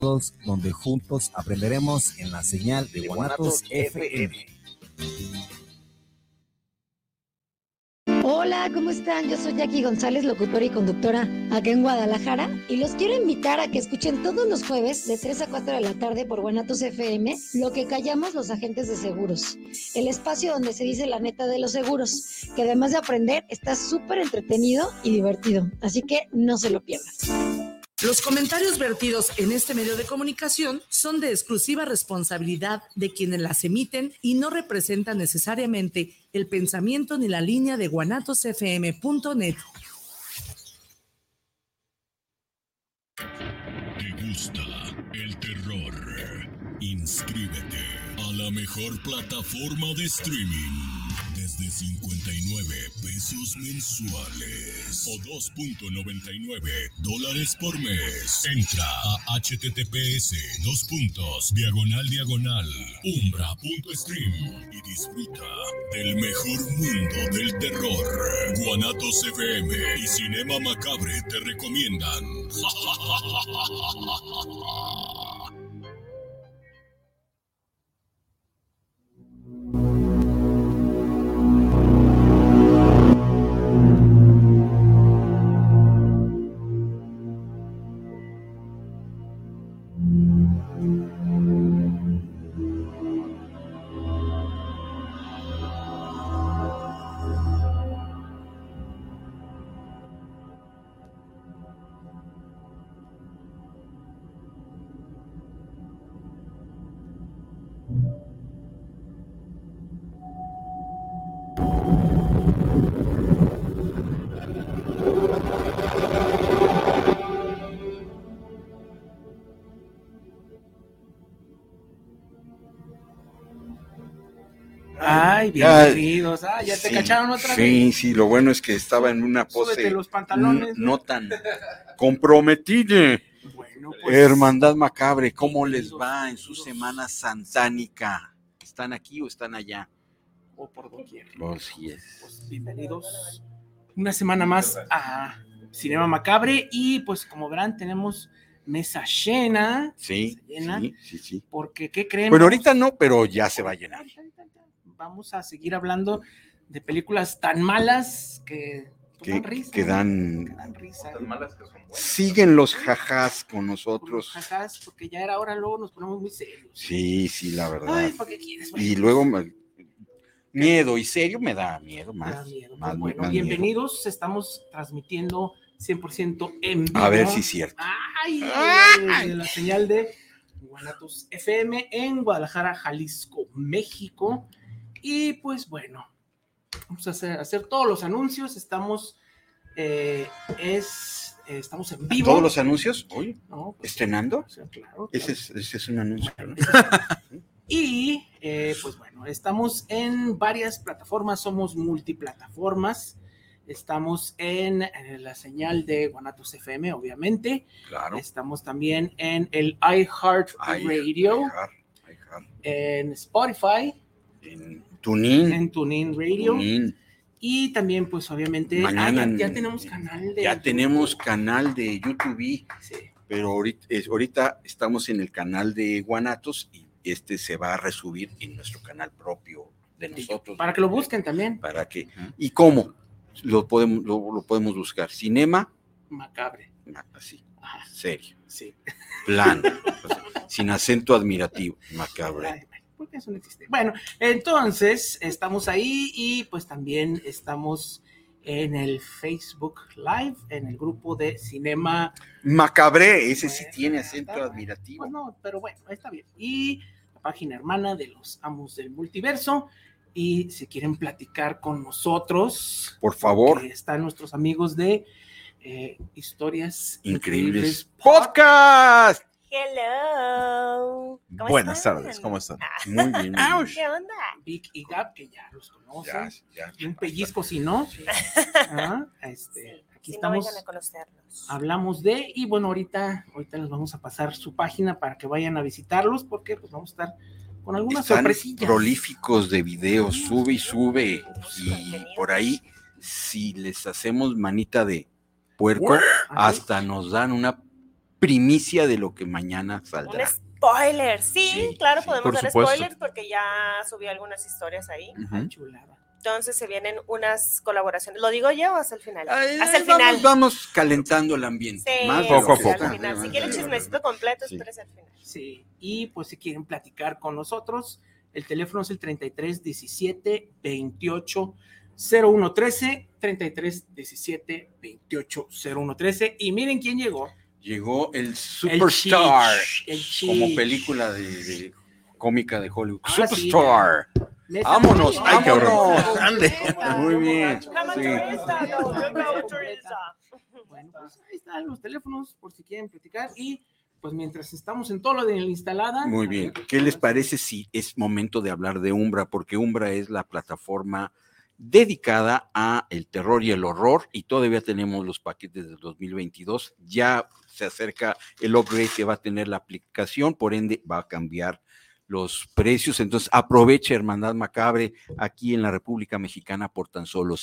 donde juntos aprenderemos en la señal de Guanatos FM. Hola, ¿cómo están? Yo soy Jackie González, locutora y conductora acá en Guadalajara, y los quiero invitar a que escuchen todos los jueves de 3 a 4 de la tarde por Guanatos FM, Lo que callamos los agentes de seguros, el espacio donde se dice la neta de los seguros, que además de aprender, está súper entretenido y divertido, así que no se lo pierdan. Los comentarios vertidos en este medio de comunicación son de exclusiva responsabilidad de quienes las emiten y no representan necesariamente el pensamiento ni la línea de guanatosfm.net. ¿Te gusta el terror? Inscríbete a la mejor plataforma de streaming desde 59 pesos mensuales o $2.99 por mes. Entra a https://umbra.stream y disfruta del mejor mundo del terror. Guanatos FM y Cinema Macabre te recomiendan. Ay, bienvenidos. Ya te cacharon otra vez. Sí, lo bueno es que estaba en una pose. Súbete los pantalones. No tan comprometida. Bueno, pues, Hermandad Macabre, ¿cómo les va en su semana santánica? ¿Están aquí o están allá? O por doquier. Así es. Pues bienvenidos una semana más a Cinema Macabre y pues como verán tenemos mesa llena. Sí. Porque, ¿qué creemos? Bueno, ahorita no, pero ya se va a llenar. Vamos a seguir hablando de películas tan malas que dan risa. Que dan risa. Tan malas que son buenas. Siguen los jajás con nosotros. Jajás, porque ya era hora, luego nos ponemos muy serios. Sí, la verdad. Ay, ¿para qué quieres? Y luego miedo y serio me da miedo más. Bueno, bienvenidos, miedo. Estamos transmitiendo 100% en vivo. A ver si es cierto. De la señal de Guanatos FM en Guadalajara, Jalisco, México. Y pues bueno, vamos a hacer todos los anuncios. Estamos estamos en vivo. ¿Todos los anuncios? ¿Hoy? No, pues, ¿estrenando? Sí, claro. Ese es un anuncio, ¿no? Y pues bueno, estamos en varias plataformas, somos multiplataformas. Estamos en la señal de Guanatos FM, obviamente. Claro. Estamos también en el iHeartRadio, en Spotify, en TuneIn Radio. Y también, pues obviamente, mañana ya tenemos canal de tenemos canal de YouTube, sí. Pero ahorita estamos en el canal de Guanatos y se va a resubir en nuestro canal propio de nosotros. Para que lo busquen también. Para que, ¿y cómo? Lo podemos buscar. Cinema Macabre. Así, serio. Sí. Plano. Sin acento admirativo. Macabre. Porque eso no existe. Bueno, entonces estamos ahí y pues también estamos en el Facebook Live, en el grupo de Cinema Macabre, ese sí tiene acento admirativo. Pues no, pero bueno, está bien. Y la página hermana de los Amos del Multiverso. Y si quieren platicar con nosotros, por favor, están nuestros amigos de Historias Increíbles Podcast. Hello. Buenas tardes, ¿cómo están? Muy bien. ¿Qué onda? Vic y Gab, que ya los conocen. Ya, y un pellizco, si no. Sí. Aquí estamos. No vayan a conocerlos. Hablamos de, y bueno, ahorita les vamos a pasar su página para que vayan a visitarlos, porque pues vamos a estar con algunas sorpresillas. Prolíficos de videos, sube y sube. Y por ahí, si les hacemos manita de puerco, hasta nos dan una primicia de lo que mañana Un saldrá. spoiler. Sí, Sí, claro, sí, podemos por dar supuesto. spoilers porque ya subí algunas historias ahí. Ujú. Chulada. Entonces se vienen unas colaboraciones. ¿Lo digo yo o hasta el final? Ay, Hasta el vamos, final. vamos calentando el ambiente. Sí, Más de poco lo a que poco. está. al final. Si quieren chismecito completo, Sí. espérense al final. Sí, y pues si quieren platicar con nosotros, el teléfono es el 33 17 28 0113, 33 17 28 0113. Y miren quién llegó. Llegó el Superstar, El como Chich. película de cómica de Hollywood. Ahora sí, Superstar. Vámonos, Ay, vámonos. Ande. Muy bien. Come Sí. turista, no, come turista. Bueno, pues ahí están los teléfonos por si quieren platicar. Y pues mientras estamos en todo lo de la instalada. Muy bien. ¿Qué les parece si es momento de hablar de Umbra? Porque Umbra es la plataforma dedicada a el terror y el horror, y todavía tenemos los paquetes del 2022. Ya se acerca el upgrade que va a tener la aplicación, por ende va a cambiar los precios. Entonces aproveche Hermandad Macabre aquí en la República Mexicana por tan solo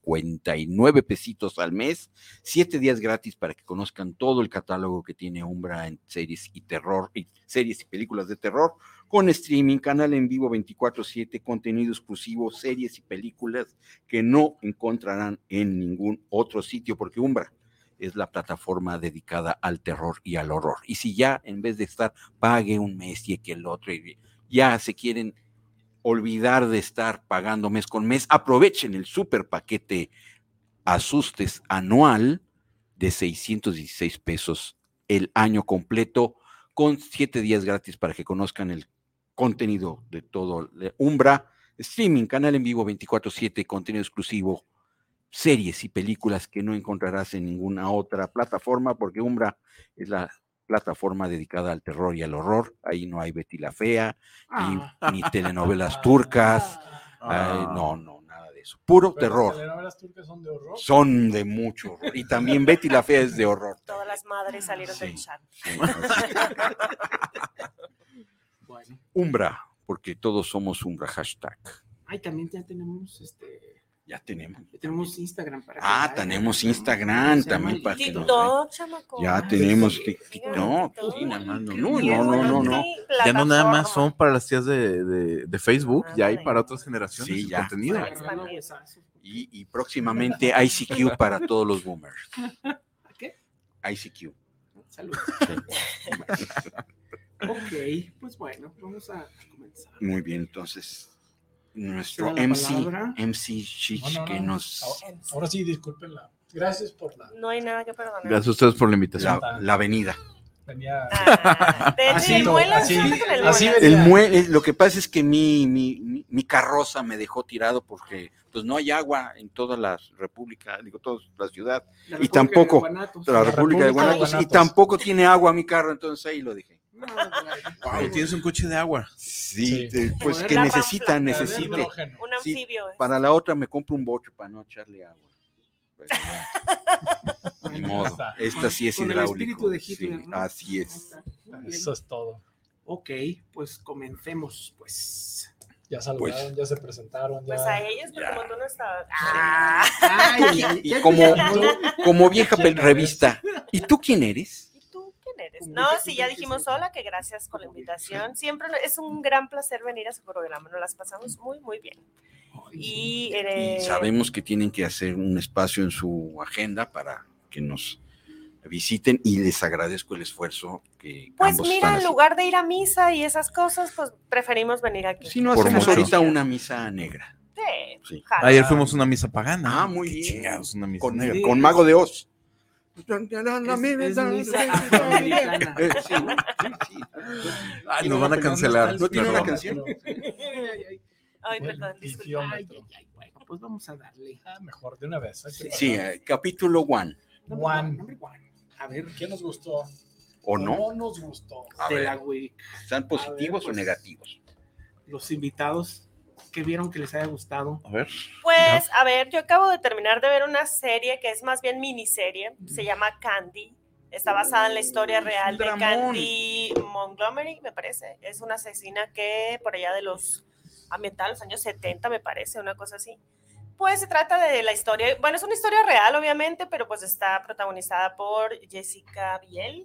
59 pesitos al mes, 7 días gratis para que conozcan todo el catálogo que tiene Umbra en series y terror, y series y películas de terror, con streaming, canal en vivo 24/7, contenido exclusivo, series y películas que no encontrarán en ningún otro sitio, porque Umbra es la plataforma dedicada al terror y al horror. Y si ya en vez de estar pague un mes y que el otro, y ya se quieren olvidar de estar pagando mes con mes, aprovechen el super paquete Asustes anual de 616 pesos el año completo, con 7 días gratis para que conozcan el contenido de todo Umbra, streaming, canal en vivo 24/7, contenido exclusivo, series y películas que no encontrarás en ninguna otra plataforma, porque Umbra es la plataforma dedicada al terror y al horror. Ahí no hay Betty la Fea, ni telenovelas turcas. No, nada de eso. Puro terror. Las telenovelas turcas son de horror. Son de mucho horror. Y también Betty la Fea es de horror. Todas las madres salieron del chat. Bueno. Umbra, porque todos somos Umbra, hashtag. Ay, también ya tenemos Ya tenemos. Ya tenemos Instagram para que Ah, vayan. tenemos Instagram Se también llama para que nos TikTok, chamaco. Ya tenemos Sí, TikTok. Sí, nada más, no. Ya no nada más son para las tías de Facebook, ya hay para otras generaciones Sí, el ya. contenido. Y próximamente ICQ para todos los boomers. ¿Qué? ICQ. Salud. Ok, pues bueno, vamos a comenzar. Muy bien, entonces nuestro ¿Te da la MC palabra? Chich que nos Ahora sí, discúlpenla. Gracias por la. No hay nada que perdonar. Gracias a ustedes por la invitación. la avenida. Venía. De hecho, Así, el muela, así, siempre con el así muela. venía. Lo que pasa es que mi carroza me dejó tirado porque pues no hay agua en toda la república, toda la ciudad, La y República tampoco de Guanatos. la República de Guanatos, y tampoco tiene agua mi carro, entonces ahí lo dejé. Wow, tienes un coche de agua. Sí, Sí. pues Poder que la necesite. Hidrógeno. Un Sí, anfibio. Para la otra me compro un bocho para no echarle agua. Pero ya, ni modo. Esta sí es Con el espíritu hidráulico. de Sí, Hitler, ¿no? así es. Eso es todo. Ok, pues comencemos, pues. Ya saludaron, ya se presentaron. Ya... Pues a ellos, porque como tú no estabas. Y como vieja revista, ¿y tú quién eres? ¿Y tú quién eres? No, sí, ya dijimos hola, que gracias por la invitación. Siempre es un gran placer venir a su programa, nos las pasamos muy, muy bien. Y sabemos que tienen que hacer un espacio en su agenda para que nos visiten, y les agradezco el esfuerzo que pues ambos mira, están en haciendo. lugar de ir a misa y esas cosas, pues preferimos venir aquí. Si no Por hacemos mucho. ahorita una misa negra. Sí, Sí. jala. Ayer fuimos a una misa pagana. Ah, muy Qué bien. chingados, una misa Con, negra. con Mago de Oz. Es misa afroamericana. Sí, ¿no? Sí. Ay, nos van a cancelar. ¿No tiene una Perdón. canción? Ay, perdón, disculpa. Bueno, pues vamos a darle. Mejor de una vez. Sí, capítulo 1. One. A ver, ¿Qué nos gustó? ¿O no? No nos gustó. A de ver, la week. ¿están positivos pues. o negativos? Los invitados que vieron que les haya gustado. A ver. Pues, a ver, yo acabo de terminar de ver una serie que es más bien miniserie, se llama Candy. Está basada en la historia real de dramón. Candy Montgomery, me parece. Es una asesina que por allá de los ambiental, los años 70, me parece, una cosa así. Pues se trata de la historia, bueno, es una historia real, obviamente, pero pues está protagonizada por Jessica Biel,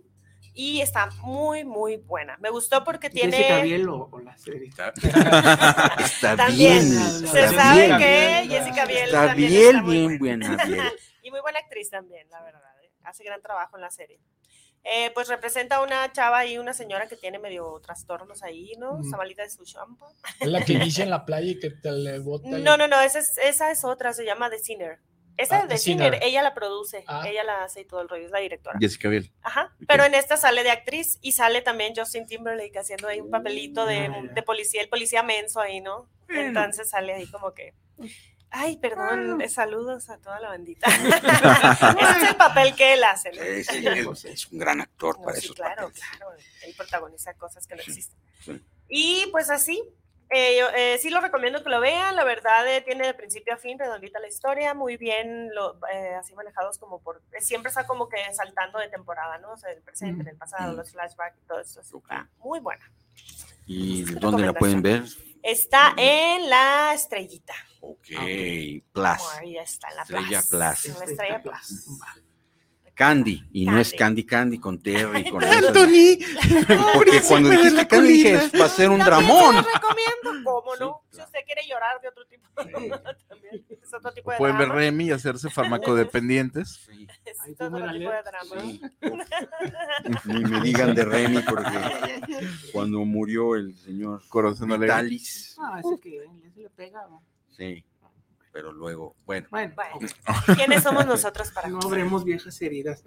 y está muy, muy buena. Me gustó porque tiene... Jessica Biel o la serie. Está También. bien. Se sabe que Jessica Biel Está también bien, está muy bien buena. Biel. Y muy buena actriz también, la verdad. Hace gran trabajo en la serie. Pues representa a una chava y una señora que tiene medio trastornos ahí, ¿no? Está malita de su shampoo. Es la que inicia en la playa y que te le bota. No, esa es otra, se llama The Sinner. Esa es The Sinner, ella la produce, ella la hace y todo el rollo, es la directora. Jessica Biel. Ajá, pero en esta sale de actriz y sale también Justin Timberlake haciendo ahí un papelito de policía, el policía menso ahí, ¿no? Entonces sale ahí como que... Ay, perdón, saludos a toda la bandita. Ese es el papel que él hace, ¿no? Es un gran actor para esos papeles. Claro, él protagoniza cosas que no existen. Sí. Y pues así, sí lo recomiendo que lo vean, la verdad tiene de principio a fin redondita la historia, muy bien, así manejados como siempre está como que saltando de temporada, ¿no? O sea, el presente, el pasado, los flashbacks y todo eso, está muy buena. ¿Y dónde la pueden ver? Está en La Estrellita. Ok, Plus. Ahí está, en la Estrella Plus. Plus. En la Estrella Plus. Candy, y no es Candy con Terry, con Anthony. Porque cuando dijiste Candy dije, va a ser un dramón. Lo recomiendo, ¿cómo no? Si usted quiere llorar de otro tipo, también es otro tipo de Pueden ver drama. Remy y hacerse farmacodependientes. Es otro tipo de drama. Ni me digan de Remy porque cuando murió el señor Corazón Vitalis. Ese que se le pega. Sí, pero luego, bueno. ¿Quiénes somos nosotros para no habremos viejas heridas?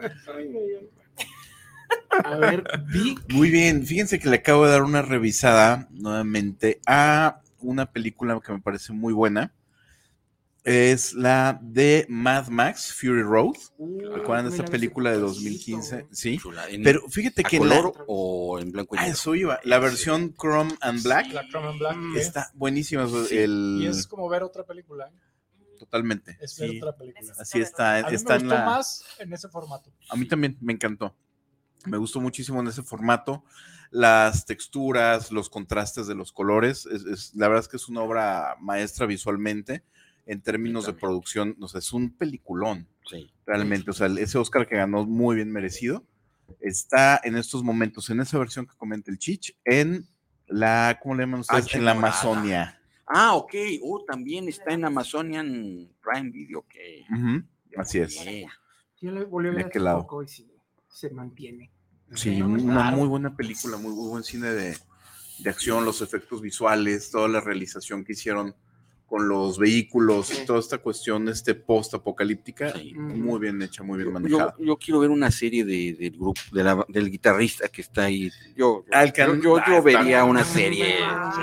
A ver, Muy bien, fíjense que le acabo de dar una revisada nuevamente a una película que me parece muy buena. Es la de Mad Max Fury Road. ¿Recuerdan esta película de 2015? Sí. Pero fíjate que ¿color o en blanco y negro? Eso iba. La versión Chrome and Black. La Chrome and Black. Está buenísima. Sí. Y es como ver otra película. Totalmente. Es ver otra película. Así está. A mí me gustó más en ese formato. A mí también me encantó. Me gustó muchísimo en ese formato. Las texturas, los contrastes de los colores. La verdad es que es una obra maestra visualmente. En términos de producción, o sea, es un peliculón. Sí. Realmente. O sea, ese Oscar que ganó muy bien merecido. Está en estos momentos, en esa versión que comenta el Chich, en la, ¿cómo le llaman ustedes? En la Amazonia. Ah, ok. También está en Amazonian Prime Video. Ok. Así es. Yo le volví a ver hace poco y sí, se mantiene. Sí, una muy buena película, muy buen cine de acción, los efectos visuales, toda la realización que hicieron con los vehículos, toda esta cuestión post-apocalíptica, muy bien hecha, muy bien manejada. Yo quiero ver una serie del grupo, del guitarrista que está ahí. Yo vería una serie.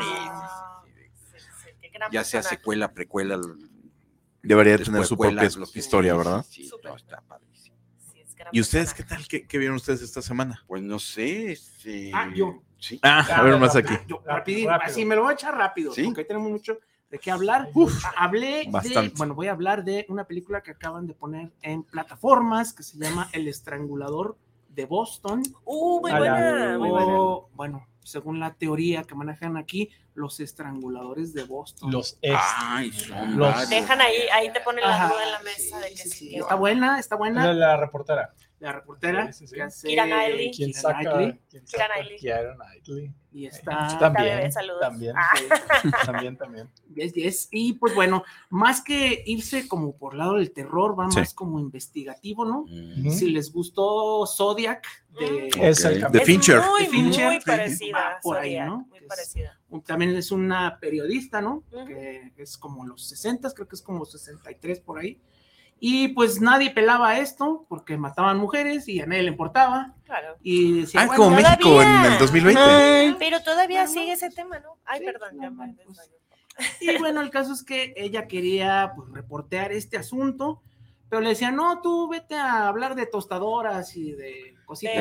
Ya sea secuela, precuela. Debería tener su propia historia, ¿verdad? Sí, está padrísimo. ¿Y ustedes qué tal? ¿Qué vieron ustedes esta semana? Pues no sé. Yo. Sí. A ver más aquí. Rapidito, así me lo voy a echar rápido, porque hoy tenemos mucho de qué hablar. Voy a hablar de una película que acaban de poner en plataformas que se llama El Estrangulador de Boston. Muy buena. Bueno, según la teoría que manejan aquí, los estranguladores de Boston. Los dejan ahí te ponen la duda en la mesa de que sí. Está buena. La reportera. La reportera. Sí. Que hace Keira Knightley. Keira Knightley. Y está también. Saludos. También. Yes. Y pues bueno, más que irse como por lado del terror, va más como investigativo, ¿no? Si les gustó Zodiac de Fincher. Muy parecida. Por ahí, ¿no? Muy parecida. También es una periodista, ¿no? Que es como los 60, creo que es como 63 por ahí. Y pues nadie pelaba esto porque mataban mujeres y a nadie le importaba. Claro. Y decía, como México en el 2020. Pero todavía sigue ese tema, ¿no? Perdón. Y bueno, el caso es que ella quería pues reportear este asunto, pero le decían, no, tú vete a hablar de tostadoras y de cositas.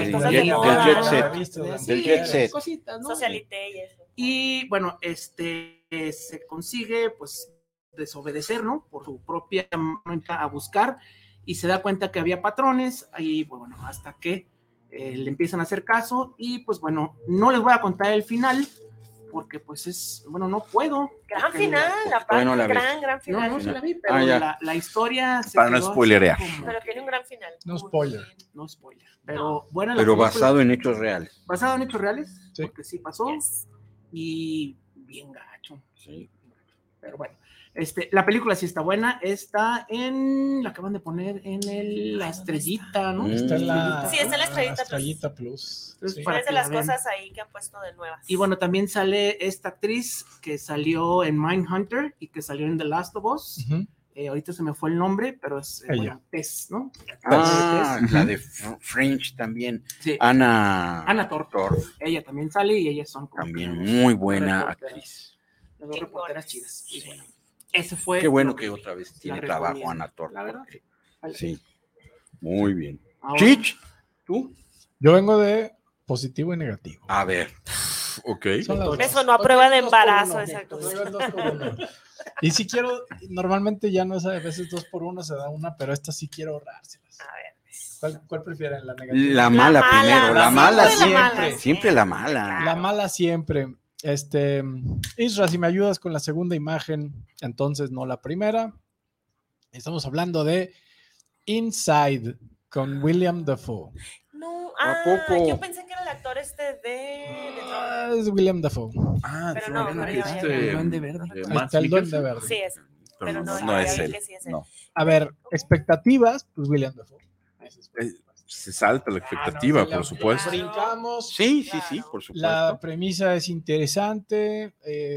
Del jet set. Cositas, ¿no? Socialité y eso. Y bueno, se consigue pues desobedecer, ¿no? Por su propia mano a buscar y se da cuenta que había patrones y bueno, hasta que le empiezan a hacer caso y pues bueno, no les voy a contar el final, porque pues es, bueno, no puedo. Gran final, aparte, no la vi. gran final. No se la vi, pero la historia se para no quedó spoilerear. Pero tiene un gran final. No spoiler. No spoiler, pero buena la Pero película. basado en hechos reales. Basado en hechos reales, Sí. porque sí pasó, Yes. y bien gacho. Sí. Pero bueno, la película sí está buena, está la acaban de poner la estrellita, ¿no? Está en la, Sí, está en la estrellita Estrellita Plus. Entonces, Sí. para Es que de la las vean. cosas ahí que han puesto de nuevas. Y bueno, también sale esta actriz que salió en Mindhunter y que salió en The Last of Us. Ujú. Ahorita se me fue el nombre, pero es Ella. bueno, Tess, ¿no? La de Fringe también. Sí. Ana Thorpe. Thorpe, Ella también sale y ellas son como también que muy buena reporteras. actriz. Las dos reporteras chidas. Y bueno, ese fue. Qué bueno lo que otra vez tiene la trabajo recomiendo. Ana Thorpe. La verdad. porque- Sí, muy bien. Ahora, Chich, ¿tú? Yo vengo de positivo y negativo. A ver, ok. Son las dos. Eso no a prueba de Dos por embarazo, uno, exacto. dos por uno. Y si quiero, normalmente ya no es a veces 2 por 1 se da una, pero esta sí quiero ahorrárselas. A ver. ¿Cuál prefieren? ¿La negativa? La mala mala, primero, la la mala siempre la siempre, mala. siempre la mala. La mala siempre. Isra, si me ayudas con la segunda imagen, entonces no la primera. Estamos hablando de Inside con William Dafoe. No, ¿A poco? yo pensé que era el actor de Es William Dafoe. Pero no, no, el Duende Verde. Ahí está el Duende Verde. Sí, es. Pero no, no es ya vi él. que sí es él. No. A ver, expectativas, pues William Dafoe. Se salta la expectativa, no, por supuesto. Brincamos. Sí, por supuesto. La premisa es interesante.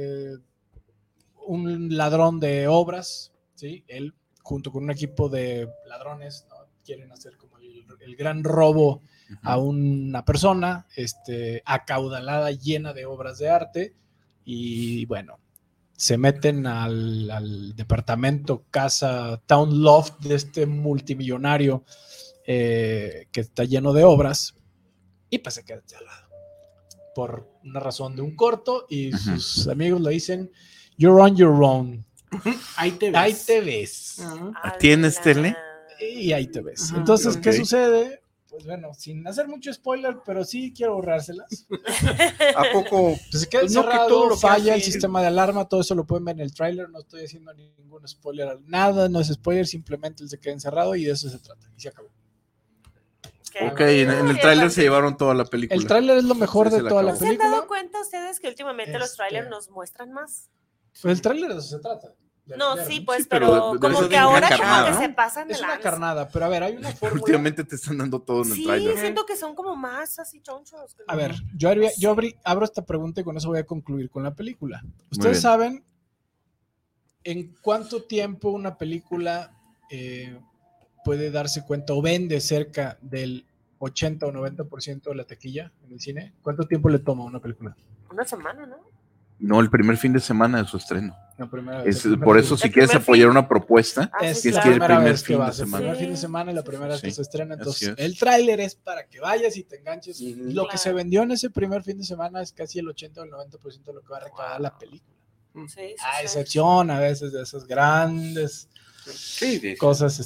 Un ladrón de obras, ¿sí? Él, junto con un equipo de ladrones, ¿no? Quieren hacer como el gran robo a una persona acaudalada, llena de obras de arte. Y bueno, se meten al departamento, casa, town loft de este multimillonario que está lleno de obras, y pues se queda encerrado por una razón de un corto, y sus amigos le dicen, you're on your own. Ahí te ves. Ahí te ves. Ajá. ¿Tienes tele? Y ahí te ves. Ajá, Entonces, ¿qué ok. sucede? Pues bueno, sin hacer mucho spoiler, pero sí quiero borrárselas. ¿A poco? Pues se queda Pues no, que encerrado, todo lo que falla hace- el sistema de alarma, todo eso lo pueden ver en el tráiler, no estoy haciendo ningún spoiler, nada, no es spoiler, simplemente él se queda encerrado y de eso se trata, y se acabó. Ok, en el tráiler se llevaron toda la película. El tráiler es lo mejor Sí, de se la toda la acabó. ¿Se han dado película. cuenta ustedes que últimamente los trailers nos muestran más? Pues el tráiler de eso se trata. de No, ver, sí, ¿no? pues, Sí, pero pero de como eso que de una ahora como carnada, que ¿no? se pasan de Es una lanza. carnada, pero a ver, hay una Pero fórmula. últimamente te están dando todo en el Sí, tráiler. siento que son como más así chonchos. A ver, abro esta pregunta y con eso voy a concluir con la película. ¿Ustedes bien. saben en cuánto tiempo una película puede darse cuenta o vende cerca del 80 o 90% de la taquilla en el cine? ¿Cuánto tiempo le toma a una película? Una semana, ¿no? No, el primer fin de semana de su estreno. La primera Es, el primer por fin. eso, si El quieres primer apoyar fin. una propuesta, Ah, Es sí, es la que el primera primer vez que fin de vas, el semana. primer fin de semana y la primera vez que Sí, se estrena. Entonces, así es. el tráiler es para que vayas y te enganches. Ujú. Lo que se vendió en ese primer fin de semana es casi el 80 o el 90% de lo que va a recaudar la película. Sí, sí, A sí. excepción a veces de esas grandes Sí, sí. cosas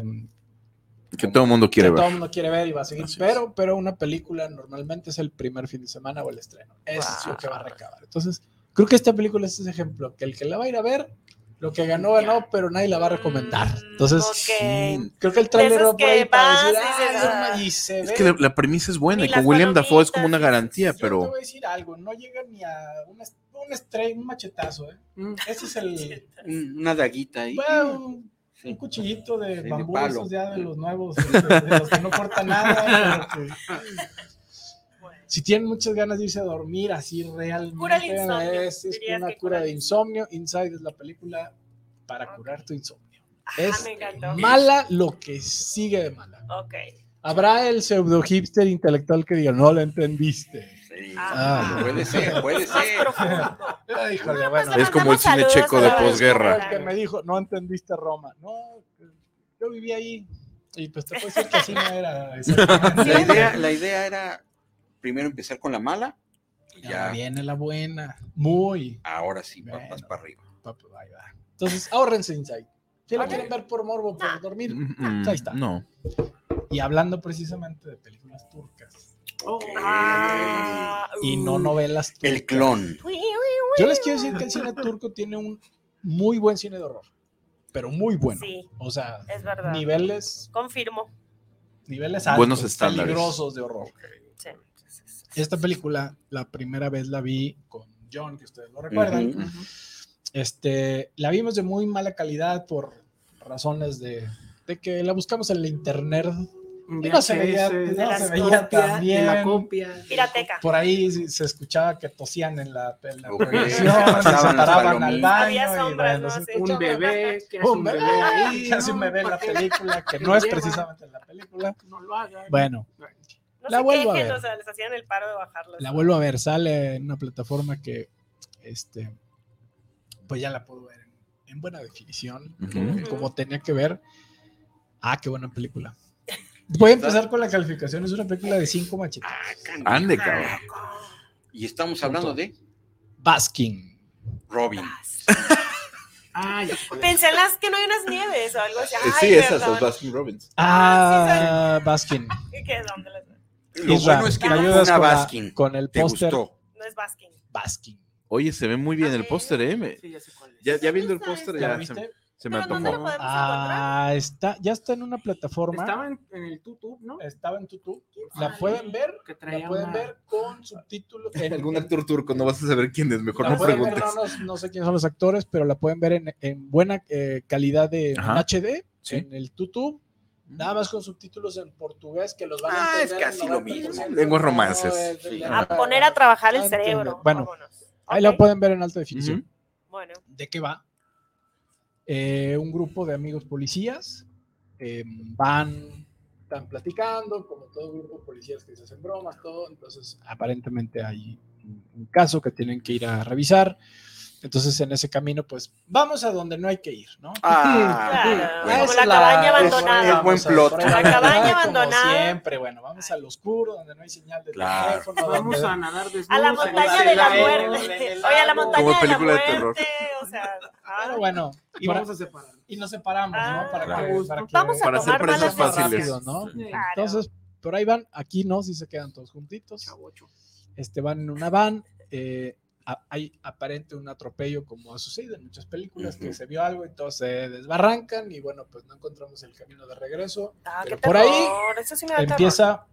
Que todo el mundo quiere que todo el ver. mundo quiere ver y va a seguir, Así es. pero una película normalmente es el primer fin de semana o el estreno. Eso es lo Wow. que va a recabar. Entonces, creo que esta película es ese ejemplo, que el que la va a ir a ver, lo que ganó, pero nadie la va a recomendar. Entonces, Ok. creo que el trailer De esos va por ahí que para vas decir, y dices, "Ay, ah". y se Es ve". que la premisa es buena Ni y con las William Dafoe es como una palomitas, garantía, Yo te pero voy a decir algo, no llega ni a un machetazo, ¿eh? Ese es el... Una daguita ahí. Bueno, Sí. un cuchillito de Sí, de bambú, palo. esos ya de los nuevos, de los que no cortan nada. pero que- si tienen muchas ganas de irse a dormir, así realmente Cura el insomnio, es dirías una que cura cura de el insomnio. Inside es la película para curar tu insomnio. Me Es encantó. mala lo que sigue de mala. Ok. Habrá el pseudo hipster intelectual que diga, no lo entendiste. Sí. Ah. Puede ser, puede Más ser. profundo. Híjole, bueno. es como el cine checo de posguerra. El que me dijo, no entendiste Roma. No, yo viví ahí. Y pues te puedo decir que así no era. exactamente. La idea era primero empezar con la mala y Ya ya viene la buena. Muy. ahora sí vas Bueno. para arriba. Ahí va. Entonces, ahórrense Inside. Si la Ok. quieren ver por morbo, por dormir, ahí está. No. Y hablando precisamente de películas turcas Oh. Ah, y no novelas turcas. El clon. Yo les quiero decir que el cine turco tiene un muy buen cine de horror, pero muy bueno. Sí, o sea, es verdad. niveles Confirmo. altos, Buenos estándares. peligrosos de horror. Sí. Esta película, la primera vez la vi con John, que ustedes lo recuerdan. La vimos de muy mala calidad por razones de que la buscamos en la internet. Y no se veía, tan bien. La copia. Pirateca. Por ahí se escuchaba que tosían en la Ok. proyección, se Pasaban las paraban al palomitas. baño. Había Y sombras, bueno, ¿no? se Sí. escuchaba Un bebé, que hace un bebé ahí. que hace un ¿no? bebé en la ¿Para qué? película, que Que no es lleva. precisamente en la película. No lo hagan. Bueno, No La se vuelvo a quejen, ver. o sea, les hacían el paro de bajarlos. la vuelvo a ver, sale en una plataforma que pues ya la puedo ver en buena definición, como tenía que ver. Qué buena película. Voy a empezar con la calificación. Es una película de 5 machetas. Ande, cabrón. Y estamos hablando de Baskin. Robin. Ya. Pensé en las que no hay unas nieves o algo así. Ay, Sí, esas, perdón. los Baskin Robbins. Baskin. ¿Qué? ¿Dónde las Lo Isra, bueno es que ¿me no fue ayudas una con Baskin. con el ¿Te póster? gustó? No es Baskin. Baskin. Oye, se ve muy bien el póster, ¿eh? Sí, ya sé cuál es. Ya viendo el póster, ¿Ya ya lo viste? se me Pero ¿dónde lo antojó. podemos Ya está en una plataforma. Estaba en el YouTube, ¿no? Estaba en YouTube. La pueden ver. Que traía La pueden una- ver con subtítulos. Algún actor turco, no vas a saber quién es, mejor La no pueden ver, preguntes. no sé quiénes son los actores, pero la pueden ver en buena calidad en Ajá. HD, Sí. en el YouTube, nada más con subtítulos en portugués que los van a Es entender. casi lo mismo. Lenguas romances. Sí. A poner a trabajar el Ah, entiendo. cerebro. Bueno, Vámonos. Ahí Ok. la pueden ver en alta definición. Ujú. Bueno, ¿De qué va? Un grupo de amigos policías están platicando, como todo grupo de policías que se hacen bromas, todo. Entonces, aparentemente hay un caso que tienen que ir a revisar. Entonces, en ese camino, pues, vamos a donde no hay que ir, ¿no? claro. bueno. Como Esa la es cabaña es abandonada. buen plot. por ahí La vamos, cabaña como abandonada. siempre, bueno, vamos al oscuro, donde no hay señal de Claro. teléfono. Vamos donde- a nadar desnudos. A la en montaña el de la lago, muerte. en el Oye, a la lago. montaña Como de la película de muerte. terror. O sea, Pero bueno, Y vamos a separar. y nos separamos, ¿no? Para claro. que, para que- Vamos a Para hacer tomar presas malas fáciles. decisiones. rápido, ¿no? Sí. Claro. Entonces, por ahí van, aquí no, si se quedan todos juntitos. Chavocho. Van en una van, hay aparente un atropello como ha sucedido en muchas películas, que se vio algo y todos se desbarrancan y bueno, pues no encontramos el camino de regreso. Qué Pero por ahí terror. Eso sí me da terror. empieza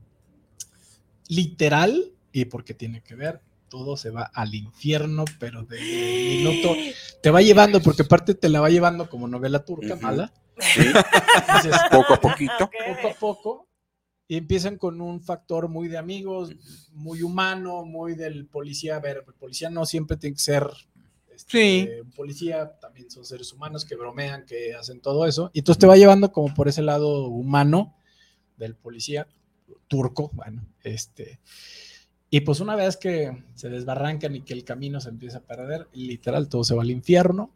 literal, y porque tiene que ver, todo se va al infierno, pero de minuto te va llevando, porque aparte te la va llevando como novela turca, Ujú. mala. Sí, Entonces, poco a poquito. Ok. poco a poco, y empiezan con un factor muy de amigos, muy humano, muy del policía. A ver, el policía no siempre tiene que ser Sí. un policía, también son seres humanos que bromean, que hacen todo eso, y entonces te va llevando como por ese lado humano del policía turco, bueno, y pues una vez que se desbarrancan y que el camino se empieza a perder, literal, todo se va al infierno,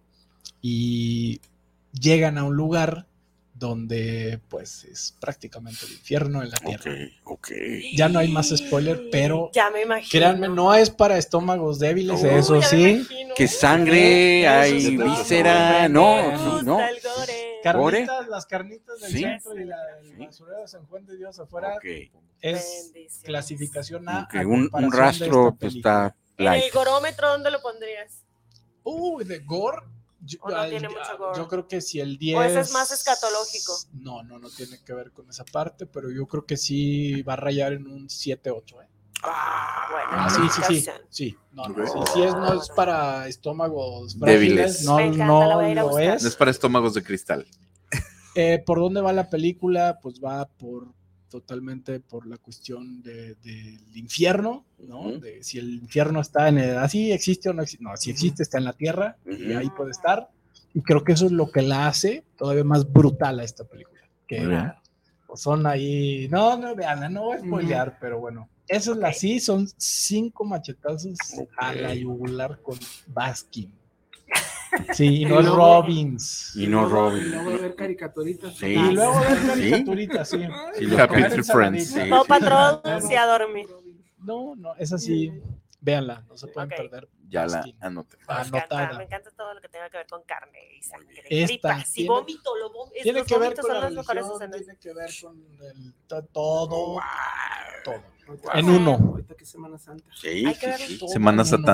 y llegan a un lugar donde pues es prácticamente el infierno en la tierra. Ok. Ya no hay más spoiler, pero Ya me imagino. créanme, no es para estómagos débiles, eso Ya me sí. imagino. Que sangre, Eso hay sí, víscera, Me no, gusta sí, no. el gore. Carnitas, las carnitas del Sí. centro y el basurero de San Juan de Dios afuera Ok. es Bendiciones. clasificación A. Ok, a un comparación de rastro esta pues, película. está ¿En light. el gorómetro dónde lo pondrías? De gore. ¿O no tiene mucho gore? Yo creo que si el 10. ¿O ese es más escatológico? No tiene que ver con esa parte, pero yo creo que sí va a rayar en un 7-8. Bueno, Sí. calificación. Sí, no es para estómagos Débiles. frágiles, no, Me encanta, la voy a ir a lo buscar. es. No es para estómagos de cristal. ¿Por dónde va la película? Pues va totalmente por la cuestión del infierno, ¿no? Ujú. De si el infierno está así existe o no existe. No, si existe está en la tierra y Ujú. ahí puede estar. Y creo que eso es lo que la hace todavía más brutal a esta película. Que Muy bien. pues, son ahí, veanla, no voy a spoilear, pero bueno. Esa es la sí, son 5 machetazos a la yugular con Baskin. Sí, y no Y es luego- Robbins. Y no Y Robin. luego de ver caricaturitas. Sí. Y luego ver ¿Sí? caricaturitas, sí. Sí, los Happy Comer Tree ensaladita. Friends. Sí, Paw sí, Patrol y a dormir. No, esa sí, véanla, no se pueden Ok. perder. Ya la Baskin. anoté. Anotada. Me encanta todo lo que tenga que ver con carne y sangre. Esta Tripas y tiene- vómito. Tiene Los que ver vómitos con son la las mejores religión, escenas. tiene que ver con todo. Ahorita- En uno. Ahorita que es Semana Santa. Sí, Hay que sí, ver sí. todo. Semana en uno. Satán.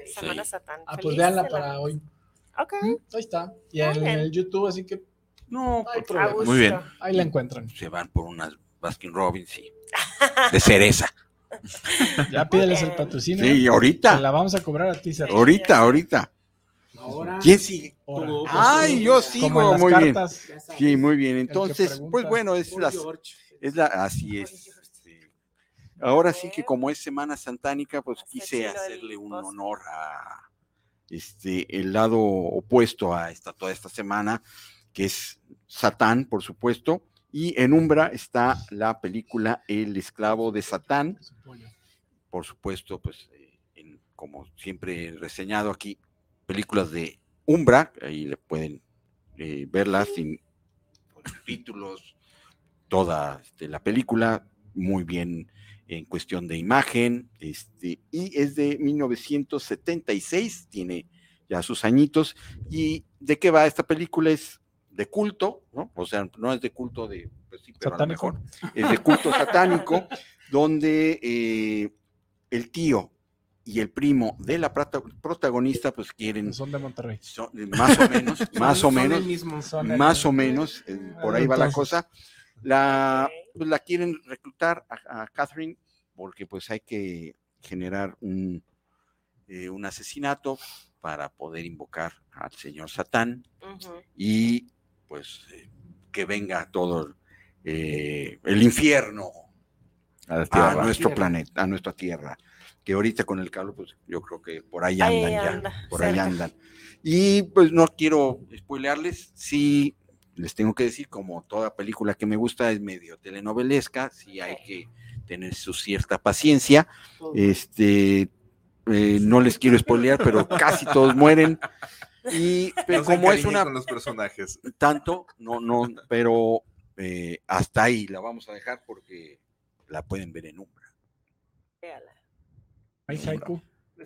Semana Satán. Pues Feliz véanla de la para vida. hoy. Ok. Ahí está. Y Muy en bien. el YouTube, así que No, no hay A problema. gusto. Muy bien. Ahí la encuentran. se van por unas Baskin Robbins y de cereza. Ya pídeles el bien. patrocinio. Sí, Te la ahorita, vamos a cobrar a ti, Sergio. ahorita. Ahora. ¿Quién sigue? Ahora. Tú, Ay, yo Como en sigo, las muy bien. cartas. Ya sabes. Sí, muy bien. que Entonces, pregunta. pues bueno, es Por la, George. así es. Sí. Ahora sí que como es Semana Santánica, pues Está quise chido el hacerle un post. honor a el lado opuesto a toda esta semana, que es Satán, por supuesto, y en Umbra está la película El esclavo de Satán, por supuesto, pues como siempre he reseñado aquí, películas de Umbra, ahí le pueden verlas sin títulos, toda la película, muy bien en cuestión de imagen, y es de 1976, tiene ya sus añitos. ¿Y de qué va esta película? Es de culto, ¿no? O sea, no es de culto de, pues sí, pero Satánico. a lo mejor es de culto satánico, donde el tío y el primo de la protagonista, pues quieren, Son de Monterrey. más o menos, Son el mismo. más o menos, por ahí va la Entonces. cosa. Pues la quieren reclutar a Catherine porque pues hay que generar un asesinato para poder invocar al señor Satán Ujú. y pues que venga todo el infierno A la a tierra. nuestro Tierra. planeta, a nuestra tierra, que ahorita con el calor, pues yo creo que por ahí andan Ahí ya, anda, por ahí cerca. andan. Y pues no quiero spoilearles, sí les tengo que decir, como toda película que me gusta es medio telenovelesca, sí hay que tener su cierta paciencia, no les quiero spoilear, pero casi todos mueren, y No se como es encariñen una con los personajes. tanto, no, pero hasta ahí la vamos a dejar porque la pueden ver en Umbra. Véala. ¿Hay haiku?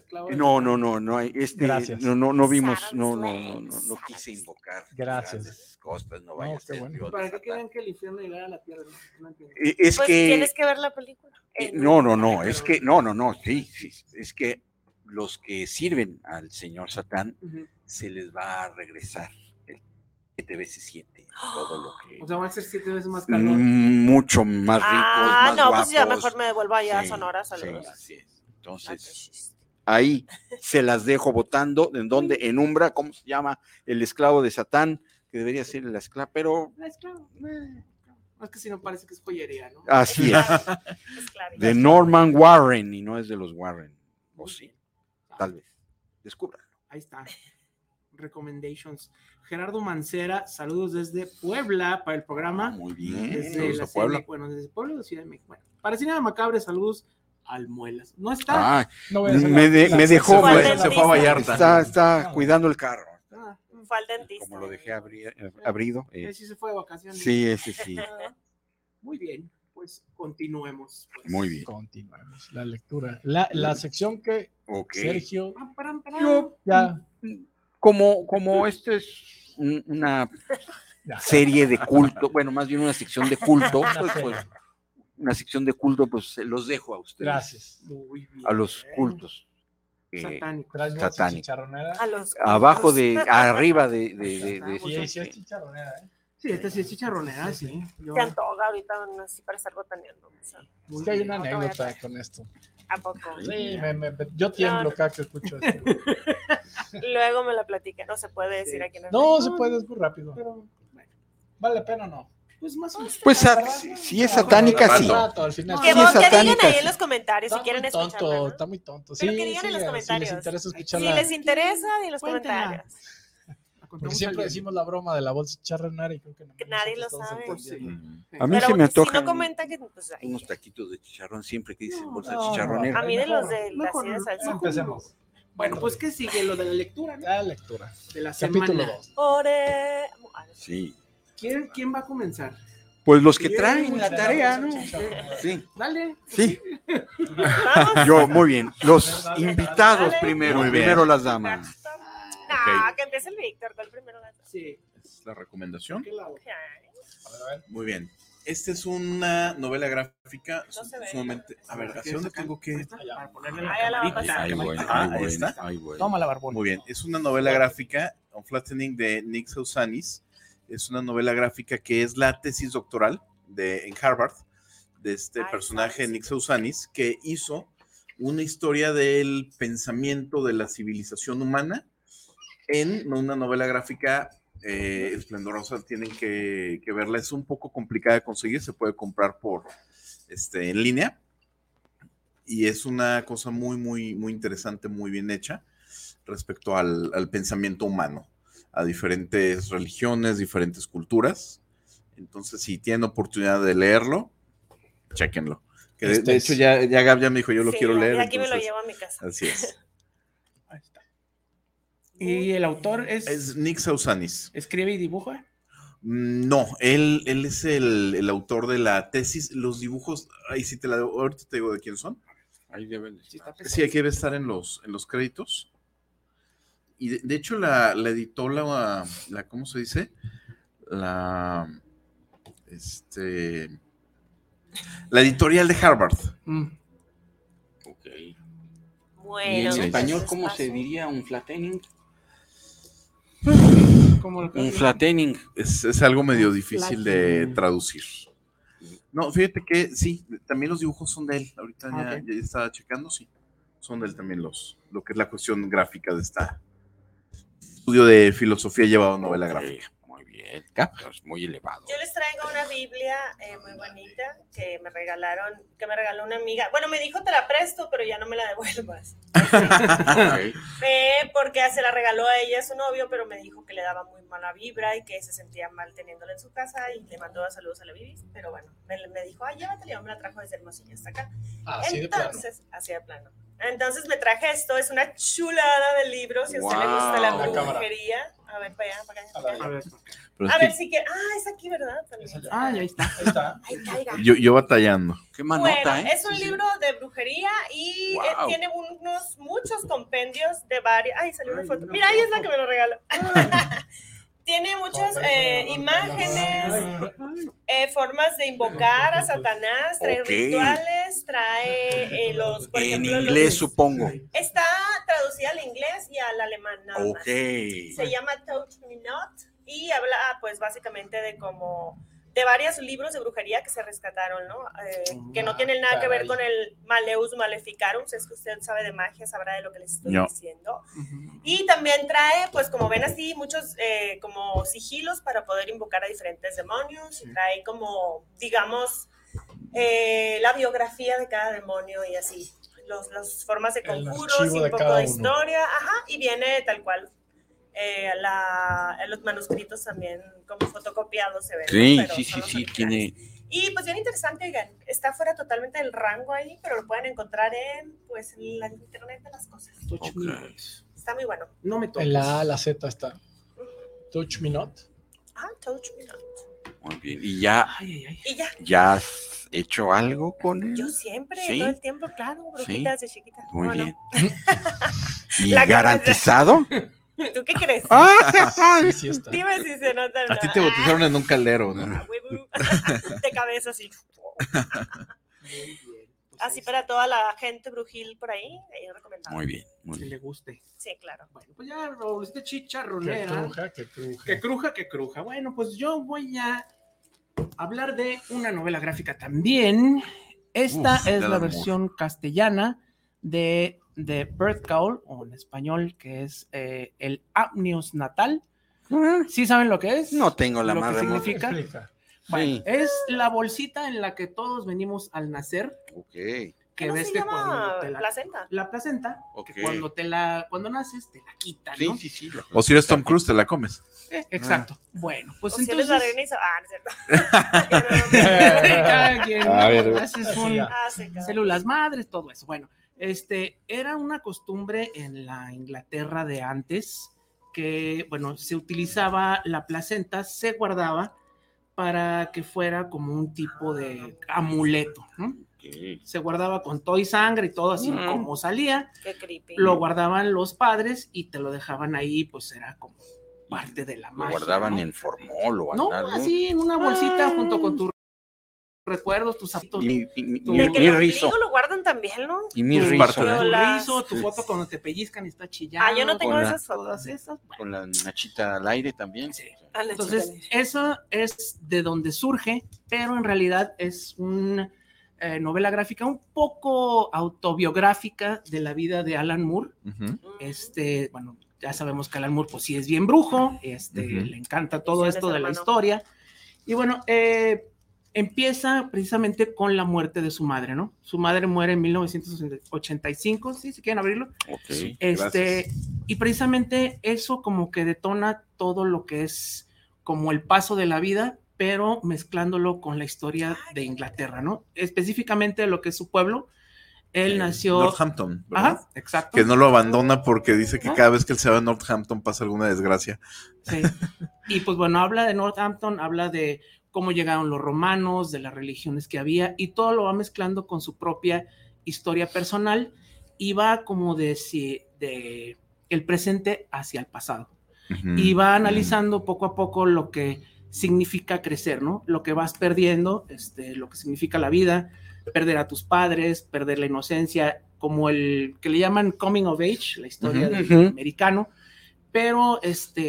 No hay, Gracias. no vimos, Sarah's no Legs. quise invocar Gracias. grandes costas, no vaya a qué ser bueno. Dios de ¿Para qué Satán. quieren que el infierno llegara a la tierra? No entiendo. Es Pues que tienes que ver la película. no, es que no, sí, es que los que sirven al señor Satán Ujú. se les va a regresar el 7 veces 7, todo lo que O sea, van a ser 7 veces más calor. mucho más ricos, más no, guapos. pues ya mejor me devuelvo allá a Sí, Sonora, sí, saludos. así es. Ah, qué Entonces, chiste. ahí se las dejo votando, en donde, en Umbra, ¿cómo se llama? El esclavo de Satán, que debería ser el esclavo, pero Es claro. No, es que si no parece que es joyería, ¿no? así es, Es claro. de Norman Warren, y no es de los Warren, o sí, tal vez, descúbranlo. Ahí está. Recommendations. Gerardo Mancera, saludos desde Puebla para el programa. Muy bien, Desde saludos la a Puebla. CN, bueno, desde Puebla de Ciudad de México. Bueno, para Cinema Macabre, saludos al Muelas. No está. Ah, No voy a hacer me dejó, Fue al Se fue a dentista. Vallarta. está cuidando el carro, Ah, Fue al dentista. como lo dejé abrido. él sí se fue de vacaciones. Sí, ese sí, Ah, Muy bien, pues continuemos. Pues. muy bien. Continuamos. La lectura. La sección que Ok. Sergio Pam, param, param. Yo, ya. como esto es una Ya. serie de culto, bueno, más bien una sección de culto, Una pues, serie. una sección de culto, pues se los dejo a ustedes, Gracias. Muy bien. a los cultos. Satánico. ¿Traes bolsa Satánico. chicharronera? a los Abajo cultos. arriba de Sí, sí es chicharronera, ¿eh? Sí, esta sí es chicharronera, sí. Yo- Se antoja ahorita así para estar botaneando. O sea, Es que hay una No te voy a anécdota traer. con esto. ¿a poco? Sí, yo tiemblo cada que escucho esto. Luego me la platican. No se puede decir a quién es. No, se puede, es muy rápido. Pero, bueno, ¿Vale la pena o no? pues más o menos. pues si es satánica, sí. Al final. Que, Sí, es que digan satánica, ahí sí. en los comentarios si Está quieren muy tonto, escucharla. ¿no? está muy tonto. Pero Sí, que digan en los sí, comentarios. Si les interesa Si escucharla. les interesa, en los Cuéntenla. comentarios. La Porque contamos siempre al decimos la broma de la bolsa chicharronera y creo que, Que nadie lo nosotros sabe. estamos Sí. entendiendo. A mí Pero se me si antojan no comentan que pues ahí. unos taquitos de chicharrón siempre que dicen bolsa No, chicharronera. A mí de los Mejor, de mejor así de no. salsa. Empecemos. Bueno, pues ¿qué sigue? Lo de la lectura, ¿no? La lectura. De la Capítulo semana. 2. Ore. Sí. ¿Quién va a comenzar? Pues los que Bien, traen la de la tarea, bolsa ¿no? chicharronera. Sí, Dale. sí. Vamos. Yo, muy bien. Los invitados Dale. primero, Muy bien. primero las damas. No, que empiece el Víctor, ¿cuál primero? Sí. Es la recomendación. ¿Qué lado? Muy bien. Esta es una novela gráfica No se ve. sumamente... A ver, ¿hacia dónde tengo que...? Para ponerle la Ah, ya la va a camarita. pasar. Ay, bueno, Ah, ay, bueno, ¿está? ay, bueno. Tómala, barbón. Muy bien, es una novela gráfica, On Flattening, de Nick Sousanis. Es una novela gráfica que es la tesis doctoral en Harvard de este personaje, Nick Sousanis, que hizo una historia del pensamiento de la civilización humana en una novela gráfica esplendorosa. Tienen que verla, es un poco complicada de conseguir, se puede comprar en línea, y es una cosa muy, muy, muy interesante, muy bien hecha respecto al pensamiento humano, a diferentes religiones, diferentes culturas. Entonces, si tienen oportunidad de leerlo, chéquenlo. Que de hecho, ya Gab ya me dijo, yo lo quiero leer. Y aquí me lo entonces, llevo a mi casa. así es. Ahí está. Y el autor Es Nick Sousanis. ¿Escribe y dibuja? No, él es el autor de la tesis. Los dibujos, ahí sí ahorita te digo de quién son. Ahí deben de estar. Sí, aquí debe estar en los créditos. Y de hecho la editó la ¿cómo se dice? La editorial de Harvard. Ok. ¿Y Bueno. en español entonces cómo paso. se diría un flattening? ¿Cómo lo Un flattening. Es algo medio difícil de traducir. No, fíjate que sí, también los dibujos son de él. Ahorita Ok. ya estaba checando, sí. Son de él también lo que es la cuestión gráfica de esta estudio de filosofía llevado a novela gráfica. Muy bien. Es muy elevado. Yo les traigo una Biblia muy bonita que me regaló una amiga. Bueno, me dijo te la presto, pero ya no me la devuelvas. Ok. Porque se la regaló a ella su novio, pero me dijo que le daba muy mala vibra y que se sentía mal teniéndola en su casa y le mandó saludos a la Bibis. Pero bueno, me dijo, ay, llévatela, yo me la trajo desde Hermosillo hasta acá. Así de plano. Así de plano. Entonces me traje esto, es una chulada de libro, si a usted le gusta la Wow. brujería. A ver, para allá, para acá. A ver. Pero es A que ver si quiere. Ah, es aquí, ¿verdad? También. Ah, ya está. Ahí está. Ay, caiga. yo batallando. Qué manota, Bueno, ¿eh? es un libro de brujería y Wow. tiene muchos compendios de varios. Ay, salió una foto. Mira, ahí es la que me lo regaló. Tiene muchas imágenes, formas de invocar a Satanás, trae Ok. rituales, trae por En ejemplo, inglés, supongo. Está traducida al inglés y al alemán nada más. Ok. Se llama Touch Me Not y habla pues básicamente de varios libros de brujería que se rescataron, ¿no? Que no tienen nada que ver con el Maleus Maleficarum, si es que usted sabe de magia, sabrá de lo que les estoy diciendo. Y también trae, pues como ven así, muchos como sigilos para poder invocar a diferentes demonios, y trae como, digamos, la biografía de cada demonio y así, las formas de conjuros y un poco de historia, y viene tal cual. Los manuscritos también como fotocopiados se ven. Sí, ¿no? Pero sí, son sí, los sí, originales. tiene. Y pues bien interesante, oigan, está fuera totalmente del rango ahí, pero lo pueden encontrar en pues la internet de las cosas. Touch me not. Está muy bueno. No me toques. En la A, la Z está. Touch Me Not. Touch Me Not. Muy bien. ¿Y ya, Y ya. ya has hecho algo con él? Yo siempre, ¿Sí? todo el tiempo, claro, brujitas de chiquita. Muy ¿Cómo no? bien. ¿Y La que garantizado? ¿Tú qué crees? Sí, sí está. Dime si se nota. A ti te bautizaron en un caldero, ¿no? De cabeza así. Así para toda la gente brujil por ahí, recomendado. Muy bien, muy Si bien. le guste. Sí, claro. Bueno, pues ya, Raulcita Que chicharronera. cruja, que cruja. Que cruja, que cruja. Bueno, pues yo voy a hablar de una novela gráfica también. Esta Uf, es del la amor. versión castellana de Birth Call, o en español, que es el Apnius Natal. ¿Sí saben lo que es? No tengo la ¿Lo más que remota. significa? Explica. Bueno, Sí. es la bolsita en la que todos venimos al nacer. Ok. Que ¿No ves se que llama cuando te placenta? la placenta, Ok. que cuando naces te la quitan, Sí, ¿no? sí, sí. O si eres Tom Cruise, te la comes. Exacto. Bueno, pues O si entonces... eres la reina Isabel. No es cierto. Cada quien, A ver. haces un- Sí, claro. células madres, todo eso. Bueno, era una costumbre en la Inglaterra de antes que, bueno, se utilizaba la placenta, se guardaba para que fuera como un tipo de amuleto, ¿no? Ok. Se guardaba con todo y sangre y todo así como salía, Qué creepy. lo guardaban los padres y te lo dejaban ahí, pues era como parte de la Lo magia, guardaban ¿no? en formol o No, algo. así en una bolsita junto con tu recuerdos, tus zapatos, Mi El que rizo. lo guardan también, ¿no? Y mi tu rizo. rizo, tu foto cuando te pellizcan y está chillando. Ah, yo no tengo Con la- esas fotos. Todas esas. Con la nachita al aire también. Sí. Ah, la Entonces, chica. eso es de donde surge, pero en realidad es una novela gráfica un poco autobiográfica de la vida de Alan Moore. Ujú. Bueno, ya sabemos que Alan Moore, pues sí es bien brujo, Ujú. le encanta todo Misiones, esto de la hermano. historia. Y bueno, empieza precisamente con la muerte de su madre, ¿no? Su madre muere en 1985, ¿sí? Si quieren abrirlo. Ok. Gracias. Y precisamente eso como que detona todo lo que es como el paso de la vida, pero mezclándolo con la historia de Inglaterra, ¿no? Específicamente lo que es su pueblo. Él nació... Northampton, ¿verdad? Ajá, exacto. Que no lo abandona porque dice que ¿No? cada vez que él se va a Northampton pasa alguna desgracia. Sí. Y pues bueno, habla de Northampton, habla de cómo llegaron los romanos, de las religiones que había, y todo lo va mezclando con su propia historia personal y va como de el presente hacia el pasado. Ujú. Y va analizando poco a poco lo que significa crecer, ¿no? Lo que vas perdiendo, lo que significa la vida, perder a tus padres, perder la inocencia, como el que le llaman coming of age, la historia Ujú, del ujú. americano, pero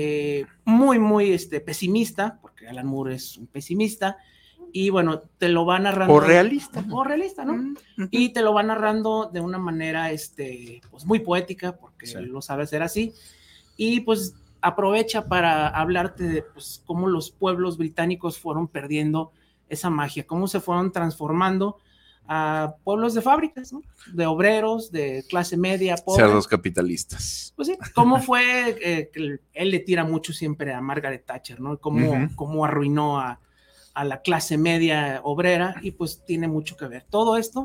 muy, muy pesimista, porque Alan Moore es un pesimista, y bueno, te lo va narrando. O realista. O realista, ¿no? Ujú. Y te lo va narrando de una manera, pues muy poética, porque Sí. él lo sabe hacer así, y pues aprovecha para hablarte de pues, cómo los pueblos británicos fueron perdiendo esa magia, cómo se fueron transformando a pueblos de fábricas, ¿no? De obreros, de clase media, pobre. Cerdos capitalistas. Pues sí, cómo fue que él le tira mucho siempre a Margaret Thatcher, ¿no? Cómo arruinó a la clase media obrera, y pues tiene mucho que ver. Todo esto,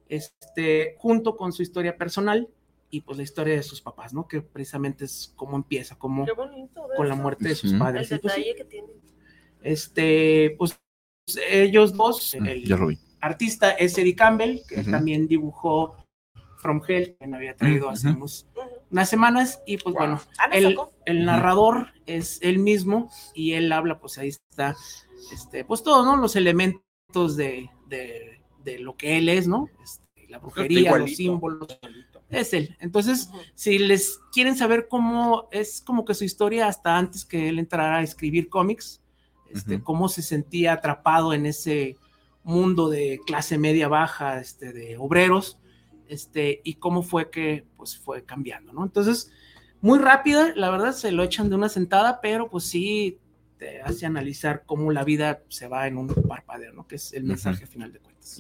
junto con su historia personal y pues la historia de sus papás, ¿no? Que precisamente es cómo empieza, cómo Qué bonito. con la muerte de sus Ujú. padres. El Y, pues, sí, detalle que tiene. pues ellos dos, el Ya lo vi. artista es Eddie Campbell, que Ujú. también dibujó From Hell, que me había traído hace Ujú. unas semanas, y pues bueno, Ah, nos tocó. el narrador es él mismo, y él habla, pues ahí está, pues todos, ¿no? Los elementos de lo que él es, ¿no? La brujería, Igualito. los símbolos, es él. Entonces, si les quieren saber cómo es como que su historia hasta antes que él entrara a escribir cómics, Ujú. cómo se sentía atrapado en ese mundo de clase media baja, de obreros, y cómo fue que pues fue cambiando, ¿no? Entonces, muy rápida, la verdad, se lo echan de una sentada, pero pues sí te hace analizar cómo la vida se va en un parpadeo, ¿no? Que es el mensaje a final de cuentas.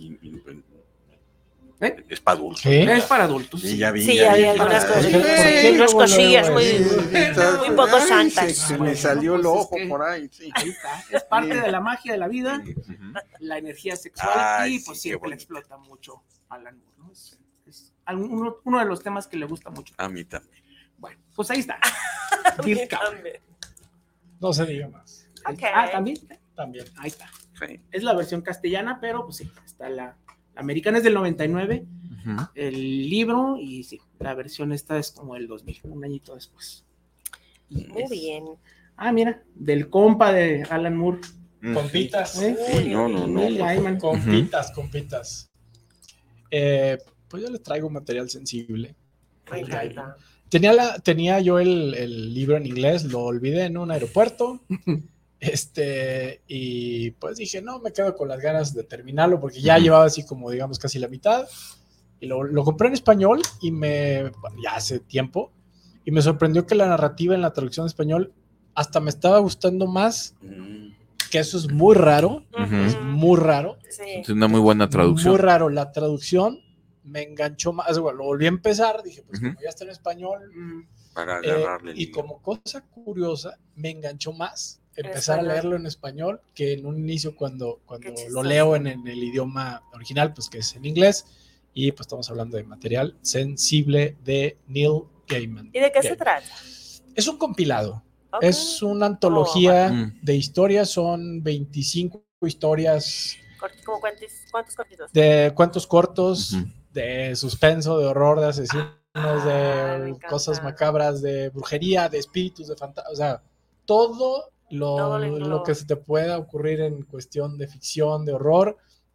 ¿Eh? Es para adultos. ¿Qué? Es para adultos. Sí, ya vi. Sí, ya había algunas para- cosillas. Sí, Unas luego, cosillas luego, muy poco Ay, santas. Se me salió el Pues es ojo que- por ahí. Sí. Ahí está. Es parte de la magia de la vida, Ujú. la energía sexual, Ay, y sí, pues qué siempre le bonito. explota mucho a Alan Moore, ¿no? Es uno de los temas que le gusta mucho. A mí también. Bueno, pues ahí está. Bill Cowher. No se diga más. Ok. Ah, también. También. Ahí está. Sí. Es la versión castellana, pero pues sí, está la americana, es del 99, Ujú. el libro, y sí, la versión esta es como el 2000, un añito después. Muy bien. Ah, mira, del compa de Alan Moore. Compitas. ¿eh? Sí, no. Neil Gaiman. Compitas. Pues yo les traigo material sensible. Me encanta. Tenía yo el libro en inglés, lo olvidé en un aeropuerto. Y pues dije, no, me quedo con las ganas de terminarlo porque ya llevaba así como, digamos, casi la mitad. Y lo compré en español ya hace tiempo, y me sorprendió que la narrativa en la traducción en español hasta me estaba gustando más, que eso es muy raro, es muy raro. Sí. Es una muy buena traducción. Muy raro, la traducción me enganchó más, bueno, lo volví a empezar, dije, pues Ujú. como ya está en español, Para agarrarle el y hilo. como cosa curiosa, me enganchó más empezar a español. leerlo en español que en un inicio cuando Qué lo chistoso. leo en el idioma original, pues que es en inglés, y pues estamos hablando de material sensible de Neil Gaiman. ¿Y de qué se trata? Es un compilado, Ok. es una antología bueno. de historias, son 25 historias ¿Cómo cuántos cortitos? de cuentos cortos, Ujú. de suspenso, de horror, de asesinos, me de encanta. cosas macabras, de brujería, de espíritus, de fantasmas, o sea, todo Todo lo que se te pueda ocurrir en cuestión de ficción, de horror,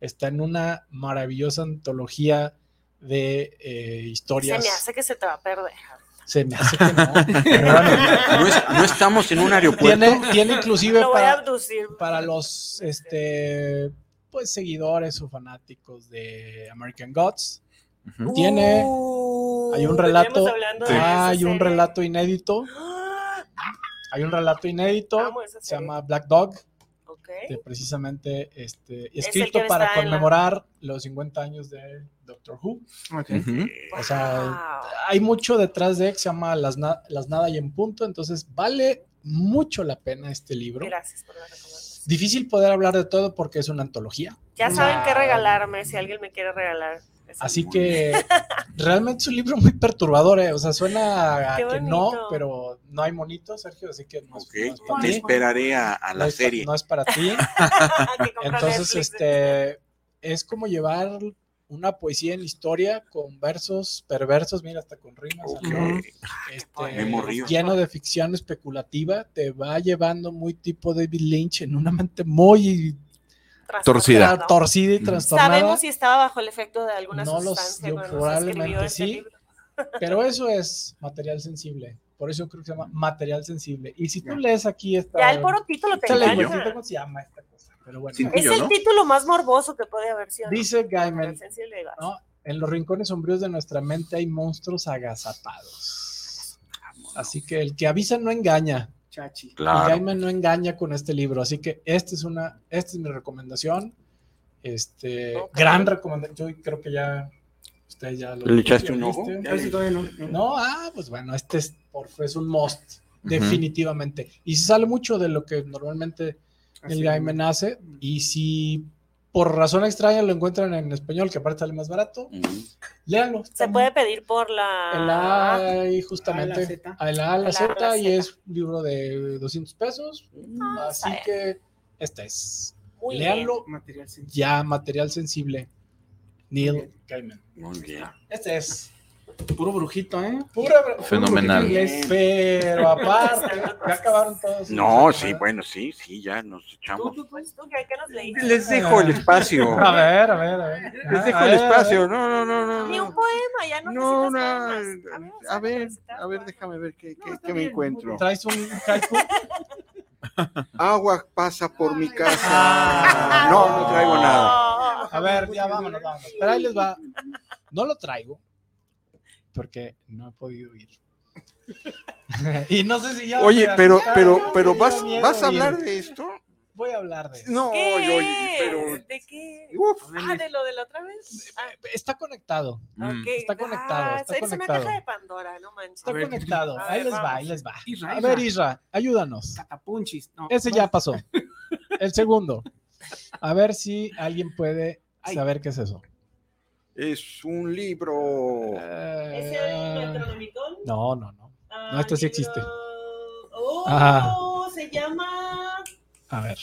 está en una maravillosa antología de historias. Se me hace que se te va a perder. Se me hace que no. Pero bueno, no estamos en un aeropuerto. Tiene inclusive Lo voy a abducir. para los pues seguidores o fanáticos de American Gods. Tiene hay un relato, hay un relato inédito. Hay un relato inédito, se llama Black Dog, que precisamente escrito para conmemorar los 50 años de Doctor Who. O sea, hay mucho detrás de él que se llama Las Nada y en Punto, entonces vale mucho la pena este libro. Gracias por la recomendación. Difícil poder hablar de todo porque es una antología. Ya saben qué regalarme si alguien me quiere regalar. Así que realmente es un libro muy perturbador, o sea, suena a que bonito. no, pero no hay monito, Sergio, así que no, no es para te ti. esperaré a la serie. No es para ti. Entonces, es como llevar una poesía en historia con versos perversos, mira, hasta con rimas, lleno de ficción especulativa, te va llevando muy tipo David Lynch en una mente muy torcida y trastornada. ¿Sabemos si estaba bajo el efecto de alguna sustancia? Yo probablemente sí, pero eso es material sensible. Por eso creo que se llama material sensible. Y si tú lees aquí esta... Ya el puro título te engaña. ¿Cómo se llama esta cosa? Pero bueno, es el título más morboso que puede haber sido. Dice Gaiman, ¿no? En los rincones sombríos de nuestra mente hay monstruos agazapados. Así que el que avisa no engaña. Chachi. Claro. Y Gaiman no engaña con este libro, así que esta es mi recomendación. Gran recomendación. Yo creo que ya usted ya lo ¿Le echaste un ojo? No, pues bueno, es un must, definitivamente. Y se sale mucho de lo que normalmente el Gaiman hace, y si por razón extraña lo encuentran en español, que aparte sale más barato, léanlo. Se puede pedir por la... justamente, a la Z, y es un libro de 200 pesos, así que léanlo, material sensible, Neil Gaiman. Muy bien. Es puro brujito, Fenomenal. Pero aparte, ya acabaron todos. No, sí, bueno, sí, ya nos echamos. ¿Tú qué nos leíste? Les dejo el espacio. A ver. Les dejo el espacio. No. Ni un poema, ya no. A ver, déjame ver qué me encuentro. ¿Traes un haiku? Agua pasa por mi casa. No traigo nada. A ver, ya vámonos. Pero ahí les va. No lo traigo porque no he podido ir. Y no sé si ya... Oye, pero ¿vas a hablar de esto? Voy a hablar de eso. No, pero... ¿De qué? Uf. ¿de lo de la otra vez? Está conectado. Está conectado. Es una caja de Pandora, no manches. Está conectado. Ahí les va. Isra. A ver, Isra, ayúdanos. Catapunchis. No, Ese ya pasó. El segundo. A ver si alguien puede saber qué es eso. Es un libro. ¿Es el Necronomicon? No. No, este sí existe. Se llama... A ver.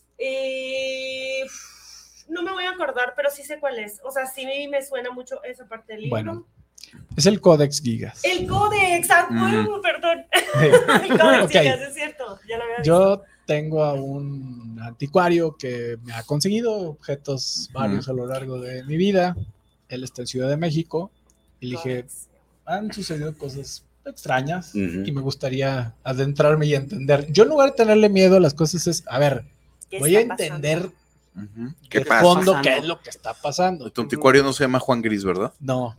No me voy a acordar, pero sí sé cuál es. O sea, sí me suena mucho esa parte del libro. Bueno, es el Codex Gigas. El Codex, perdón. El Codex Gigas, es cierto. Ya lo había visto. Yo tengo a un anticuario que me ha conseguido objetos varios a lo largo de mi vida. Él está en Ciudad de México y le dije, han sucedido cosas extrañas y me gustaría adentrarme y entender. Yo en lugar de tenerle miedo a las cosas es, a ver, voy a entender ¿Qué de pasa? fondo qué es lo que está pasando. Tu anticuario no se llama Juan Gris, ¿verdad? No.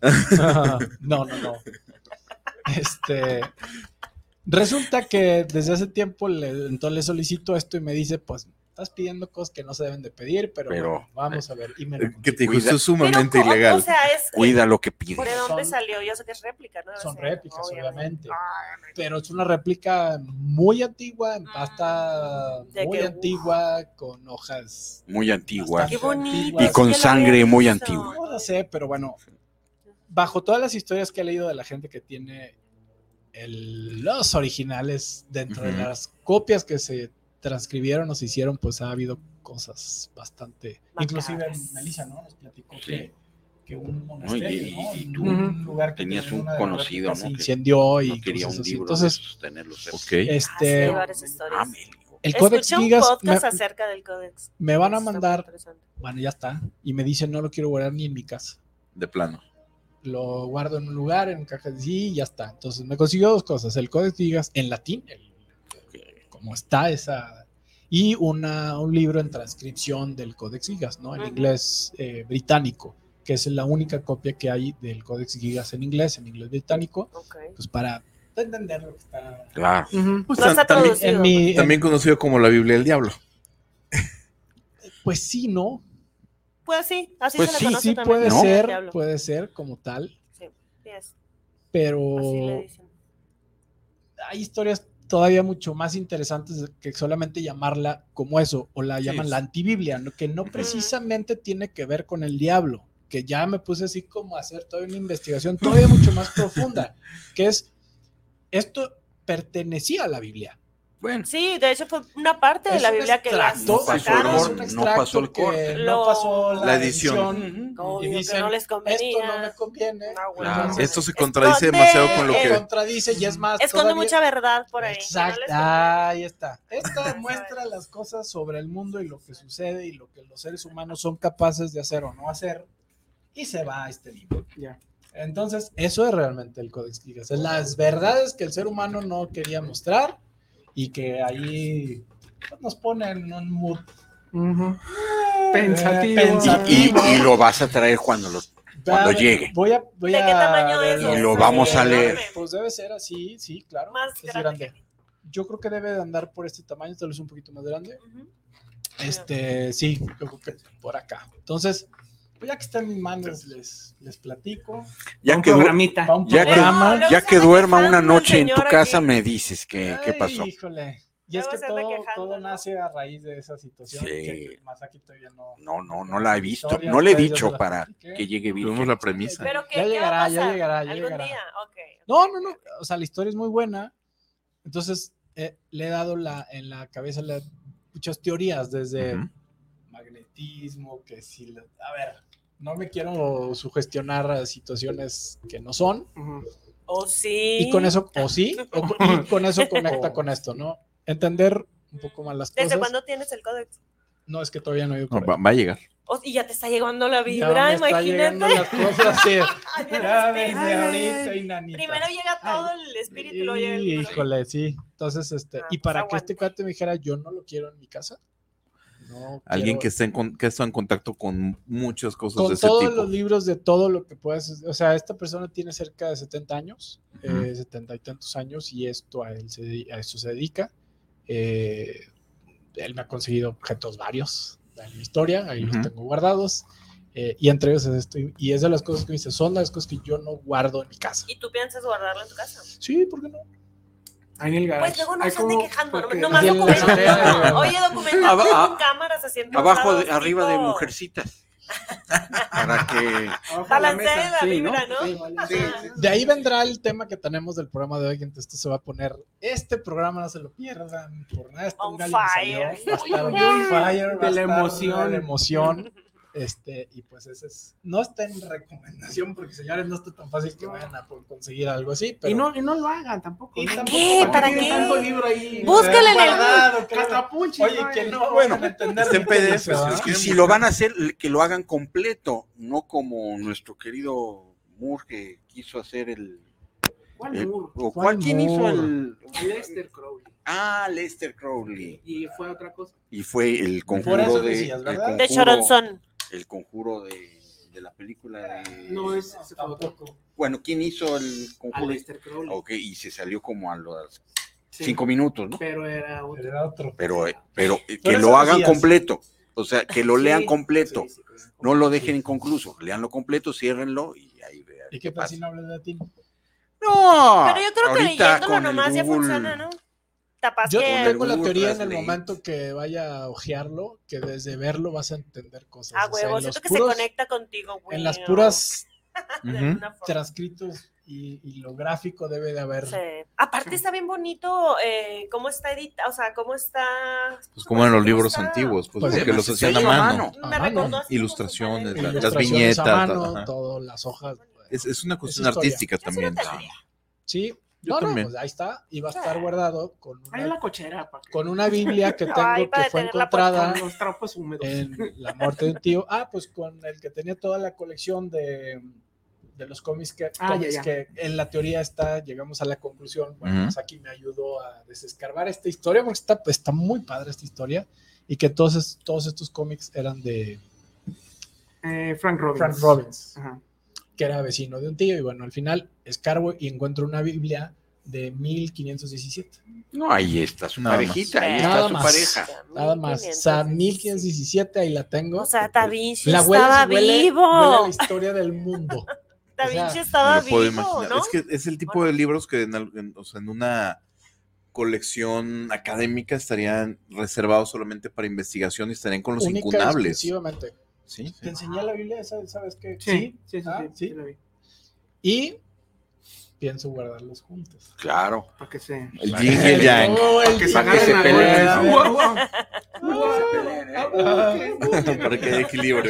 Resulta que desde hace tiempo entonces le solicito esto y me dice, pues estás pidiendo cosas que no se deben de pedir, pero bueno, vamos a ver. Y me ¿Qué te dijo? Esto es sumamente ilegal. O sea, Cuida lo que pides. ¿Por dónde salió? Yo sé que es réplica, ¿no? Son réplicas, obviamente. Pero es una réplica muy antigua, en pasta muy antigua, con hojas. Muy antigua. Qué bonito. Y con sangre muy antigua. No lo sé, pero bueno, bajo todas las historias que he leído de la gente que tiene los originales, dentro de las copias que se transcribieron o se hicieron, pues ha habido cosas bastante... Inclusive Melissa, ¿no? Nos platicó que un monasterio, ¿no? Y un lugar que tenías un conocido, ¿no? se incendió y no quería un libro entonces de tenerlo cerca. Ok. Varias historias. El Codex Escuché un Gigas podcast acerca del Codex. me van a Está muy mandar, interesante. bueno, ya está, y me dicen no lo quiero guardar ni en mi casa. De plano. Lo guardo en un lugar, en cajas de sí, y ya está. Entonces me consiguió dos cosas, el Codex Gigas en latín, como está esa, y un libro en transcripción del Codex Gigas, ¿no? En inglés británico, que es la única copia que hay del Codex Gigas en inglés británico, pues para entender lo que está. Claro. Pues No está traducido. también conocido como la Biblia del Diablo. Pues sí, ¿no? Pues sí, así Pues se le sí, conoce Sí, también. puede ser como tal, Sí, es. pero Así le dicen. hay historias todavía mucho más interesantes que solamente llamarla como eso, o la llaman la antibiblia, ¿no? Que no precisamente tiene que ver con el diablo, que ya me puse así como a hacer toda una investigación todavía mucho más profunda, que es, esto pertenecía a la Biblia. Bueno, Sí, de hecho fue una parte de Es la un Biblia que la extracto, sacaron. es un no extracto pasó el que corte. no pasó La edición. Obvio y que dicen, no les convenía. esto no me conviene. No, güey, Claro. entonces, Esto se contradice demasiado con lo Se que... contradice y es más. esconde todavía- mucha verdad por ahí. Exacto, Que no les ahí está. Esta muestra las cosas sobre el mundo y lo que sucede y lo que los seres humanos son capaces de hacer o no hacer. Y se va a este libro. Ya. Entonces, eso es realmente el Codex Gigas. Es las verdades que el ser humano no quería mostrar y que ahí pues, nos pone en un mood Pensativo. y lo vas a traer cuando llegue. Voy a ¿De qué tamaño es? Y lo vamos a leer. Pues debe ser así, sí, claro. Más es grande grande. Yo creo que debe de andar por este tamaño, tal vez un poquito más grande. Ujú. Sí, yo creo que por acá. Entonces, pues ya que está en mis manos, les platico. Ya Un que, programita. Va un ya que, programa. luego ya se que anda duerma una quejando el noche en tu señor casa, aquí. me dices qué Ay, pasó. Híjole. Y es Luego que se anda todo quejando, ¿no? nace a raíz de esa situación. Sí. Que Masaki todavía no. No la he visto. Historias, No le he pues, ya dicho se las para platiqué. que llegue Tuvimos bien. la premisa. Pero Ya ¿qué va a llegará, ya pasar? llegará, ¿Algún llegará. día? Ok. No. O sea, la historia es muy buena. Entonces, le he dado en la cabeza muchas teorías, desde Ujú. magnetismo, que si... A ver, no me quiero sugestionar a situaciones que no son. O sí. Y con eso, o sí, y con eso conecta con esto, ¿no? Entender un poco más las cosas. ¿Desde cuándo tienes el códex? No, es que todavía no he ido No, por ahí. va a llegar. Y ya te está llegando la Ya vibra, me está llegando imagínate. las cosas, sí. Ya Ay, desde ahorita, Inanita. Primero llega todo el espíritu y luego llega el corazón. Híjole, sí. Entonces, y pues para que aguante. este cuate me dijera, yo no lo quiero en mi casa. No Alguien quiero- que está en contacto con muchas cosas con de ese todos tipo. los libros de todo lo que puedas. O sea, esta persona tiene cerca de 70 años, Ujú. 70 y tantos años, y a esto se dedica. Él me ha conseguido objetos varios en mi historia, ahí los Ujú. tengo guardados. Y entre ellos es esto. Y es de las cosas que me dice, son las cosas que yo no guardo en mi casa. ¿Y tú piensas guardarlo en tu casa? Sí, ¿por qué no? Ahí en el garage. Pues luego no Ahí se ande como- quejando, porque- nomás Y en la azotea, documentando. Oye, documentando Aba- con cámaras haciendo Abajo, lados, arriba de tipo, mujercitas. Para que. Abajo de la Balancea mesa. la Sí, vibra, ¿no? ¿no? Sí. De ahí vendrá el tema que tenemos del programa de hoy, que entonces esto se va a poner, este programa no se lo pierdan, por nada, está On un gallo que salió, fire. va a estar on fire, va a De la estar emoción. de la emoción, y pues ese no está en recomendación, porque señores, no está tan fácil que vayan a conseguir algo así, pero... Y no lo hagan tampoco. Y ¿no? tampoco, ¿Qué? ¿Para tienen qué? tanto libro ahí. Búsquenle en el guardado, que Hasta Punchi, Oye, ¿no? que no Bueno, van a entender está en lo que PDF, dice, ¿va? Y si lo van a hacer, que lo hagan completo, no como nuestro querido Moore que quiso hacer el. ¿Cuál muro? ¿Quién hizo el? Lester Crowley. Lester Crowley. Y fue otra cosa. Y fue el Por conjuro eso de. decías, ¿verdad? De Choronzón. El conjuro de la película de. No, ese fue otro. Tampoco. Bueno, ¿quién hizo el A conjuro? Lester Crowley. Ok, y se salió como a los Sí. 5 minutos, ¿no? Pero era otro. Era otro. Pero que Pero lo eso hagan decías. completo. O sea, que lo Sí, lean completo. sí, sí. No lo dejen inconcluso. Leanlo completo, ciérrenlo y ahí vean. ¿Y qué tal si no hablas de latín? No. Pero yo creo que ahorita leyéndolo con el nomás ya Google- funciona, ¿no? Capaz Yo que... tengo la Google teoría en el Translate. momento que vaya a ojearlo, que desde verlo vas a entender cosas. Ah, O sea, huevo, en los siento que puros- se conecta contigo, güey. En las puras De Ujú. alguna forma. transcritos y lo gráfico debe de haber. Sí. Aparte está bien bonito cómo está editado, o sea, cómo está... Pues como en los libros está? antiguos, pues Pues porque además los está hacían a hecho a mano. mano. Me Ah, recordó no. así Ilustraciones, como su las Ilustraciones viñetas, a mano, ajá. todas las hojas. Es una cuestión Es historia. artística Yo sí lo también. tendría. Sí, Yo No, también. pues ahí está, y va a estar guardado Ahí en la cochera. con una Biblia que tengo Ay, para que fue detener la encontrada Con los trapos húmedos. en la muerte de un tío. Pues con el que tenía toda la colección de los cómics ya. que en la teoría llegamos a la conclusión. Bueno, Ujú. pues aquí me ayudó a desescarbar esta historia, porque está muy padre esta historia, y que todos estos cómics eran de Frank Robbins. Frank Robbins, Ajá. que era vecino de un tío, y bueno, al final escarbo y encuentro una Biblia de 1517. No, ahí está su Nada parejita, ahí Nada está su más. pareja. Nada más. O sea, 1517, ahí la tengo. O sea, Da Vinci La estaba huele vivo. a la historia del mundo. Da o sea, Vinci estaba Me lo puedo vivo, imaginar. ¿no? Es que es el tipo de libros que o sea, en una colección académica estarían reservados solamente para investigación y estarían con los Única y incunables. exclusivamente. Sí, Te enseñé la Biblia, ¿sabes qué? Sí. Sí. La vi. Y pienso guardarlos juntos. Claro. Para que se... El yin y el yang. Oh, el Que se yin. agarren se a peleen. golpes. Para que haya equilibrio.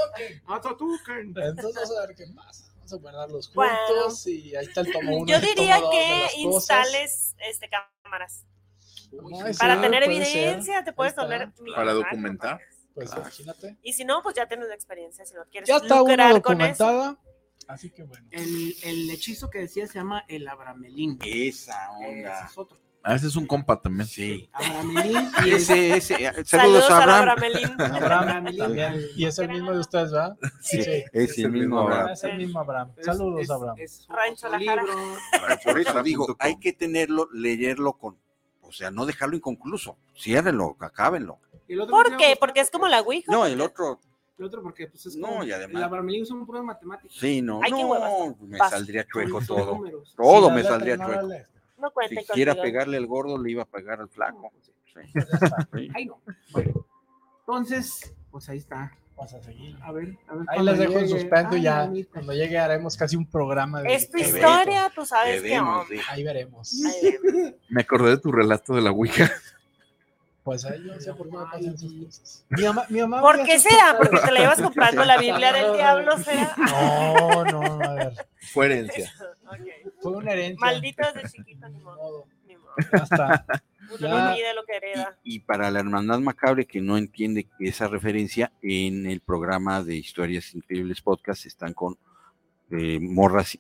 Entonces vamos a ver qué pasa. Vamos a guardarlos Bueno. juntos y ahí está el tomo 1. Yo diría que instales cámaras. Para tener evidencia, te puedes poner Para documentar. Pues imagínate. Y si no, pues ya tienes la experiencia. Si no quieres Ya está una lucrar con eso. documentada. Así que bueno. El hechizo que decía se llama el Abramelín. Esa Ese onda. es otro. Ese es un compa también. Sí. Abramelín y Ese. Saludos Saludos a Abraham. Abramelín. Abramelín. También. Y es el mismo de ustedes, ¿verdad? Sí, Sí. es el mismo Abraham. Es el mismo Abraham. Saludos, Abraham. Es Rancho otro La Jara. libro. Por eso digo, hay que leerlo o sea, no dejarlo inconcluso. Ciérrenlo, acábenlo. Y el otro ¿Por que qué? se Porque es como la Ouija. No, el otro, El otro porque pues es No, como... y además- El Abramelín son puras matemáticas. sí, no, Ay, qué huevas. me Paso. saldría chueco Son todo. números. Todo Si me la saldría letra no la chueco. lees. No Si cuenten quisiera conmigo. pegarle al gordo, le iba a pegar al flaco. Sí. Sí. Ay, no. Bueno. Entonces, pues ahí está. Vamos a seguir. A ver. Ahí cuando les dejo en llegue. suspenso Ay, ya. bonita. Cuando llegue haremos casi un programa de Es tu evento. historia, tú sabes qué Debemos onda. de- Ahí veremos. Ahí vemos. Me acordé de tu relato de la Ouija. Pues ahí yo no sé por qué me pasan esas cosas. Mi mamá ¿Por veía qué sus será? cosas. ¿Porque te la ibas comprando la Biblia del diablo, será? No, a ver. Fue herencia. Ok. Fue una herencia. Maldito desde chiquito, ni Ni modo. modo. Ni modo. Hasta Uno Ya. no mide lo que hereda. Y para la hermandad macabre que no entiende esa referencia, en el programa de Historias Increíbles Podcast están con morras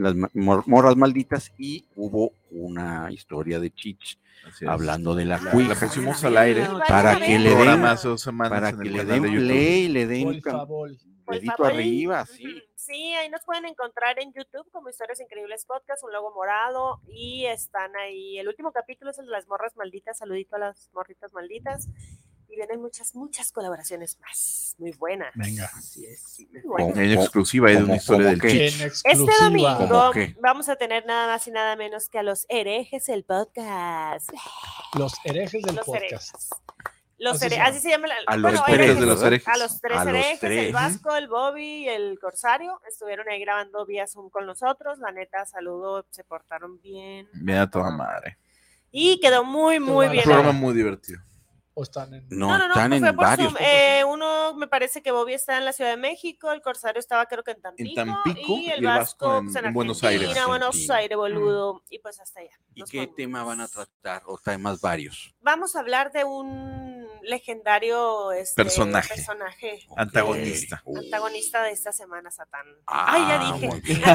malditas y hubo una historia de Chich Así es. hablando de la La Ouija pusimos al aire. para que le den, Programa hace 2 semanas para en que el le canal den de YouTube. play, le den por favor. dedito favor. arriba, sí. Ujú. Sí, ahí nos pueden encontrar en YouTube como Historias Increíbles Podcast, un logo morado, y están ahí. El último capítulo es el de las morras malditas, saludito a las morritas malditas, y vienen muchas colaboraciones más, muy buenas. Venga. Así es. Muy buenas. En exclusiva hay de una historia del ¿Qué? Chich. En Este exclusiva. domingo ¿Cómo qué? vamos a tener nada más y nada menos que a los herejes del podcast. Los herejes del Los podcast. herejes. Los Así se herejes, así se llama. A los bueno, tres herejes. de los herejes. A los tres A los herejes, tres. el Vasco, el Bobby y el Corsario, estuvieron ahí grabando vía Zoom con nosotros. La neta, saludo, se portaron bien. Mira toda madre. Y quedó muy Qué bien. Un Bien. programa muy divertido. O están en. No, No, están pues en fue por varios. Zoom. Uno me parece que Bobby está en la Ciudad de México, el Corsario estaba creo que en Tampico, y el Vasco pues, en Buenos Argentina, Aires. Buenos Aires, boludo, y pues hasta allá. ¿Y Nos qué fuimos. tema van a tratar? ¿O temas varios? Vamos a hablar de un legendario Personaje. Antagonista. Antagonista de esta semana, Satán. Ah, Ya dije. muy bien.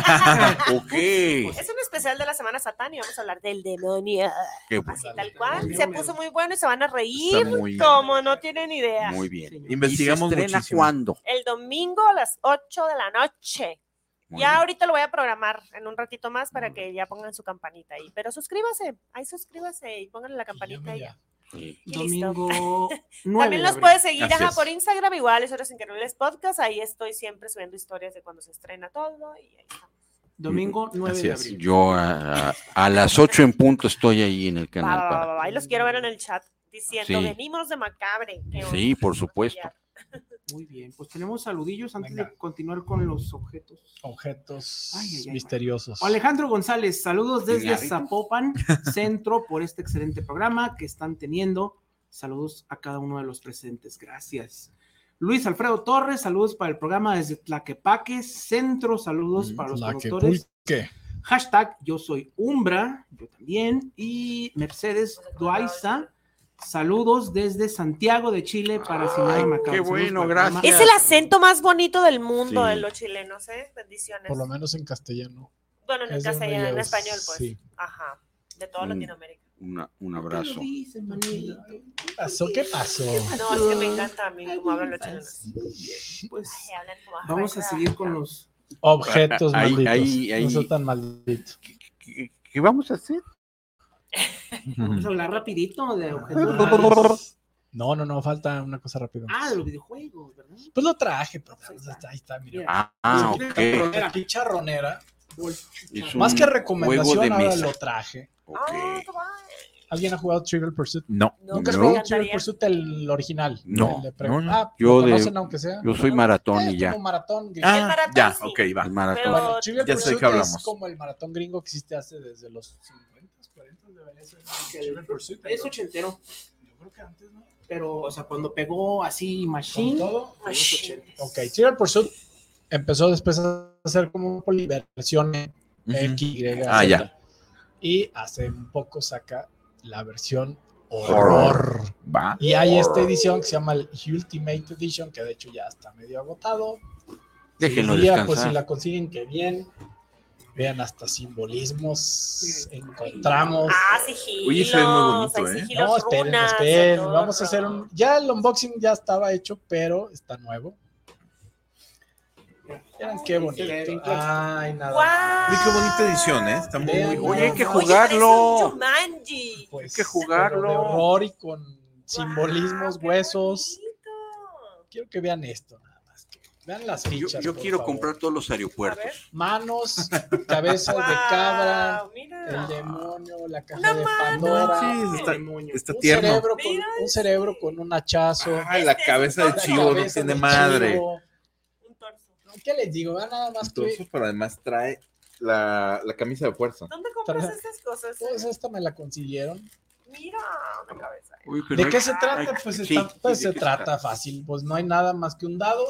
Ok. Es un especial de la semana Satán y vamos a hablar del demonio. Qué bueno. Así tal cual. Se puso muy bueno y se van a reír Está muy- como no tienen idea. Muy bien. Investigamos ¿Y se estrena muchísimo. cuándo? El domingo a las 8 de la noche. Muy Ya bien. ahorita lo voy a programar en un ratito más para que ya pongan su campanita ahí. Pero suscríbase y pónganle la campanita ahí. Ya. Sí. Y listo. Domingo 9 También de los abril. puedes seguir Así ajá, es. por Instagram, igual, Historias Increíbles Podcast. Ahí estoy siempre subiendo historias de cuando se estrena todo. Y ahí estamos. Domingo 9 Así de es. abril. Yo a las 8 en punto estoy ahí en el Va, canal. va, va, para- va, va. Ahí los quiero ver en el chat diciendo, Sí. venimos de Macabre. ¿Qué Sí, onda? por supuesto. Muy bien. Pues tenemos saludillos antes Venga. de continuar con los objetos. Objetos Ay, ay, ay. misteriosos. Alejandro González, saludos desde Cigarritos. Zapopan, Centro, por este excelente programa que están teniendo. Saludos a cada uno de los presentes. Gracias. Luis Alfredo Torres, saludos para el programa desde Tlaquepaque, Centro. Saludos para los conductores. ¿Qué? Hashtag yo soy Umbra, yo también. Y Mercedes Duaiza, saludos desde Santiago de Chile para Cinema Macabro. Qué bueno, Saludos para el gracias. Es el acento más bonito del mundo Sí. de los chilenos, ¿eh? Bendiciones. Por lo menos en castellano. Bueno, en es de donde castellano, en yo, español, pues. sí. Ajá. De toda Latinoamérica. Un abrazo. ¿Qué pasó? ¿Qué pasó? No, es que me encanta a mí cómo hablan los chilenos. Pues Ay, hablan como vamos a seguir con los... Objetos Ahí- malditos. ahí- No son tan malditos. ¿Qué vamos a hacer? Vamos a hablar rapidito de objetos. No, falta una cosa rápido. De los videojuegos, ¿verdad? Pues lo traje, pero pues, ahí está, mira. Ok. Aquí charronera. Es Más un que recomendación, juego de ahora mesa. lo traje. Ok. ¿Alguien ha jugado Trivial Pursuit? No. ¿Nunca has No. jugado Trivial Pursuit el original? No. El de No. Yo ¿lo de- conocen aunque sea? Yo soy maratón y ya. Como maratón gringo. Ah, maratón ya, sí. ok, va. El maratón. Pero- Bueno, Trivial Ya sé de Pursuit qué hablamos. es como el maratón gringo que existe hace desde los 50, 40 debería ser Trivial Pursuit. Es ochentero, Yo creo que antes, ¿no? pero, o sea, cuando pegó así Machine, Con todo. fue en los 80. Ok, Trivial Pursuit empezó después a hacer como versión X, Y, Ah, Z. ya. Y hace un poco saca la versión horror. Va. Y hay esta edición que se llama el Ultimate Edition, que de hecho ya está medio agotado. Déjenlo Si un día, descansar. pues si la consiguen, que bien. Vean, hasta simbolismos encontramos. Sigilos. Oye, se ve muy bonito, hay ¿eh? sigilos, No, esperen, runas, esperen. todo. Vamos a hacer un... Ya el unboxing ya estaba hecho, pero está nuevo. Miren qué bonito. Ay, nada. ¡Guau! Uy, qué bonita edición, ¿eh? Está muy, Vean, muy oye, bonita. hay que Oye, jugarlo. parece un Jumanji. Pues, Hay que jugarlo. pero de horror y con simbolismos, Guau, qué huesos. bonito. Quiero que vean esto, nada más. Vean las fichas. Yo por quiero favor. comprar todos los A aeropuertos. ver. Manos, cabezas de cabra, Mira. el demonio, la caja Una de mano. Pandora. Sí, está, Demonio. está Un tierno. cerebro, Mira un cerebro con un hachazo. Ay, la cabeza de Una chivo no cabeza tiene de madre. chivo. Un torso. No, ¿qué les digo? Vean nada más que Entonces, pero además trae la camisa de fuerza. ¿Dónde compras Traje- estas cosas? pues esta me la consiguieron. Mira, una cabeza. Uy, pero ¿De hay- qué se trata? hay- Pues, sí, pues sí, se ¿de qué trata fácil. Pues no hay nada más que un dado.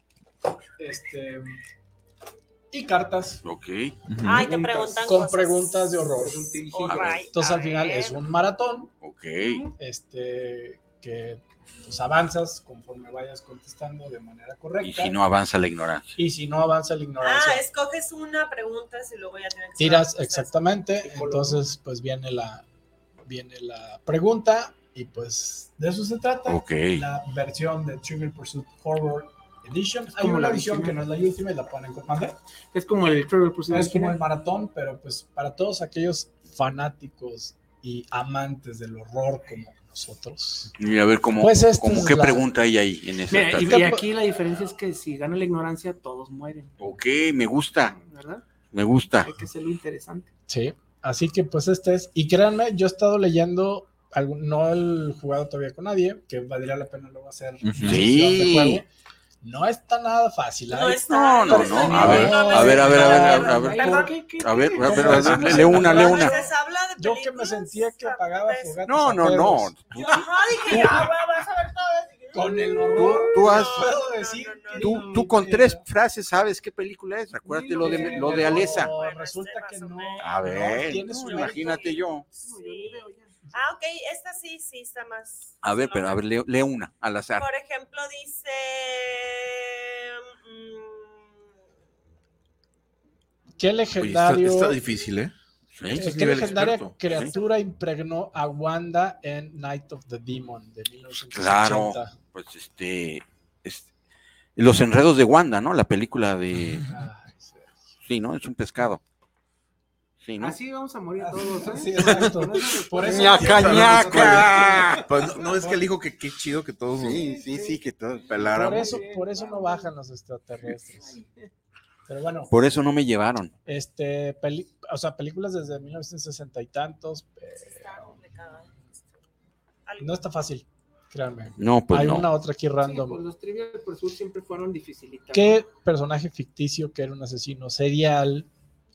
Y cartas Ok. Ay, te preguntan con cosas. preguntas de horror. Alright, Entonces a al final ver. es un maratón Ok. que pues avanzas conforme vayas contestando de manera correcta. Y si no avanza la ignorancia. Y si no avanza la ignorancia. Escoges una pregunta y luego ya tienes que Tiras hacer las exactamente. Entonces pues viene la pregunta y pues de eso se trata. Ok. La versión de Trivial Pursuit Horror Edition. Hay como una la edición original. que no es la última y la ponen con manga. Es como el Trivial Pursuit. Es como el maratón, pero pues para todos aquellos fanáticos y amantes del horror como nosotros. Y a ver cómo, Pues esta cómo es qué la- pregunta hay ahí en esa Mira, tarjeta. y aquí la diferencia es que si gana la ignorancia, todos mueren. Ok, me gusta, ¿Verdad? me gusta. Hay que hacerlo interesante. Sí. Así que pues este es. Y créanme, yo he estado leyendo, no he jugado todavía con nadie, que valdría la pena luego hacer Ujú. sesión Sí. de juego. No está nada fácil. No ¿eh? está. No, está no, a ver, bien, a ver, a ver, a ver, a ver, ¿Verdad que- A ver, ¿Cómo lee una, lee A una. veces habla de Yo que me películas, sentía que apagaba pues, fogatas. No, a no, no. pedos. Ajá, dije, ya, vas a ver todo. Con el horror. Tú has- puedo decir que Tú con 3 frases sabes qué película es. Acuérdate lo de Alesa. No, Bueno, resulta que más o no. menos. A ver, no tiene su imagínate yo. Sí. Ok, esta sí está más. A ver, pero a ver, lee una al azar. Por ejemplo, dice. ¿Qué Oye, legendario, está difícil, ¿eh? ¿Sí? es qué nivel legendaria experto, criatura impregnó a Wanda en Night of the Demon de 1980? Claro, pues Los enredos de Wanda, ¿no? La película de... Ay, sí. Sí, ¿no? Es un pescado. Sí, ¿no? Así vamos a morir todos, ¿eh? Sí, exacto. Por eso ¡Ñaca, ñaca! Pues, no, es que él dijo que qué chido que todos Sí, que todo. peláramos. por eso no bajan los extraterrestres. Pero bueno, Por eso no me llevaron. películas desde 1960 y tantos, no está fácil, créanme. No, pues Hay no. una otra aquí Sí, random. pues los Trivial Pursuit siempre fueron dificilitas. ¿Qué personaje ficticio que era un asesino serial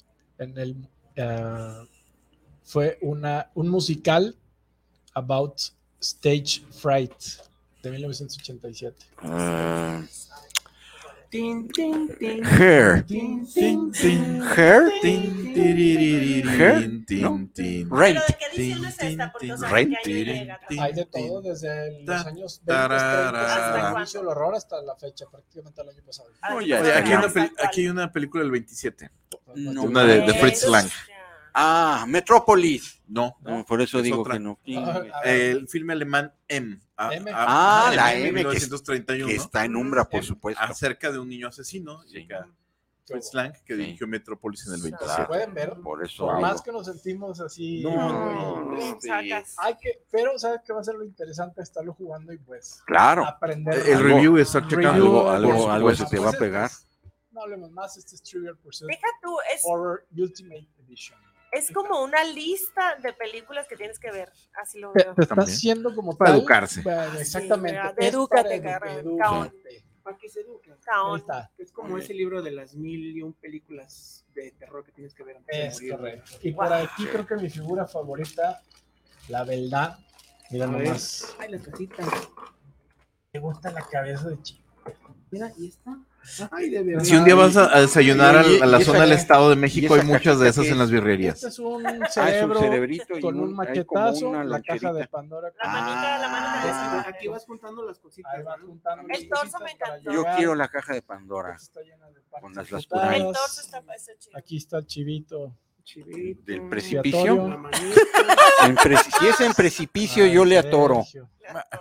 fue un musical about stage fright de 1987? Tin, tin, tin. Hair. Tin, tin, tin. Hair. Tin, tiriririn, tin, ¿No? tin. Rent. Pero ¿de qué edición es esta? Porque, o sea, Rent. ¿qué año llega? Hay de todo, desde los años 20, 30, Tararara. desde el inicio del horror hasta la fecha, prácticamente el año pasado. Oye, Oye, aquí hay, ya. aquí hay una película del 27. No, Una de Fritz Lang. Ah, Metrópolis. No, No, por eso es digo otra. que no. El filme alemán M. La M, de que 1931. está en Umbra, por supuesto. Acerca de un niño asesino. Sí. Llega Fritz Lang, que Sí. dirigió Metrópolis en el Se 27. pueden ver, Por eso por digo. más que nos sentimos así. No, Sacas. Hay que, pero ¿sabes qué va a ser lo interesante? Estarlo jugando y pues claro. aprender. El Algo- review está checando. Algo se por te va a supuesto. pegar. No hablemos más, este es Trivial Pursuit Deja tú, Horror Ultimate Edition. es como una lista de películas que tienes que ver. Así lo Te veo. está También. haciendo como Para tal, educarse. Exactamente. Sí, es edúcate, para cabrón. edúcate. Para que se eduquen. Ahí Caón. está. Es como ese libro de las 1001 películas de terror que tienes que ver antes de Es morir. correcto. Y por aquí creo que mi figura favorita, la verdad, mira A ver. nomás. Ay, la casita. Me gusta la cabeza de chico. Mira, ¿y esta? Ay, de verdad. Si un día vas a desayunar a la y zona del esa- Estado de y México, esa hay muchas de cajita esas que en las Este birrerías. es un Es un cerebro cerebrito y con un hay como maquetazo, una la caja de loncherita. Pandora. La manita, la mano Ah, de aquí, aquí vas juntando las cositas. Ahí va ¿no? juntando las El torso cositas me para encantó. Yo llegar. quiero la caja de Pandora. Está llena de partes Con las explotadas. lascuradas. El torso está chido. Aquí está el chivito. Chivito. Del La precipicio. manita. Si es en precipicio, yo le atoro. Sergio.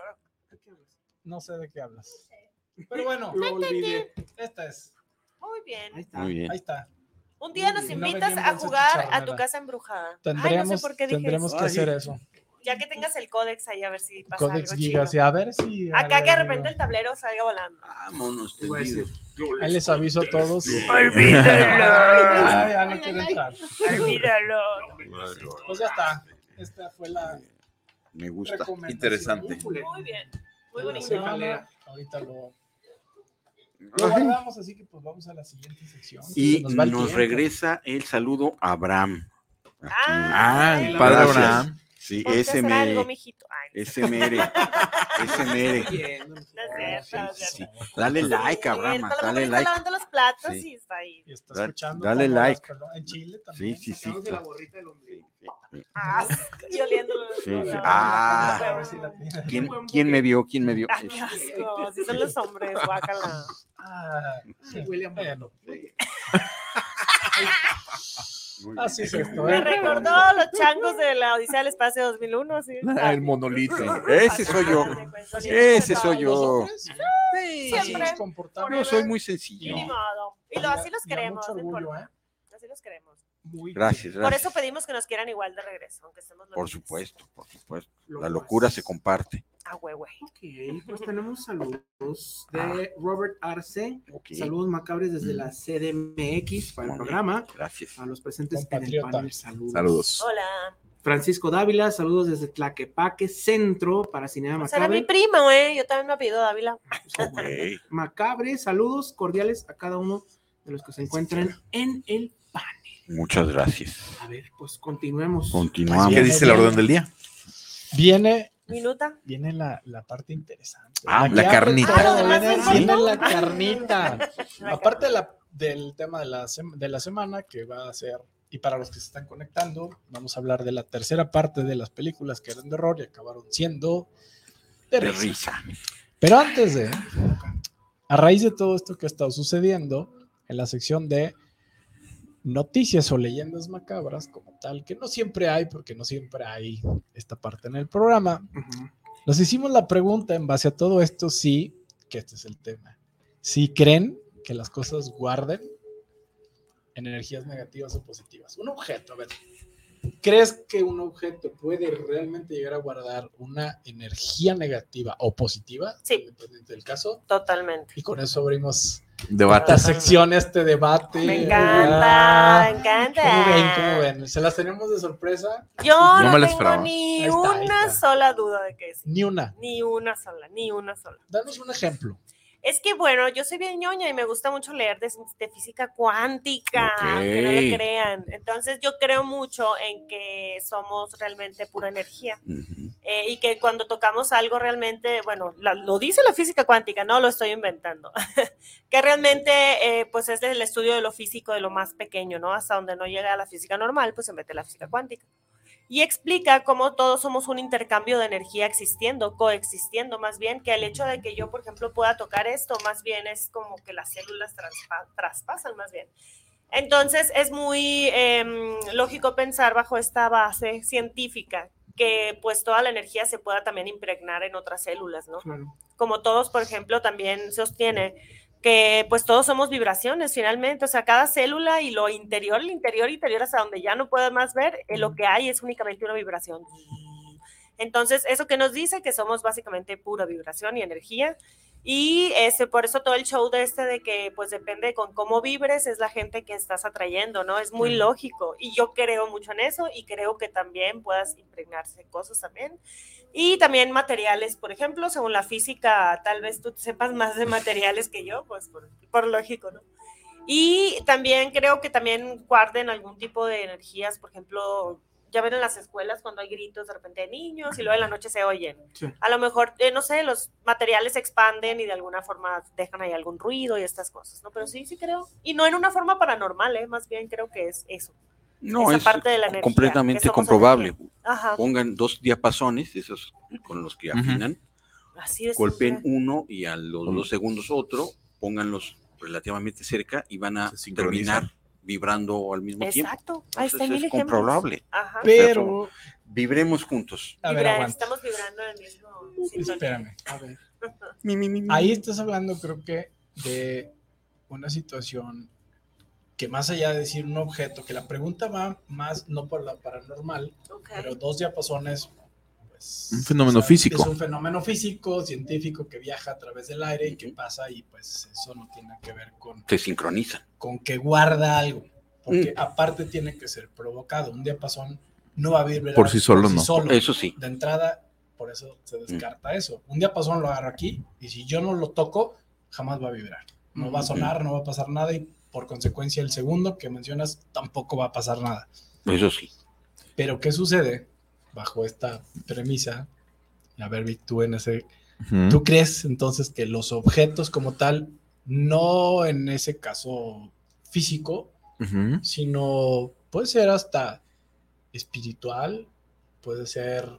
No sé de qué hablas. Pero bueno, Lo olvidé. esta es. Muy bien. Ahí está. Muy bien. Ahí está. Un día nos No invitas venía en a bolsa jugar a chicharronera. tu casa embrujada. Ay, no Tendremos, sé por qué dije tendremos eso. que hacer eso. Ya que tengas el códex ahí, a ver si pasa Codex algo Gigas. Y chido. a ver si. Acá que de repente el tablero salga volando. Vámonos, Voy a decir, tendido. Ahí les aviso a todos. Olvídalo. Ay, ya no quiero entrar. Olvídalo. Pues ya está. Esta fue la Me gusta. recomendación. Interesante. Muy bien. Muy de la bonito. semana. Ahorita lo guardamos, así que pues vamos a la siguiente sección. Y Se va el nos tiempo. regresa el saludo a Abraham. Aquí. Ah, el Ay, padre Gracias. Abraham. Sí, ponte a ese hacer algo, mere. mijito. Ay, Ese mere. Ese mere. bien, no no es cierto, no es Sí, cierto. sí. Dale like, Sí, Abraham. a lo mejor Dale está like. lavando los platos Sí. y está ahí. Y está Da- escuchando. dale como like. perdón, en Chile también. Sí, sí, sí. Sacamos de la gorrita del ombligo. Ah, y oliéndolo. Sí, No, sí. no, Ah. A ver si la tiene. ¿Quién me vio? ¿Quién me vio? Ay, qué asco. Así son los hombres, guácala. Ah, Sí, huele a bueno, Muy bien. así es esto. Me recordó a los changos de la Odisea del Espacio 2001. Así. El monolito. Ese soy yo. Ese soy yo. Sí, Siempre. nos comportamos. Yo soy muy Y sencillo. ni modo. Y así los Y a queremos. mucho No orgullo, importa. Así los queremos. Muy Gracias, Por gracias. eso pedimos que nos quieran igual de regreso, aunque estemos Por locos. supuesto, por supuesto. Lo La más. locura se comparte. Ah, güey, güey. Ok, pues tenemos saludos de Robert Arce. Ok. Saludos macabres desde la CDMX para el programa. Gracias. A los presentes en el Compatriota. panel, saludos. Saludos. Hola. Francisco Dávila, saludos desde Tlaquepaque Centro para Cinema Será mi Macabre. primo, Yo también me apellido Dávila. Ok. Macabre, saludos cordiales a cada uno de los que se encuentran en el panel. Muchas gracias. A ver, pues continuemos. Continuamos. ¿Qué dice la orden del día? Viene Minuta. la parte interesante. Ah, que la abre carnita. todo, Ah, lo demás viene, no viene importa. la carnita. Aparte del tema de la semana que va a ser, y para los que se están conectando, vamos a hablar de la tercera parte de las películas que eran de horror y acabaron siendo de De risa. risa. Pero antes a raíz de todo esto que ha estado sucediendo en la sección de noticias o leyendas macabras como tal, que no siempre hay, porque no siempre hay esta parte en el programa, Ujú. nos hicimos la pregunta en base a todo esto, sí, que este es el tema, si creen que las cosas guarden energías negativas o positivas. Un objeto, a ver, ¿crees que un objeto puede realmente llegar a guardar una energía negativa o positiva? Sí. Independiente del caso. Totalmente. Y con eso abrimos Debate. esta sección, este debate. Me encanta, me encanta. ¿Cómo ven? ¿Se las tenemos de sorpresa? Yo No no, me la tengo esperaba. ni Ahí está, ahí una está. sola duda de que sí. Ni una. Ni una sola, ni una sola. Danos un ejemplo. Es que bueno, yo soy bien ñoña y me gusta mucho leer de física cuántica, Ok. que no le crean. Entonces yo creo mucho en que somos realmente pura energía. Ujú. y que cuando tocamos algo realmente, bueno, lo dice la física cuántica, no lo estoy inventando, que realmente pues es el estudio de lo físico, de lo más pequeño, ¿no? Hasta donde no llega a la física normal, pues se mete la física cuántica. Y explica cómo todos somos un intercambio de energía coexistiendo más bien, que el hecho de que yo, por ejemplo, pueda tocar esto, más bien es como que las células traspasan más bien. Entonces es muy lógico pensar bajo esta base científica que pues toda la energía se pueda también impregnar en otras células, ¿no? Claro. Como todos, por ejemplo, también sostiene que pues todos somos vibraciones finalmente, o sea, cada célula y lo interior, el interior hasta donde ya no puedes más ver, lo que hay es únicamente una vibración. Entonces, eso que nos dice que somos básicamente pura vibración y energía, y por eso todo el show de que pues depende con cómo vibres es la gente que estás atrayendo, ¿no? Es muy lógico, y yo creo mucho en eso, y creo que también puedas impregnarse cosas también, y también materiales, por ejemplo, según la física, tal vez tú sepas más de materiales que yo, pues por lógico, ¿no? Y también creo que también guarden algún tipo de energías, por ejemplo, ya ven en las escuelas cuando hay gritos de repente de niños y luego en la noche se oyen. Sí. A lo mejor, no sé, los materiales se expanden y de alguna forma dejan ahí algún ruido y estas cosas, ¿no? Pero sí creo. Y no en una forma paranormal, más bien creo que es eso. No, esa es parte de la energía, completamente comprobable. Pongan 2 diapasones, esos con los que afinan, golpeen uno y a los 2 segundos otro, pónganlos relativamente cerca y van a terminar vibrando al mismo tiempo. Exacto, ahí está mil ejemplos. Comprobable. Ajá. Pero vibremos juntos. A ver, estamos vibrando en el mismo. Espérame, a ver. Ahí estás hablando, creo que, de una situación que más allá de decir un objeto, que la pregunta va más no por la paranormal, pero 2 diapasones, pues, un fenómeno físico. Es un fenómeno físico, científico, que viaja a través del aire y que pasa, y pues eso no tiene que ver con... Se sincroniza. Con que guarda algo, porque aparte tiene que ser provocado. Un diapasón no va a vibrar por sí solo, no. Eso sí. De entrada, por eso se descarta eso. Un diapasón lo agarro aquí, y si yo no lo toco, jamás va a vibrar. No va a sonar, no va a pasar nada, y por consecuencia el segundo que mencionas tampoco va a pasar nada. Eso sí. Pero ¿qué sucede bajo esta premisa? A ver, Vic, tú en ese... ¿Tú crees entonces que los objetos como tal, no en ese caso físico, sino puede ser hasta espiritual, puede ser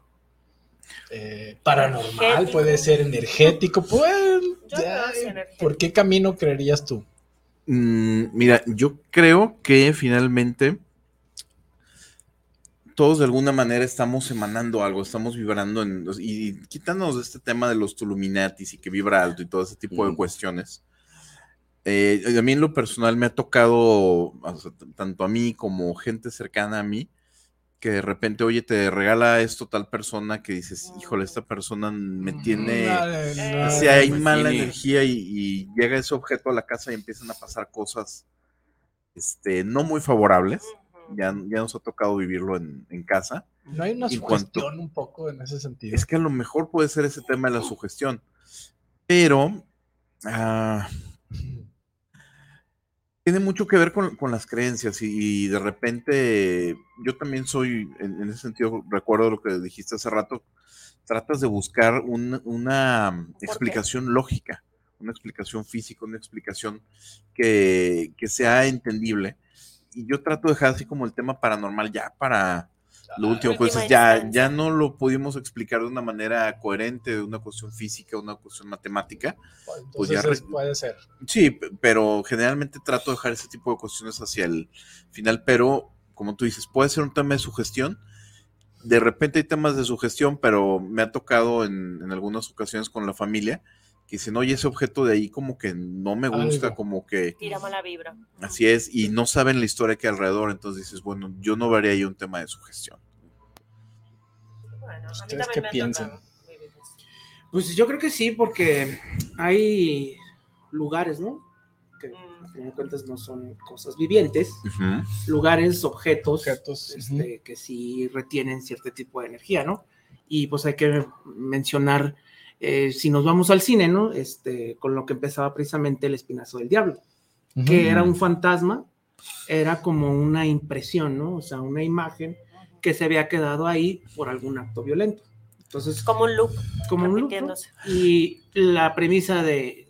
paranormal, energético, puede ser energético, ¿por qué camino creerías tú? Mira, yo creo que finalmente todos de alguna manera estamos emanando algo, estamos vibrando y quitándonos de este tema de los Tuluminatis y que vibra alto y todo ese tipo de cuestiones. A mí en lo personal me ha tocado, o sea, tanto a mí como gente cercana a mí, que de repente, oye, te regala esto tal persona que dices, híjole, esta persona me tiene, si hay mala energía y llega ese objeto a la casa y empiezan a pasar cosas no muy favorables. Ya nos ha tocado vivirlo en casa. ¿No hay una sugestión un poco en ese sentido? Es que a lo mejor puede ser ese tema de la sugestión, pero tiene mucho que ver con las creencias y de repente yo también soy, en ese sentido, recuerdo lo que dijiste hace rato, tratas de buscar una explicación lógica, una explicación física, una explicación que sea entendible. Y yo trato de dejar así como el tema paranormal ya para lo último, pues ya no lo pudimos explicar de una manera coherente, de una cuestión física, una cuestión matemática. Entonces pues ya puede ser. Sí, pero generalmente trato de dejar ese tipo de cuestiones hacia el final, pero como tú dices, puede ser un tema de sugestión. De repente hay temas de sugestión, pero me ha tocado en algunas ocasiones con la familia que dicen, oye, ese objeto de ahí como que no me gusta, como que... Tira mala vibra. Así es, y no saben la historia que hay alrededor, entonces dices, bueno, yo no vería ahí un tema de sugestión. Bueno, ¿ustedes qué piensan? Pues yo creo que sí, porque hay lugares, ¿no? Que al final de cuentas no son cosas vivientes, lugares, objetos que sí retienen cierto tipo de energía, ¿no? Y pues hay que mencionar... si nos vamos al cine, ¿no? Con lo que empezaba precisamente El Espinazo del Diablo, que era un fantasma, era como una impresión, ¿no? O sea, una imagen que se había quedado ahí por algún acto violento. Entonces, Como un loop. como un loop, ¿no? repitiéndose. Y la premisa del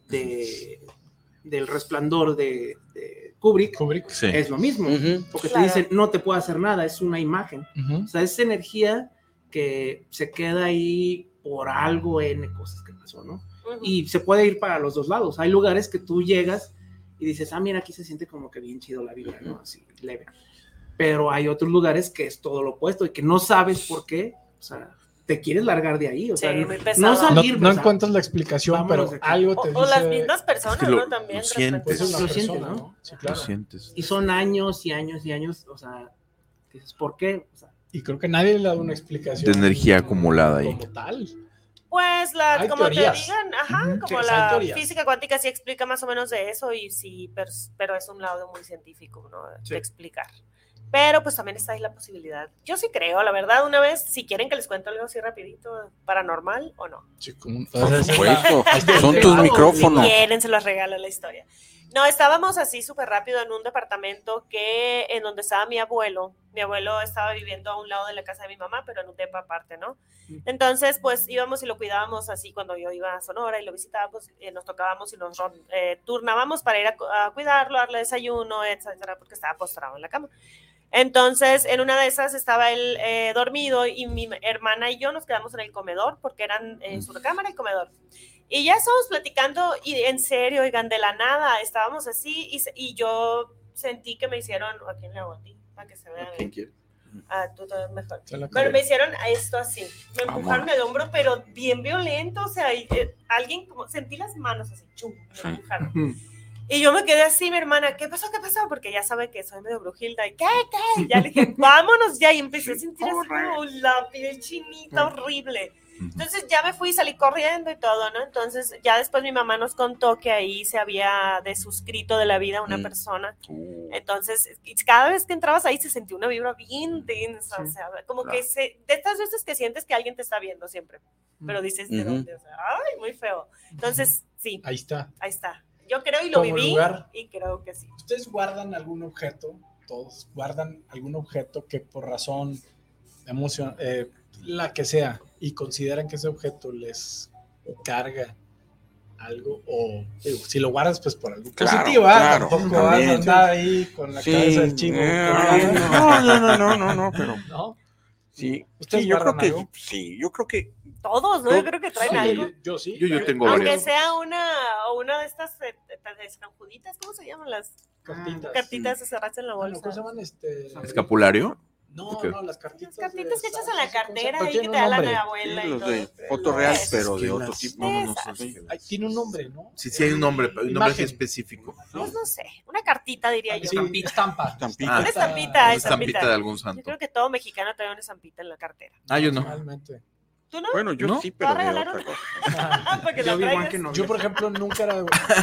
Resplandor de Kubrick Sí. es lo mismo, Ujú. porque Claro. te dicen, no te puedo hacer nada, es una imagen. Ujú. O sea, es energía que se queda ahí por algo, N cosas que pasó, ¿no? Ujú. Y se puede ir para los dos lados. Hay lugares que tú llegas y dices, mira, aquí se siente como que bien chido la vibra, ¿no? Así, leve. Pero hay otros lugares que es todo lo opuesto y que no sabes por qué, o sea, te quieres largar de ahí, o Sí, sea, muy no pesado. No, salir, no o sea, encuentras la explicación, vámonos pero de aquí. algo te O las dice. mismas personas, Es que lo- ¿no? También. lo de sientes. repente. Es una Lo sientes, persona, ¿no? ¿no? Sí, Lo claro. sientes. y son años y años y años, o sea, dices, ¿por qué? O sea, Y creo que nadie le da una explicación. De energía acumulada ahí. Como tal. Pues Hay como teorías. te digan, ajá, Ujú, como sí, hay la teorías. física cuántica sí explica más o menos de eso y sí, pero es un lado muy científico, ¿no? Sí. De explicar. Pero pues también está ahí la posibilidad. Yo sí creo, la verdad, una vez, si quieren que les cuente algo así rapidito, paranormal o no. Sí, como- Por supuesto. Este, Son este, tus ah, micrófonos. Si quieren, se los regalo la historia. No, estábamos así súper rápido en un departamento en donde estaba mi abuelo. Mi abuelo estaba viviendo a un lado de la casa de mi mamá, pero en un depa aparte, ¿no? Entonces, pues íbamos y lo cuidábamos así cuando yo iba a Sonora y lo visitaba, pues nos tocábamos y nos turnábamos para ir a cuidarlo, darle desayuno, etcétera, porque estaba postrado en la cama. Entonces, en una de esas estaba él dormido y mi hermana y yo nos quedamos en el comedor porque eran su recámara y comedor. Y ya estábamos platicando y en serio, oigan, de la nada, estábamos así y yo sentí que me hicieron, ¿a quién le hago a ti? Para que se vea. ¿Quién quiere? Tú también mejor. Se la Pero acabé. me hicieron esto así, me empujaron Amor. el hombro, pero bien violento, o sea, alguien como, sentí las manos así, chum, me empujaron. Y yo me quedé así, mi hermana, ¿qué pasó? ¿Qué pasó? Porque ya sabe que soy medio brujilda. ¿Y qué? Y ya le dije, vámonos ya. Y empecé a sentir así como la piel chinita horrible. Entonces ya me fui, salí corriendo y todo, ¿no? Entonces ya después mi mamá nos contó que ahí se había desuscrito de la vida una persona. Entonces cada vez que entrabas ahí se sentía una vibra bien densa, o sea, como que de estas veces que sientes que alguien te está viendo siempre, pero dices, ¿de dónde? O sea, ay, muy feo. Entonces, sí, Ahí está. ahí está. Yo creo y lo Como viví lugar. y creo que sí. ¿Ustedes guardan algún objeto? Todos guardan algún objeto que por razón emoción, la que sea, y consideran que ese objeto les carga algo, o digo, si lo guardas pues por algo Claro, positivo, claro, tampoco vas a también, andar ahí con la cabeza del chivo. No, pero ¿No? sí, ¿Ustedes sí, yo creo guardan que algo? sí, yo creo que Todos, ¿no? Yo creo que traen Sí, algo. yo sí. Yo tengo Aunque varios. sea una de estas escanjuditas, ¿cómo se llaman las Cartitas. cartitas de cerrarse en la Ah, no, bolsa? ¿cómo se llaman? ¿Escapulario? No, Ok. no, las cartitas. Las cartitas que echas en la ¿cómo se llama? cartera Pero ahí que tiene te un da la nombre. abuela y los todo. de foto real, Esas. pero de que otro las- tipo. no Esas. sé. Ay, tiene un nombre, ¿no? Sí, hay un nombre Imagen. específico. Pues no sé, una cartita diría yo. Sí, estampa. Estampita. Una estampita, Una estampita. estampita de algún Yo santo. creo que todo mexicano trae una estampita en la cartera. Ah, yo no. Realmente. ¿Tú no? Bueno, yo ¿No? sí, ¿Te va pero a de regalar otra una? cosa. Porque de la Obi-Wan traigas. Kenobi. Yo, por ejemplo, nunca era.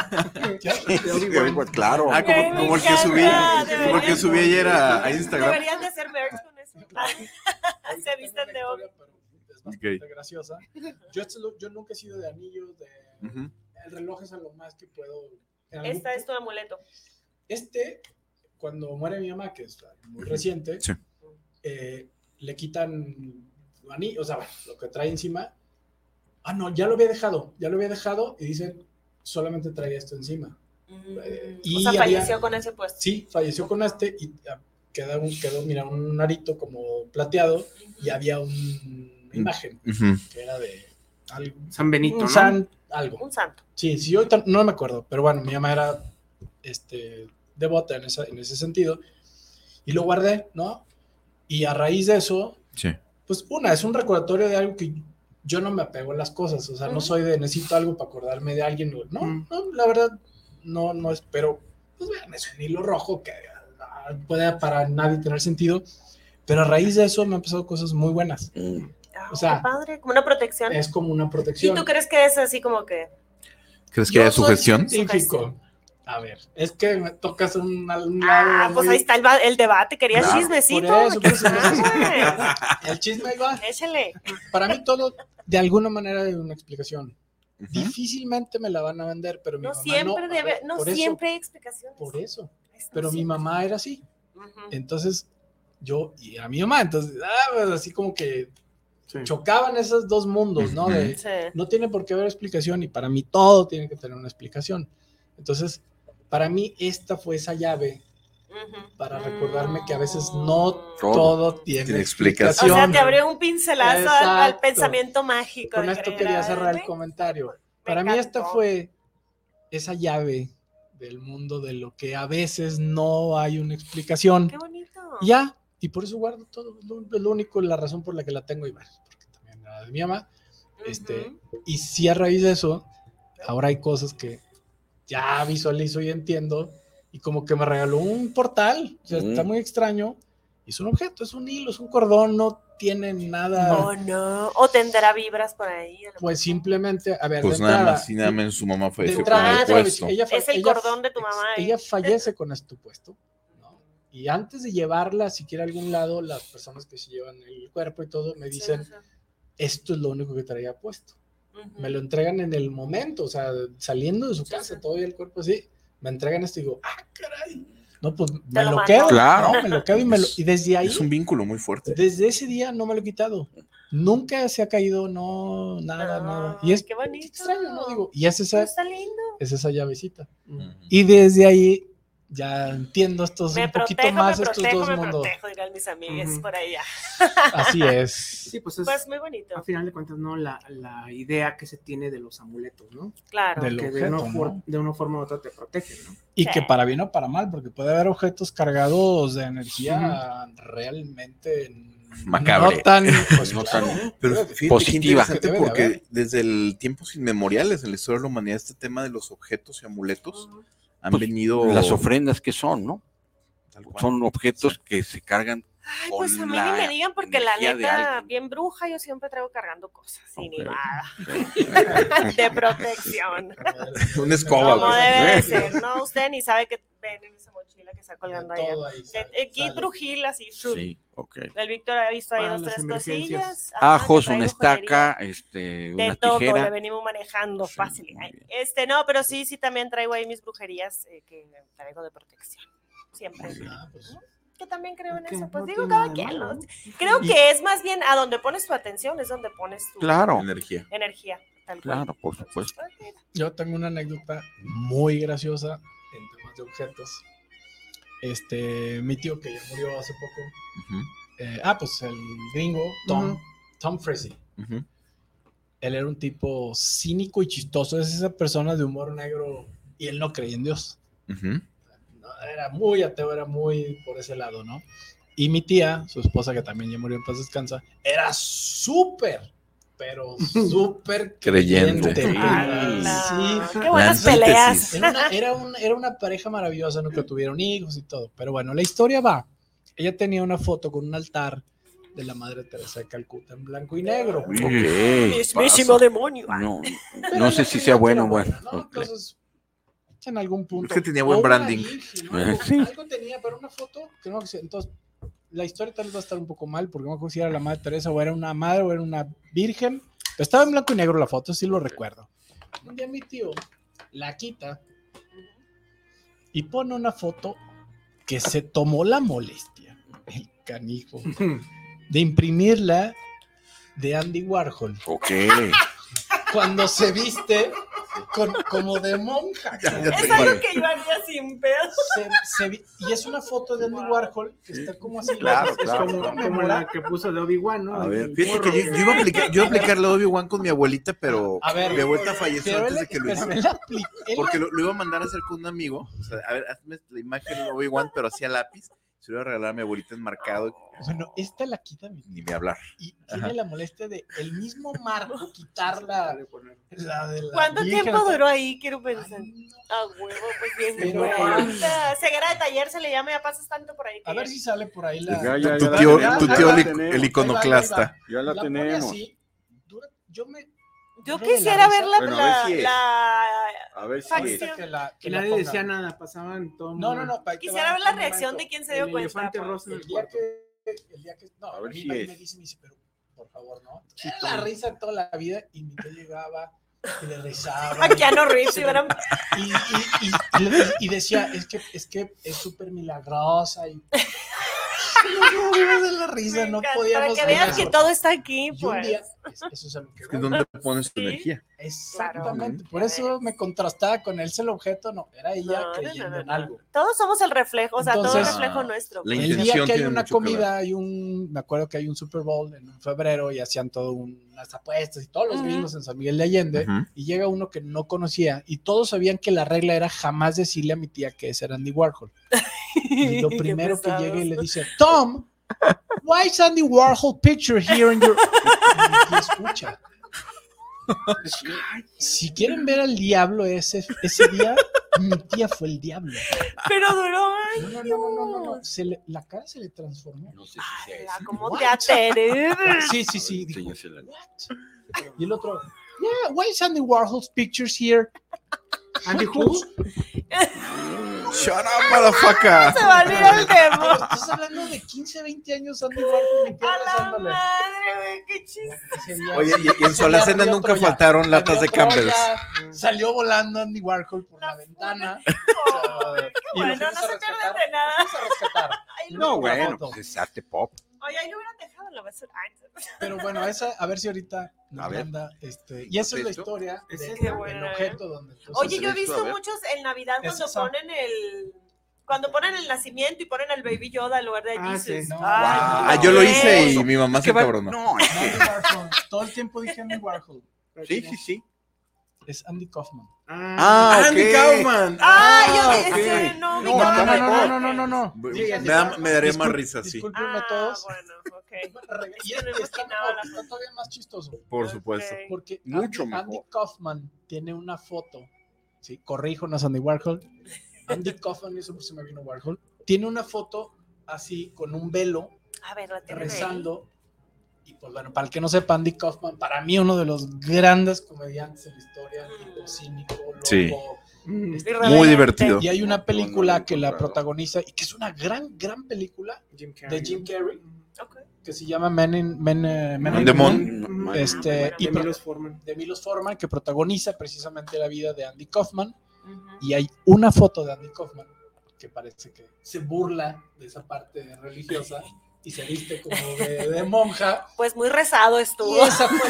Claro. Ah, Ay, como el que me subí, encanta, como el que deberían- subí ayer a Instagram. Deberían de hacer merch con eso. Se visten de Obi. Es bastante Ok. graciosa. Yo nunca he sido de anillos, Ujú. el reloj es a lo más que puedo. En algún Esta es tu amuleto. Cuando muere mi mamá, que es muy reciente, Sí. le quitan anillo, o sea, bueno, lo que trae encima. Ah, no, ya lo había dejado y dicen, solamente traía esto encima. Y O sea, había- falleció con ese puesto. Sí, falleció con y quedó, mira, un arito como plateado y había una imagen Ujú. que era de algo, San Benito, ¿no? algo. Un santo. Sí, yo ahorita no me acuerdo, pero bueno, mi mamá era devota en ese sentido y lo guardé, ¿no? Y a raíz de eso, Sí. pues es un recordatorio de algo que yo no me apego a las cosas, o sea, no soy de necesito algo para acordarme de alguien, no, la verdad, no espero, pues vean, es un hilo rojo que puede para nadie tener sentido, pero a raíz de eso me han pasado cosas muy buenas, Ah, o sea, qué padre, como una protección. es como una ¿Y protección. tú crees que es así como que ¿Crees que Yo haya soy sugestión? científico. A ver, es que me tocas un lado. pues muy- ahí está el debate, quería Claro. chismecito. Por eso, aquí por eso. está, El chisme ahí va. güey. Échale. Para mí todo, de alguna manera, hay una explicación. Ujú. Difícilmente me la van a vender, pero mi No mamá siempre debe, no por eso- siempre hay explicaciones. Por eso. Es- Pero no mi siempre. mamá era así. Ujú. Entonces, y era mi mamá, entonces, pues así como que, chocaban esos dos mundos, ¿no? De, Sí. no tiene por qué haber explicación y para mí todo tiene que tener una explicación. Entonces, para mí esta fue esa llave para recordarme que a veces no todo tiene explicación. O sea, te abrió un pincelazo al Exacto. pensamiento mágico. Con de esto creer, quería cerrar el ¿eh? comentario. Me Para mí esta encantó. fue esa llave del mundo de lo que a veces no hay una explicación. Qué bonito. Ya, y por eso guardo todo. Es lo único, la razón por la que la tengo y varias, porque también era de mi mamá. Y sí, a raíz de eso, ahora hay cosas que ya visualizo y entiendo, y como que me regaló un portal, o sea, está muy extraño, y es un objeto, es un hilo, es un cordón, no tiene nada. Oh, no. O tendrá vibras por ahí. Pues simplemente, a ver, Pues de nada entrada, más y nada menos su mamá de falleció con entrada, el puesto. Es el cordón de tu mamá. Ella fallece con este puesto, ¿no? Y antes de llevarla siquiera a algún lado, las personas que se llevan el cuerpo y todo me dicen, esto es lo único que traía puesto. Me lo entregan en el momento, o sea, saliendo de su casa, todavía el cuerpo así, me entregan esto y digo, caray. No, pues me lo quedo. Claro. No, me lo quedo y desde ahí. Es un vínculo muy fuerte. Desde ese día no me lo he quitado. Nunca se ha caído, no, nada. Y es qué bonito. extraño, ¿no? Digo, y es esa, Está lindo. es esa llavecita. Y desde ahí ya entiendo estos Me un poquito protejo, más me estos protejo, dos me mundos. protejo, dirán mis amigas por allá. Así es. Sí, pues es Pues muy bonito. a final de cuentas, ¿no? La idea que se tiene de los amuletos, ¿no? Claro. Del Que objeto, ¿no? de una forma u otra te protegen, ¿no? Y que para bien o para mal, porque puede haber objetos cargados de energía realmente Macabre. no tan, pues, No claro. tan Pero fíjate qué positiva. interesante Debe de porque haber. desde el tiempos inmemoriales en la historia de la humanidad este tema de los objetos y amuletos han Pues, venido las ofrendas que son, ¿no? tal cual. Son objetos que se cargan Ay, con pues a mí ni la me digan porque la energía de neta, alguien. bien bruja, yo siempre traigo cargando cosas y ni Ok. nada. De protección. Una escoba. Como güey. debe de ser, ¿no? Usted ni sabe que ven en esa mochila que está colgando allá. Todo ahí sale, Aquí sale. brujil así. Sí, ok. El Víctor ha visto ahí Para dos, las tres emergencias. cosillas. Ajá, Ajos, que traigo una joyería. estaca, De una todo, tijera. le venimos manejando Sí, fácil. muy Ay, bien. no, pero sí también traigo ahí mis brujerías que traigo de protección. Siempre. Que también creo en Que eso. Pues no digo, tiene cada nada de quien. malo, ¿no? ¿no? Creo que es más bien a donde pones tu atención, es donde pones tu Claro, Energía. energía. Tal cual. claro, por supuesto. Yo tengo una anécdota muy graciosa en temas de objetos. Mi tío que ya murió hace poco, pues el gringo, Tom Frizzy. Él era un tipo cínico y chistoso, es esa persona de humor negro y él no creía en Dios. No, era muy ateo, era muy por ese lado, ¿no? Y mi tía, su esposa que también ya murió en paz descansa, era súper, pero súper Creyente. Sí. Qué buenas La peleas. antítesis. Era una pareja maravillosa, nunca tuvieron hijos y todo. Pero bueno, la historia va. Ella tenía una foto con un altar de la Madre Teresa de Calcuta en blanco y negro. Ok. Mismísimo demonio. No, no sé si sea bueno o bueno. ¿no? Ok. Entonces, en algún punto. Es que tenía buen o una branding. virgen, ¿no? Algo, Sí. algo tenía, pero una foto que no sé. Entonces, la historia tal vez va a estar un poco mal, porque no me acuerdo si era la Madre Teresa o era una madre o era una virgen. Pero estaba en blanco y negro la foto, sí lo recuerdo. Un día mi tío la quita y pone una foto que se tomó la molestia, el canijo, de imprimirla de Andy Warhol. Ok. Cuando se viste como de monja. Ya Es sé algo cuál. que yo haría sin pedo. Y es una foto de Andy Warhol que está como así. Claro, es claro. Como la que puso de Obi-Wan, ¿no? A ver, Fíjate que yo iba a aplicar la Obi-Wan con mi abuelita, pero A ver, mi abuelita falleció pero antes de que lo pero hiciera. él Porque lo iba a mandar a hacer con un amigo. O sea, a ver, hazme la imagen de Obi-Wan, pero hacía lápiz. Se lo iba a regalar a mi abuelita enmarcado. Bueno, esta la quita mi Ni me hablar. y tiene la molestia de el mismo marco quitarla la de la ¿Cuánto Virgen. tiempo duró ahí? Quiero pensar. Ay, no. A huevo, pues bien. Pero- bonita. Ceguera de taller se le llama, ya pasas tanto por ahí. A ver si sale por ahí la. Ya, Tu la tío, tenemos, tu ya tío la el tenemos. iconoclasta. Ya la pone tenemos. así, yo Yo muero de la quisiera risa. ver la, Bueno, a ver si es. la A ver si facción. es. Que la, Que la nadie ponga. decía nada, pasaban todo. No. Quisiera ver la reacción de quien se dio El cuenta. elefante pues. rosa en El el día cuarto. que no, A ver a mí si me es. dice, pero por favor, no. Era la risa toda la vida y mi tío llegaba y le rezaba. A Keanu Reeves, si hubieran- Y decía, es que es súper milagrosa y No vimos de la risa, no podíamos. Para que veas ver que eso. todo está aquí, Y un pues. día, eso es algo que Es que ¿dónde pones tu energía? Exactamente, Claro. por eso me contrastaba con él, el objeto, no, era ella No, creyendo en algo. Todos somos el reflejo, o sea, todo es Entonces, reflejo nuestro. la El intención día que hay tiene una mucho que ver. comida, me acuerdo que hay un Super Bowl en febrero y hacían todo unas apuestas y todos los gringos en San Miguel de Allende, Ujú. y llega uno que no conocía y todos sabían que la regla era jamás decirle a mi tía que ese era Andy Warhol. Y lo Qué primero que pesados. llega y le dice, Tom, why is Andy Warhol picture here in your... Y mi tía escucha. Si quieren ver al diablo ese día, mi tía fue el diablo. Pero duró No. La cara se le transformó. No sé si sea ese. ¿Cómo What? te atreves? Sí. Dijo, Enséñasela. "What?" Y el otro, yeah, why is Andy Warhol's pictures here? Andy Who? Shut up, motherfucker. Se va a olvidar el tema. Estás hablando de 15, 20 años Andy Warhol, mi tía A la rezándole. madre, güey, qué chiste. Ese día- Oye, y en su ese día alacena ardió nunca Troya. faltaron latas de Ardió Campbell's. Troya, salió volando Andy Warhol por la ventana. Qué Y lo bueno, fuimos no a se rescatar. pierden de nada. Fuimos a rescatar. Ay, No, Una bueno, foto. pues es arte pop. Oye, ahí lo hubieran dejado en la basura. Ay, Pero bueno, a ver si ahorita nos A ver. manda, y esa es la ¿Esto? historia Ese del es bueno, objeto donde entonces Oye, yo he esto, visto a ver. muchos en Navidad Es cuando esa. ponen el nacimiento y ponen al Baby Yoda en lugar de Ah, Jesus. sí. No. Ah, yo lo hice y mi mamá se va- cabronó. No, es No, que- Andy Warhol. Todo el tiempo dije Andy Warhol. sí. Es Andy Kaufman. Ah, Andy ok. Kaufman. Ah, yo ok. dije, no, No, mira, está mejor. No. Me daría más risa, sí. Discúlpenme todos. Bueno, ok. Y Es que no me está imaginaba mejor, la está todavía más chistoso. Por supuesto. Ok. Porque Mucho Andy mejor. Kaufman tiene una foto. Sí, corrijo, no es Andy Warhol. Andy Kaufman, eso se me vino Warhol. Tiene una foto así con un velo A ver, la tienen ahí. rezando. Y pues bueno, para el que no sepa, Andy Kaufman, para mí uno de los grandes comediantes en la historia, tipo cínico, loco. Sí. Irreverente. Muy divertido. Y hay una película No, no lo he que la encontrado. protagoniza y que es una gran película Jim Carrey. de Jim Carrey Ok. que se llama Men in The the Moon. Moon, Bueno, y De Milos Forman. de Milos Forman, que protagoniza precisamente la vida de Andy Kaufman. Ujú. Y hay una foto de Andy Kaufman que parece que se burla de esa parte religiosa y se viste como de monja. Pues muy rezado Y estuvo.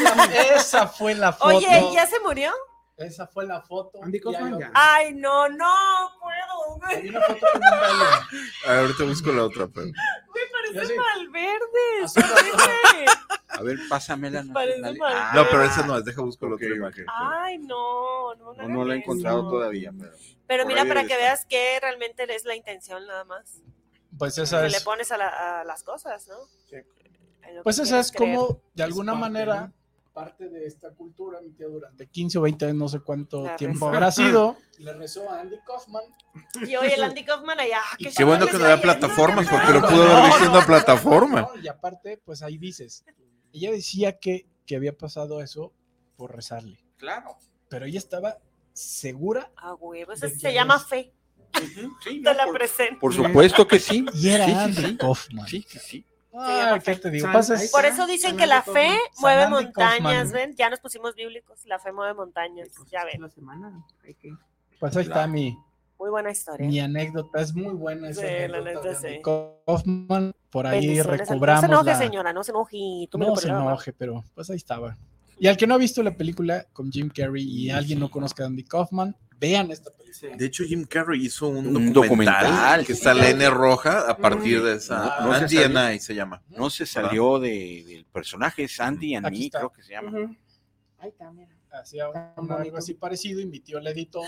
esa fue la foto. Oye, ¿ya se murió? Esa fue la foto. Andy Kaufman Y hay ya. Ay, no puedo. Hay Güey, una foto con un velo. A ver, ahorita busco la otra, pero. parece Ya sé. Malverde. Así lo- A ver, pásamela. Parece Nacional. mal. Ah, No, pero esa no es, deja buscar la ok, otra ok. imagen. Ay, no No hagan la he eso. encontrado todavía. Pero por mira, ahí para debe que estar. veas que realmente es la intención nada más. Pues esa Que le es, pones a las cosas, ¿no? Sí. En lo pues que esa quieras es creer. como, de alguna parte, manera, ¿no? parte de esta cultura, mi tía, durante 15 o 20 años, no sé cuánto La tiempo rezó. habrá sido, le rezó a Andy Kaufman. Y oye, el Andy Kaufman allá. Qué bueno que no había plataformas, porque lo pudo haber visto en una plataforma. No, y aparte, pues ahí dices, ella decía que había pasado eso por rezarle, Claro. pero ella estaba segura Ah, huevo, eso ¿De se quién llama es? fe. Sí, Te no, la presento. por supuesto que sí. y era Sí, sí, Andy sí. Kaufman. Sí. Ah, ¿qué te digo? San- Pasa- ahí Por está, eso dicen San que la Andy fe Kaufman. mueve Andy montañas, Kaufman. ¿ven? Ya nos pusimos bíblicos. La fe mueve montañas. Ya ven. La semana. Hay que... Pues ahí está mi Muy buena historia. anécdota, es muy buena esa Sí, la anécdota neta, de Andy sí. Kaufman. Por ahí Bendiciones. recobramos No se enoje, la... señora, no se enoje. Tómelo No por se el lado. enoje, pero pues ahí estaba. Y al que no ha visto la película con Jim Carrey y alguien no conozca a Andy Kaufman, vean esta película. De hecho, Jim Carrey hizo un Un documental documental. que está la N roja a partir de esa. No se Andy salió. and I se llama. No se salió del personaje, es Andy and Aquí Me, está. creo que se llama. Ahí está, mira. Hacía algo así parecido y mi tío le editó.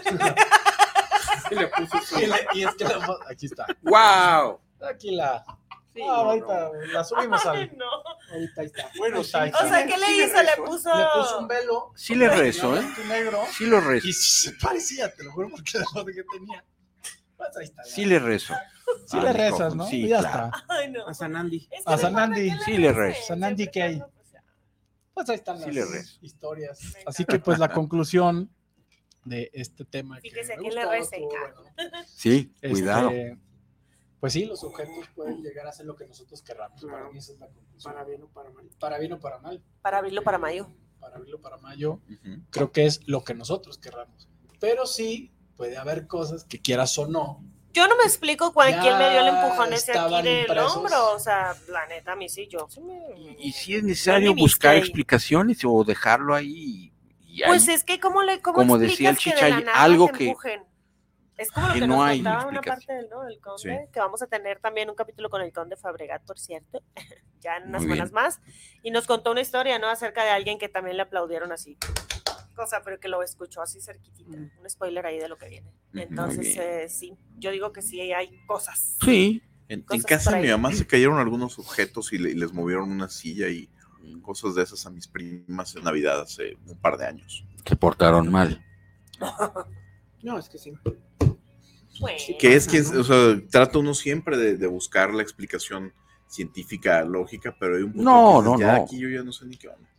Y le puso su... y es que aquí está. ¡Wow! Aquí la. Sí. Ahorita la subimos Ay, al. no. Ahorita ahí está. Bueno, Ahí está, ahí O está. sea, ¿qué le hizo? Le puso. Le puso un velo. Sí le rezo, ¿eh? blanco y negro. Sí lo rezo. Y se parecía, te lo juro, porque la foto que tenía. Pues ahí está. Sí le rezo. Sí Andy le rezas, Kaufman, ¿no? Sí, Y ya claro. está. Ay, no. A San Andy. Es que A no San importa Andy. que le Sí le rece, rezo. San Andy siempre y Kay. cuando, pues, ya. Pues ahí están Sí le las rezo. historias. Me Así encanta. que pues la conclusión de este tema Fíjese, que me ¿a quién le gustaba, rece? estuvo bueno. Sí, Este, cuidado. Pues sí, los objetos pueden llegar a ser lo que nosotros querramos. Para Claro. mí esa es la conclusión. Para bien o para mal. Para bien o para mal. Para abril o para mayo. Para abril o para mayo, Ujú. creo que es lo que nosotros querramos. Pero sí puede haber cosas que quieras o no, Yo no me explico quién me dio el empujón ese estaban aquí del impresos. hombro. O sea, la neta, a mí sí, yo sí me... Y si es necesario me buscar viste ahí. explicaciones o dejarlo ahí. Y Pues ahí, es que, ¿cómo como decía el explicas que de la Chichay, nada algo te que- empujen? Es como lo que que no nos hay contaba una explicación. parte del Conde, Sí. que vamos a tener también un capítulo con el Conde Fabregat, por cierto, ya en unas Muy semanas bien. más, y nos contó una historia, ¿no? Acerca de alguien que también le aplaudieron así, cosa, pero que lo escuchó así cerquitita, un spoiler ahí de lo que viene. Muy Entonces, bien. sí, yo digo que sí hay cosas. Sí. En Cosas casa por de mi ahí. mamá se cayeron algunos objetos y les movieron una silla y cosas de esas a mis primas en Navidad hace un par de años. Se portaron mal. No, es que sí. Bueno, Que es que, o sea, trata uno siempre de buscar la explicación científica, lógica, pero hay un punto No, que dices, no, ya no. aquí yo ya no sé ni qué onda.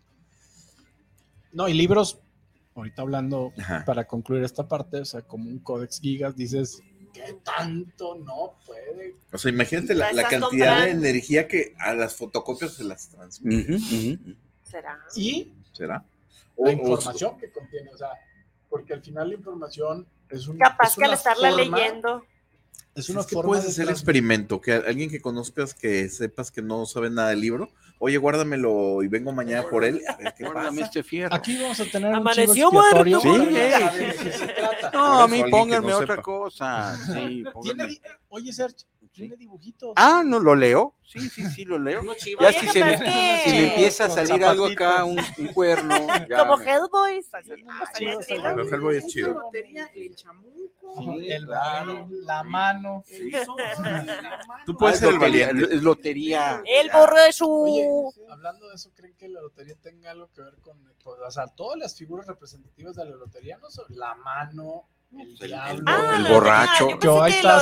No, y libros, ahorita hablando, Ajá. para concluir esta parte, o sea, como un Codex Gigas, dices, ¿qué tanto no puede? O sea, imagínate La la estás cantidad de comprando. energía que a las fotocopias se las transmite. ¿será? Y ¿Será? la información que contiene, o sea, porque al final la información es Capaz es que al una estarla forma- leyendo. Es una Es que forma puedes de hacer el trans- experimento, que alguien que conozcas que sepas que no sabe nada del libro, oye, guárdamelo y vengo mañana por él, a ver qué Guárdame pasa. este fierro. Aquí vamos a tener Amaneció un chivo expiatorio. muerto. para Sí, ya saber de qué se trata. No, Por a eso mí alguien que pónganme no otra sepa. cosa. Sí, Tiene pónganme. Oye, Sergio, tiene dibujitos. Ah, ¿no lo leo? Sí, lo leo. Uno chiva. Ya Oye, si capaz se me, que- si me empieza a Con salir algo zapatitos. acá, un cuerno. ya Como me- Hellboy. Así, chido, chido. Pero Hellboy es chido. La lotería, el chamuco. El balón, la mano. el sol, la mano. Tú puedes Ah, ser el lotería, valiente. es lotería. El borracho. Oye, hablando de eso, ¿creen que la lotería tenga algo que ver con, o sea, todas las figuras representativas de la lotería, no son la mano, el diablo? El borracho. yo Que pensé ahí que está lo-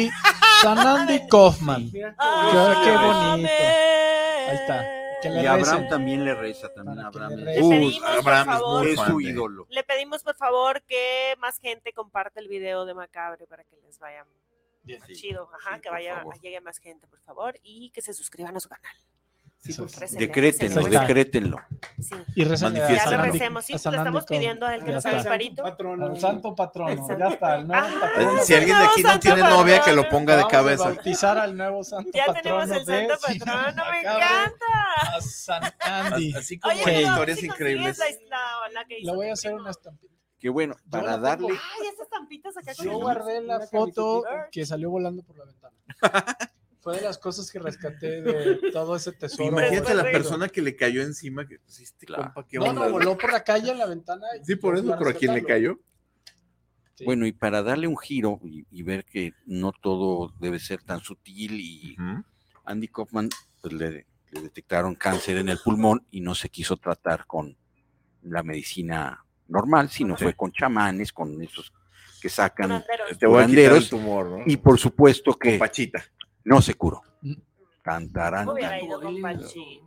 San Andy Kaufman. Mira, Qué bonito. Ahí está. Que le Y Abraham recen. también le reza, también Para que Abraham. le es- recen. Le pedimos, por Abraham es favor, muy es fan su de- ídolo. Le pedimos por favor que más gente comparte el video de Macabre para que les vaya Bien. Sí, chido, ajá, sí, que por vaya, favor. llegue más gente, por favor, y que se suscriban a su canal. Eso es. Récenle, Decrétenlo, Ahí está. decrétenlo. sí. Y recen Manifiesta. Ya San le Andy. recemos, sí, a San le estamos Andy pidiendo a él que Ya nos haga el está. parito. Al santo patrono, Exacto. ya está, el nuevo Ah, patrono. Si alguien de aquí no tiene novia, que lo ponga de Vamos a cabeza. bautizar al nuevo santo Ya patrono. tenemos el santo de Ciudad patrono, me Macabre, encanta. A San Andy. Así como Oye, hay pero a ver historias si consigues increíbles. la que hizo Le voy a tu hacer primo. una estampita. Que bueno, Yo para la darle. tengo. Ay, esas estampitas acá con Yo el- guardé la Una foto camiseta. que salió volando por la ventana. Fue de las cosas que rescaté de todo ese tesoro. Imagínate la Correcto. persona que le cayó encima, que pues, este Claro. compa, qué No, onda. no, voló por la calle en la ventana. y Sí, por yo eso, fui a pero ¿a quién le rescatarlo. cayó? Sí. Bueno, y para darle un giro y ver que no todo debe ser tan sutil, y Andy Kaufman pues, le detectaron cáncer en el pulmón y no se quiso tratar con la medicina normal, sino Sí. fue con chamanes, con esos que sacan. Curanderos. Te voy a quitar el Curanderos. tumor, ¿no? Y por supuesto Con que Pachita. no se curó. Mm. Cantarán. Hubiera ido con Panchita.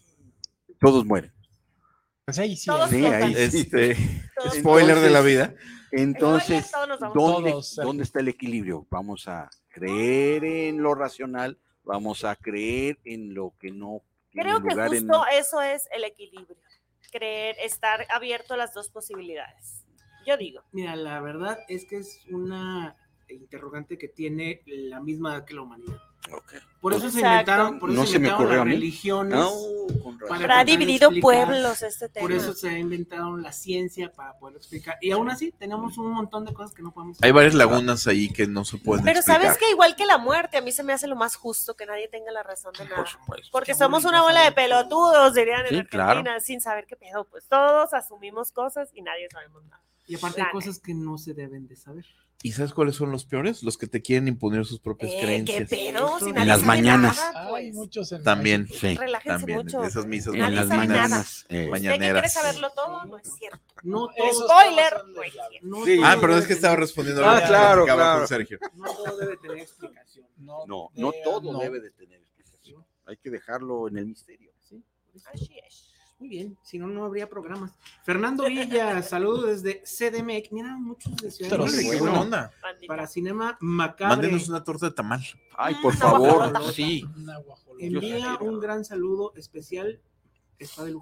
Todos mueren. Pues ahí sí. Todos Sí, ahí flotan. sí. Todos Spoiler de la vida. Entonces, todos nos vamos. ¿dónde, Todos, Sergio. ¿dónde está el equilibrio? Vamos a creer en lo racional, vamos a creer en lo que no tiene Creo que lugar en... justo eso es el equilibrio. Creer, estar abierto a las dos posibilidades. Yo digo. Mira, la verdad es que es una interrogante que tiene la misma edad que la humanidad. Ok. Por eso se Exacto. inventaron, por eso No se se me inventaron ocurrió las a mí. religiones. No, con razón. Para Habrá tratar de dividido explicar. pueblos este tema. Por eso se inventaron la ciencia para poder explicar. Y aún así tenemos un montón de cosas que no podemos Hay varias lagunas ahí que no se pueden Pero explicar. sabes que igual que la muerte, a mí se me hace lo más justo que nadie tenga la razón de nada. Por supuesto. Porque Qué somos bonito una bola de saber. pelotudos, dirían en Sí, Argentina, claro. sin saber qué pedo. Pues todos asumimos cosas y nadie sabemos nada. Y aparte hay Lana. cosas que no se deben de saber. ¿Y sabes cuáles son los peores? Los que te quieren imponer sus propias ¿Qué creencias. pedo? Si En nadie las sabe mañanas. nada, Hay pues. muchos en También, Sí, Relájense también. mucho. Esas misas Nadie en las sabe nada. mañanas. Usted que quiere mañaneras. saberlo todo, no es cierto. No Esos todo, Spoiler, temas son no es del cierto. no Sí. todo Ah, pero debe es que estaba tener- respondiendo Ah, lo que claro, platicaba claro. con Sergio. No todo debe tener explicación. No no todo no. debe de tener explicación. Hay que dejarlo en el misterio. ¿Sí? Por eso. Así es. Muy bien, si no, no habría programas. Fernando Villa, saludos desde CDMX. Mira, muchos de Ciudad de Pero Órale, México. qué buena onda. Bandita. Para Cinema Macabre. Mándenos una torta de tamal. Ay, por No, favor, guajolota. sí. Una guajolota. Envía un gran saludo especial. Está de lujo el tema.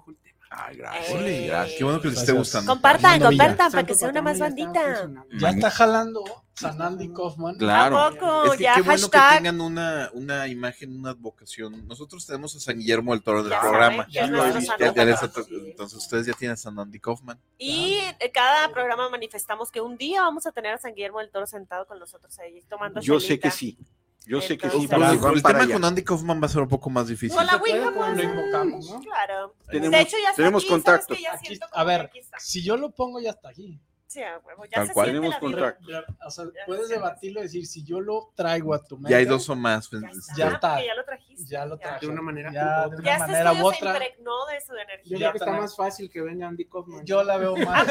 Ay, gracias. Órale, gracias. Qué bueno que les esté Gracias. gustando. Compartan Fernando Villa. para que sea una más bandita. Ya está jalando Sandy Kaufman. Claro. ¿A poco? Es que Ya qué bueno que hashtag. tengan una imagen, una advocación. Nosotros tenemos a San Guillermo del Toro del Ya programa. saben, que es nuestro San Ya les Andy. entonces ustedes ya tienen a San Andy Kaufman. Y cada programa manifestamos que un día vamos a tener a San Guillermo del Toro sentado con nosotros ahí tomando Yo sé chelita. que sí. Yo sé que sí. Entonces, Para, El van para tema allá. con Andy Kaufman va a ser un poco más difícil. Con la Se puede, Ouija, pero pues. lo invocamos, ¿no? Claro. Tenemos- de hecho, ya está tenemos aquí, contactos. ¿sabes? Que ya Aquí, siento a como ver, que aquí está. si yo lo pongo ya está aquí. Sí, a huevo, ya Tal se cual. siente Tenemos la vibra. contacto. O sea, puedes debatirlo y decir, si yo lo traigo a tu mente, Ya hay dos o más. Ya está. porque ya lo trajiste. ya lo traje. De una manera Ya u de otra. una Ya este manera u estudio se otra. impregnó de su Yo energía. creo que está trae. más fácil que venga Andy Kaufman. Yo la veo más.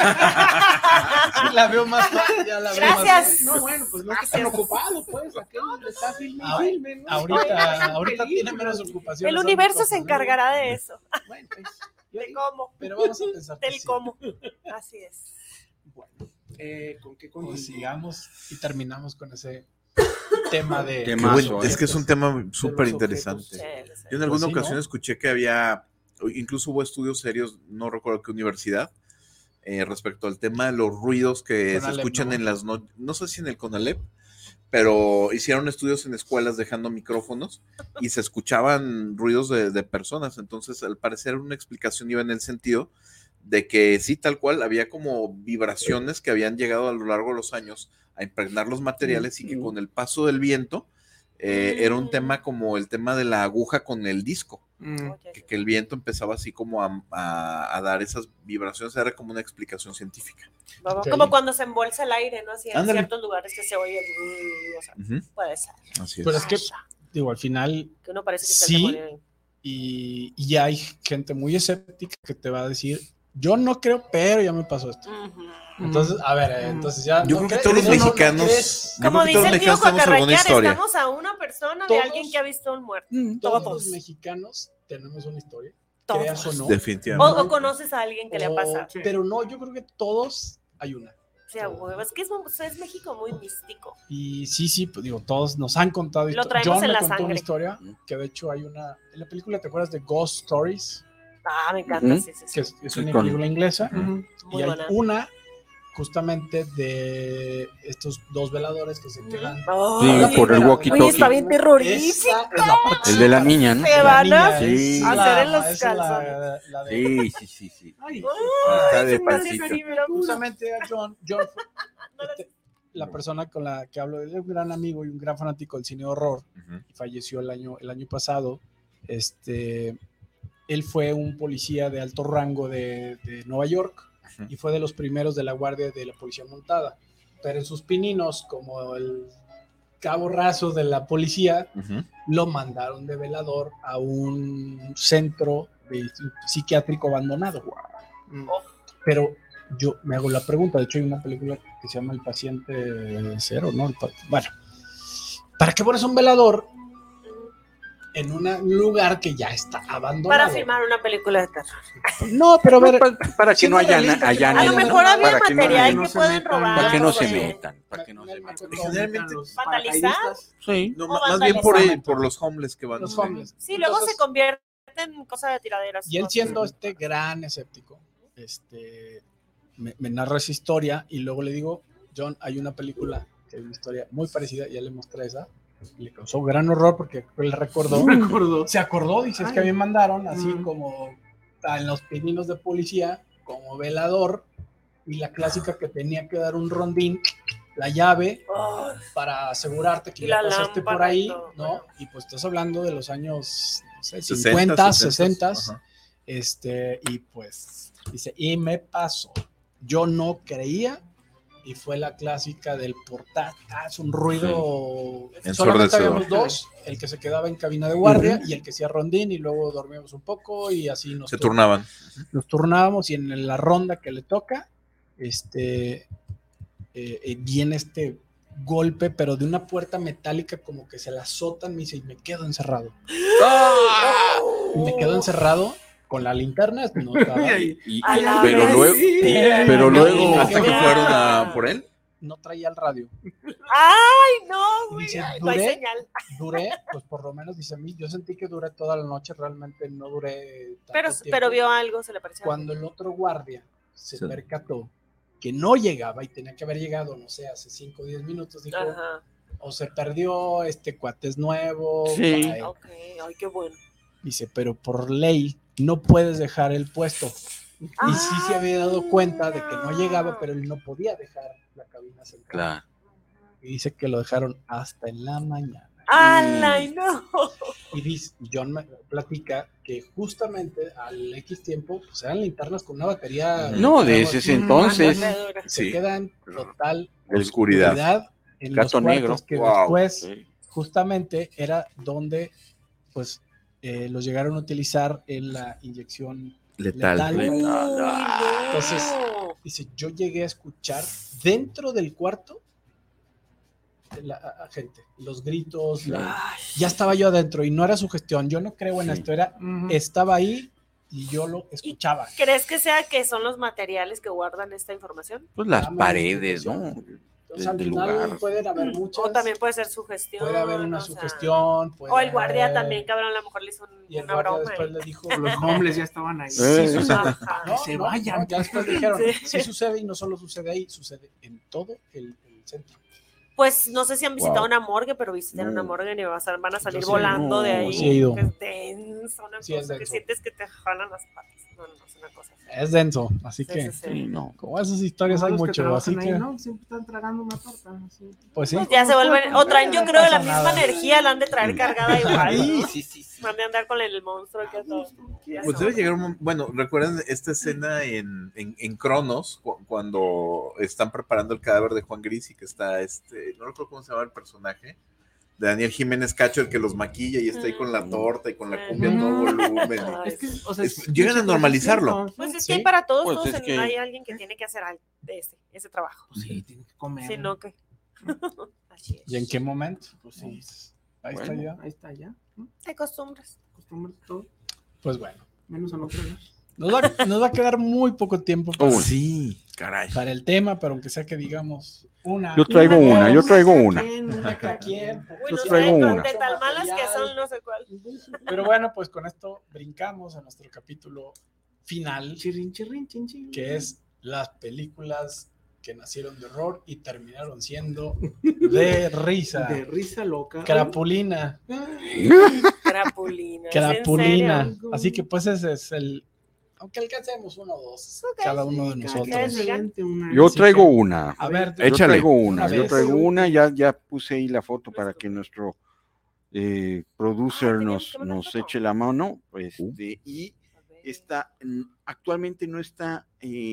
la veo más. Ya la veo Gracias. No, bueno, pues no está tan ocupado, pues. Aquel está filme Ah, y filme, ¿no? Ahorita tiene menos ocupación. El universo se encargará de eso. Bueno, pues, yo De digo, cómo. Pero vamos a pensar. que Del sí. cómo. Así es. bueno, ¿con qué Pues continuamos? sigamos y terminamos con ese tema de. Qué Qué Mazo, bueno, ¿eh? es que es un tema súper interesante. Sí, sí, sí. Yo en alguna Pues sí, ocasión ¿no? escuché que había, incluso hubo estudios serios, no recuerdo qué universidad, respecto al tema de los ruidos que se Conalep, escuchan ¿no? en las noches, no sé si en el Conalep, pero hicieron estudios en escuelas dejando micrófonos y se escuchaban ruidos de personas. Entonces, al parecer, una explicación iba en el sentido de que sí, tal cual, había como vibraciones que habían llegado a lo largo de los años a impregnar los materiales y que con el paso del viento era un tema como el tema de la aguja con el disco. Que el viento empezaba así como a dar esas vibraciones, era como una explicación científica. Vamos, Ok. como cuando se embolsa el aire, ¿no? Así en Ándale. ciertos lugares que se oye. O sea, Ujú, puede ser. así es. Pero es que, digo, al final, Que uno parece que está Sí. el demonio ahí. y hay gente muy escéptica que te va a decir, yo no creo, pero ya me pasó esto. Ujú. Entonces, a ver, entonces ya. Yo no creo que crees, todos los no, no, no mexicanos, crees. yo Como creo que todos dice los el tío mexicanos tenemos alguna Cotarraquear, historia. estamos a una persona de Todos- alguien que ha visto un muerto. Todos Todos. los mexicanos tenemos una historia, Todos. creas o no. Definitivamente. O conoces a alguien que le ha pasado. Sí. Pero no, yo creo que todos hay una. O sea, huevo, es que es México muy místico. Y sí, pues digo, todos nos han contado Lo historias. traemos John en me la contó sangre. una historia que de hecho hay una. En la película, ¿te acuerdas de Ghost Stories? Ah, me encanta, Ujú. sí, sí, sí. Que es una Con- película inglesa. Ujú. Muy Y hay buena. una justamente de estos dos veladores que se quedan. Ay, por el pero- walkie-talkie. Uy, está bien terrorífico. Esa es la parte El de la súper- niña, ¿no? Se van a Sí. es hacer en los esa es la- calzones. la de- Sí. Ay, Está de Se me hace pancita. así, mira. Justamente a John fue No la- la persona con la que hablo, es un gran amigo y un gran fanático del cine de horror. Ujú. Y falleció el año pasado. Él fue un policía de alto rango de Nueva York Ujú. y fue de los primeros de la guardia de la policía montada. Pero en sus pininos, como el cabo raso de la policía, Ujú. lo mandaron de velador a un centro psiquiátrico abandonado. Mm. Pero yo me hago la pregunta, de hecho hay una película que se llama El paciente cero, ¿no? Bueno, ¿para qué pones un velador en un lugar que ya está abandonado? Para filmar una película de terror. No, pero a ver, Para que no haya realista, allá A lo no, mejor había para que no material haya- no que se pueden metan. robar. Para que no se Sí. metan. Para que no se metan. Generalmente, Los ¿Vandalizar? paracaidistas. Sí. no, O más bien vandalizar. por los homeless que van. los homeless. Sí, luego Entonces, se convierte en cosa de tiraderas. y él cosas. siendo este gran escéptico, me narra esa historia y luego le digo, John, hay una película que es una historia muy parecida, ya le mostré esa, y le causó gran horror porque él recordó, Me acuerdo. se acordó, dice, es que a mí me mandaron así como en los pininos de policía, como velador, y la clásica que tenía que dar un rondín, la llave, Ay, para asegurarte que Y ya la pasaste lámpara por y ahí, todo, ¿no? bueno. Y pues estás hablando de los años, no sé, 60, 50, 60, ajá. y pues, dice, y me pasó. Yo no creía, y fue la clásica del portal, es un ruido, Ensordecedor. solamente habíamos dos, el que se quedaba en cabina de guardia y el que hacía rondín, y luego dormíamos un poco, y así Se turnaban. nos turnábamos, y en la ronda que le toca, viene este golpe, pero de una puerta metálica, como que se la azotan, me dice, y me quedo encerrado. Y me quedo encerrado con la linterna, no estaba- Y- A la pero vez. luego, pero luego, ¿Hasta que fueron por él? no traía el radio. ¡Ay, no, Y güey! dice, No hay señal. Duré, pues por lo menos, dice a mí, yo sentí que duré toda la noche, realmente no duré tanto Pero tiempo. vio algo, se le pareció. Cuando el otro guardia se Sí. percató que no llegaba y tenía que haber llegado, no sé, hace 5 o 10 minutos, dijo, Ajá. o se perdió, este cuate es nuevo. Sí. bye. Ok, ay, qué bueno. Dice, pero por ley no puedes dejar el puesto. Y sí se había dado cuenta de que no llegaba, pero él no podía dejar la cabina central. Claro. Y dice que lo dejaron hasta en la mañana. ¡Ay, no! Y dice, John me platica que justamente al X tiempo, pues eran linternas con una batería. No, desde ese entonces. Se Sí. queda en total La oscuridad. en Gato los negro. cuartos que Wow. después Sí. justamente era donde pues los llegaron a utilizar en la inyección Letal. Entonces, dice, yo llegué a escuchar dentro del cuarto a gente, los gritos, ya estaba yo adentro y no era su gestión, yo no creo en Sí. esto, era, estaba ahí y yo lo escuchaba. ¿Crees que sea que son los materiales que guardan esta información? Pues las Dame paredes, ¿no? O sea, al del final lugar. pueden haber muchas, O también puede ser sugestión. puede haber una o sea, sugestión, puede o el guardia haber- también, cabrón, a lo mejor le hizo y el una guardia broma. después y- le dijo, Los hombres ya estaban ahí. sí sucede. Ajá. Que se vayan. ya después dijeron, Sí. sí sucede y no solo sucede ahí, sucede en todo el centro. Pues no sé si han visitado Wow. una morgue, pero visitan No. una morgue y van a salir Yo sí, volando de no, ahí. sí he ido. Que es denso, una Sí, es cosa que denso. sientes que te jalan las patas. No, es una cosa. Es denso, así Sí, que sí, sí. Sí, no. como esas historias No, hay los que mucho, trabajan así ahí, que ¿no? Siempre están tragando una torta. Así. pues sí. Pues ya se vuelven, o traen, yo No creo, pasa la misma nada. energía, la han de traer cargada igual. ¿no? sí. Van de andar con el monstruo que todo. Pues debe llegar bueno, ¿recuerdan esta escena en Cronos, cuando están preparando el cadáver de Juan Gris y que está no recuerdo cómo se llama el personaje, de Daniel Jiménez Cacho, el que los maquilla y está ahí con la torta y con la cumbia a todo volumen? Ay, Es que, o sea, Llegan a normalizarlo. Pues es Sí. que hay para todos, Pues todos es que- hay alguien que tiene que hacer ese trabajo. Pues sí, tienen que comer. Si no, que. Así es. ¿Y en qué momento? Pues sí. Ahí Bueno. está ya. Ahí está ya. ¿no? Hay costumbres. Acostumbras todo, Pues bueno, menos a nosotros. nos va a quedar muy poco tiempo Sí, caray. para el tema, pero aunque sea que digamos una. Yo traigo una. ¿Quién? Uy, Yo no sé, traigo de una. tan malas que son, no sé cuál. Pero bueno, pues con esto brincamos a nuestro capítulo final, Chirrin, chirrin, chin, chin. que es las películas que nacieron de horror y terminaron siendo de risa. De risa loca. Crapulina, Crapulina. ¿es en crapulina. serio? Así que pues ese es el, aunque alcancemos uno o dos, Ok. cada uno de Cada nosotros. vez digan. una. Yo Así traigo que- una. A ver, Yo Échale. traigo una. Una Yo vez. traigo una. Ya puse ahí la foto para que nuestro producer nos eche la mano. Y está, actualmente no está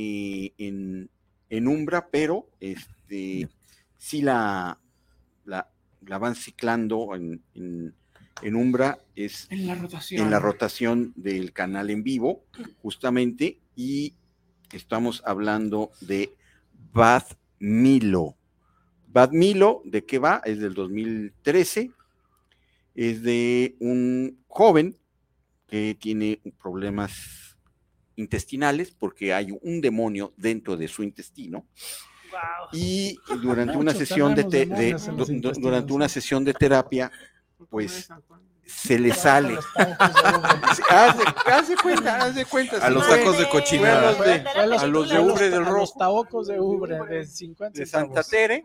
en Umbra, pero sí la van ciclando en Umbra, es En la rotación. en la rotación del canal en vivo, justamente, y estamos hablando de Bad Milo. Bad Milo, ¿de qué va? Es del 2013, es de un joven que tiene problemas intestinales porque hay un demonio dentro de su intestino. Wow. Y durante una Muchos sesión tenemos demonios en los intestinos. durante una sesión de terapia, pues se le Trabajo sale. los tacos de ubre. Haz de cuenta. A los sí, tacos de cochinada. Fue a los de Ubre del A los Rojo, taocos de ubre de 50 de Santa centavos. Tere,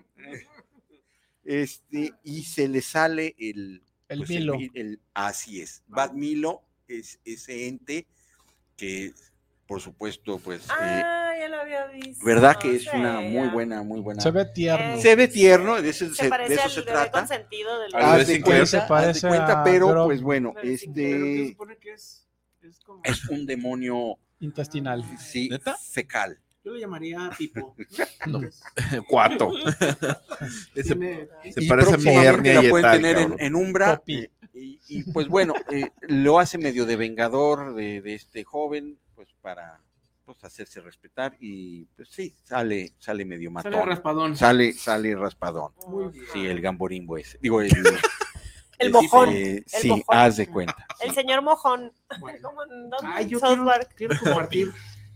y se le sale El pues, Milo. así es. Bad Milo es ese ente que, por supuesto, pues, Ya lo había visto. verdad que es Sí, una muy ya. buena. Se ve tierno. Se ve tierno, de eso Se parece de eso al se bebé trata. consentido del Al Haz bebé de Sinclair. cuenta, Se haz de parece cuenta, a pero Grom. pues bueno, Pero se supone que es como. es un demonio, Intestinal. sí, ¿Neta? fecal. Yo le llamaría Pipo. No. Cuatro. Tiene- Se Y parece a mi próximamente hernia la y pueden tal, tener cabrón. en Umbra. Popi. Y pues bueno, lo hace medio de vengador de este joven, pues para pues, hacerse respetar. Y pues sí, sale medio matón. Sale raspadón. Sale raspadón. Muy bien. Sí, el gamborimbo ese. Digo, El mojón. sí, mojón. haz de cuenta. El señor mojón. Bueno. Como en Ay, yo South Park. quiero compartir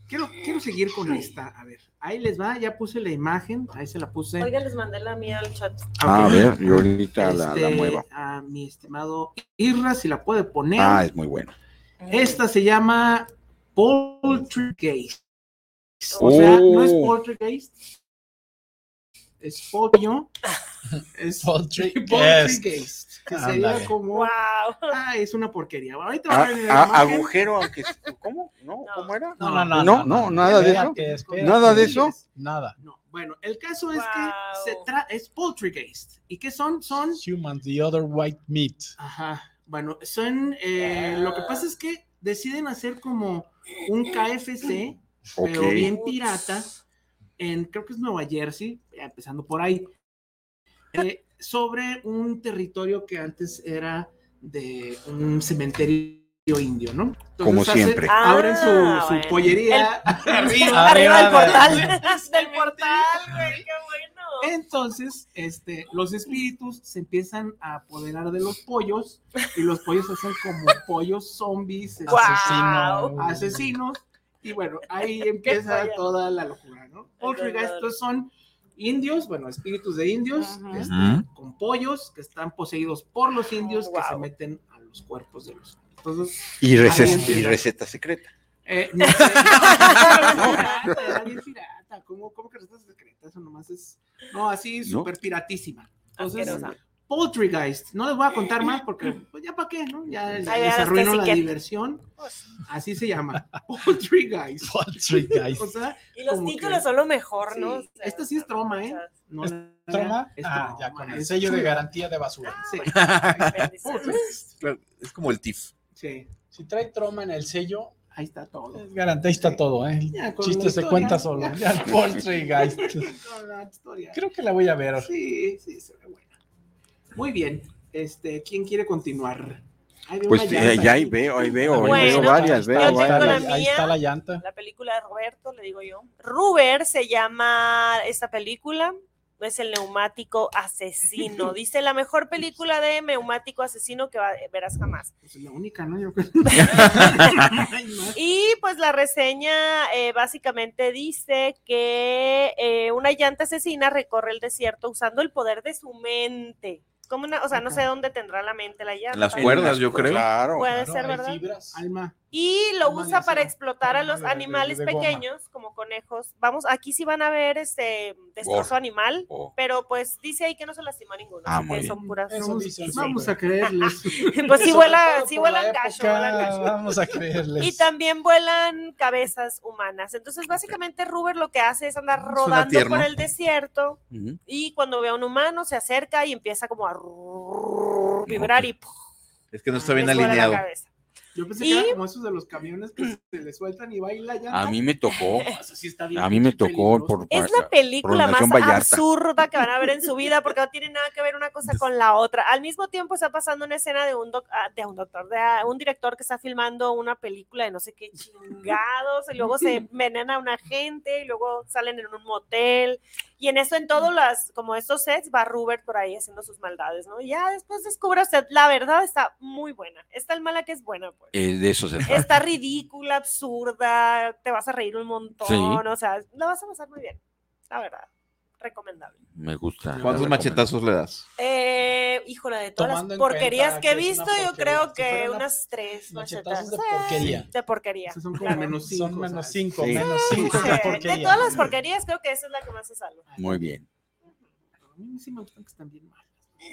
quiero seguir con esta. A ver, ahí les va, ya puse la imagen, ahí se la puse. Oiga, les mandé la mía al chat. A ver, yo ahorita la muevo. A mi estimado Irra, si la puede poner. Es muy bueno. Esta se llama Poltergeist. O sea, no es Poltergeist, es pollo. Es Poltergeist. Que sería como. Wow. Es una porquería. Ahorita va a ver la imagen. Agujero, aunque. ¿Cómo? ¿No? ¿Cómo era? No, Nada de eso. Nada de eso. Nada. No. Bueno, el caso es que es Poltergeist. ¿Y qué son? Son Humans, the other white meat. Ajá. Bueno, son. Lo que pasa es que deciden hacer como un KFC, pero bien pirata, creo que es Nueva Jersey, empezando por ahí, sobre un territorio que antes era de un cementerio indio, ¿no? Entonces, como siempre. Abren su pollería arriba del portal. Del portal, güey, qué bueno. Entonces, los espíritus se empiezan a apoderar de los pollos y los pollos hacen como pollos zombies, asesinos, y bueno, ahí empieza toda la locura, ¿no? Poltergeist, estos son indios, bueno, espíritus de indios, con pollos que están poseídos por los indios que se meten a los cuerpos de los. Entonces, y receta secreta. No sé. Era bien pirata. ¿Cómo que receta secreta? Eso nomás es. No, así súper piratísima. Entonces, Poltergeist. No les voy a contar más porque, pues ya para qué, ¿no? Ya les arruino la diversión. Así se llama. Poltergeist. Poltergeist. O sea, y los títulos son lo mejor, ¿no? O sea, esta sí es troma, ¿eh? No, ¿es troma? Ya con el sello de garantía de basura. Sí. Es como el TIF. Sí. Si trae troma en el sello, ahí está todo. Es garantista todo, ¿eh? El chiste se cuenta solo. Ya el Poltergeist. Creo que la voy a ver. Sí, se ve buena. Muy bien. ¿Quién quiere continuar? Pues ya ahí veo varias. Ahí está la llanta. La película de Roberto, le digo yo. Ruber se llama esta película. Es el neumático asesino. Dice la mejor película de neumático asesino que verás jamás. Pues es la única, ¿no? Yo creo. Y pues la reseña básicamente dice que una llanta asesina recorre el desierto usando el poder de su mente. Como no sé dónde tendrá la mente la llanta. En las cuerdas, yo creo. Claro. Puede ser, ¿verdad? Alma. Y lo usa para explotar a los animales pequeños, como conejos. Aquí sí van a ver destrozo animal, pero pues dice ahí que no se lastimó a ninguno. Muy son puras. Vamos a creerles. Pues sí vuelan gacho. Vamos a creerles. Y también vuelan cabezas humanas. Entonces, básicamente, Ruber lo que hace es andar rodando por el desierto y cuando ve a un humano se acerca y empieza como a vibrar y es que no está bien alineado. Yo pensé que era como esos de los camiones que se les sueltan y baila ya. A mí me tocó. Es la película más absurda que van a ver en su vida porque no tiene nada que ver una cosa con la otra. Al mismo tiempo está pasando una escena de un director que está filmando una película de no sé qué chingados y luego se envenena a una gente y luego salen en un motel y en todos como estos sets va Ruber por ahí haciendo sus maldades, ¿no? Y ya después descubre usted, la verdad está muy buena. Es tan mala que es buena, pues. De eso se trata. Está ridícula, absurda, te vas a reír un montón, o sea, la vas a pasar muy bien, la verdad, recomendable. Me gusta. ¿Cuántos machetazos le das? Híjole, de todas las porquerías que he visto, yo creo que unas 3 machetazos de porquería. De porquería. Son como menos 5. Son menos 5, sí. menos 5 de porquería. De todas las porquerías, creo que esa es la que más se salva. Muy bien. A mí sí me gustan que están bien malas.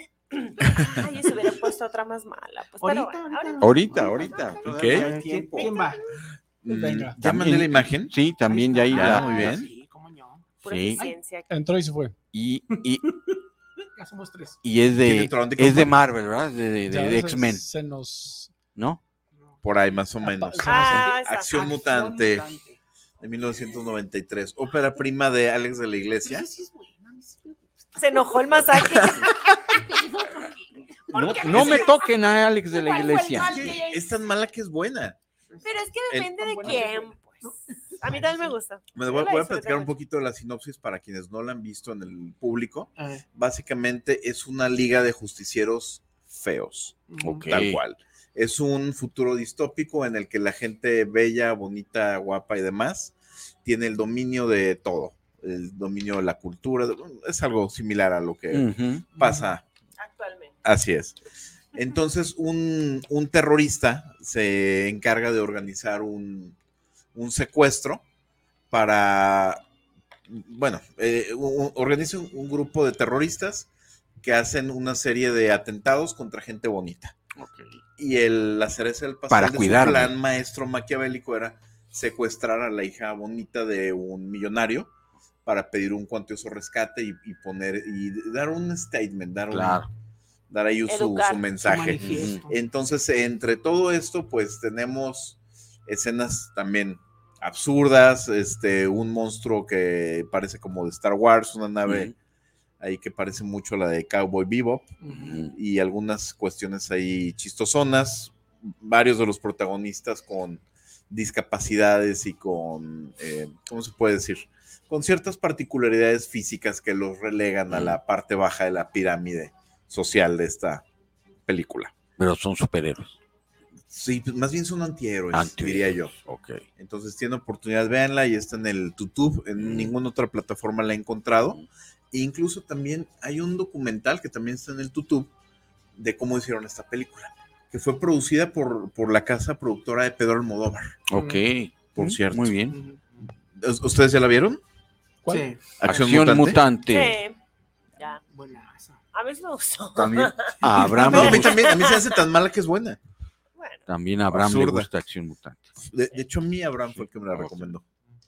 Ay, se hubiera puesto otra más mala. Pues, ahorita. ¿Qué? ¿Quién va? Venga. ¿Ya mandé la imagen? Sí, también ya ahí. Muy bien. Sí, cómo no. Sí. Entró y se fue. Y ya somos 3. Y es de Marvel, ¿verdad? De X-Men. ¿No? Por ahí, más o menos. Acción Mutante de 1993. Ópera prima de Alex de la Iglesia. Se enojó el masacre. No me toquen a Alex de la Iglesia. Es tan mala que es buena. Pero es que depende de quién, pues. A mí también me gusta. Me voy a platicar un poquito de la sinopsis para quienes no la han visto en el público. Básicamente es una liga de justicieros feos, tal cual. Es un futuro distópico en el que la gente bella, bonita, guapa y demás tiene el dominio de todo, el dominio de la cultura, es algo similar a lo que pasa actualmente. Así es. Entonces, un terrorista se encarga de organizar un secuestro para, bueno, organiza un grupo de terroristas que hacen una serie de atentados contra gente bonita. Okay. Y la cereza del pastel Para de cuidarme. su plan maestro maquiavélico era secuestrar a la hija bonita de un millonario para pedir un cuantioso rescate y dar un statement, dar ahí su mensaje. Entonces, entre todo esto, pues tenemos escenas también absurdas, un monstruo que parece como de Star Wars, una nave ahí que parece mucho a la de Cowboy Bebop, y algunas cuestiones ahí chistosonas, varios de los protagonistas con discapacidades y con, ¿cómo se puede decir? Con ciertas particularidades físicas que los relegan a la parte baja de la pirámide social de esta película. Pero son superhéroes. Sí, más bien son antihéroes, diría yo. Okay. Entonces, tienen oportunidad, véanla, y está en el YouTube, en ninguna otra plataforma la he encontrado. E incluso también hay un documental que también está en el YouTube de cómo hicieron esta película, que fue producida por la casa productora de Pedro Almodóvar. Ok. Por cierto. Muy bien. ¿Ustedes ya la vieron? ¿Cuál? Sí. Acción Mutante. Sí. Ya. A mí me gustó. También a Abraham. No, a mí se hace tan mala que es buena. Bueno. También a Abraham le gusta Acción Mutante. De hecho, a mí Abraham fue el que me la recomendó.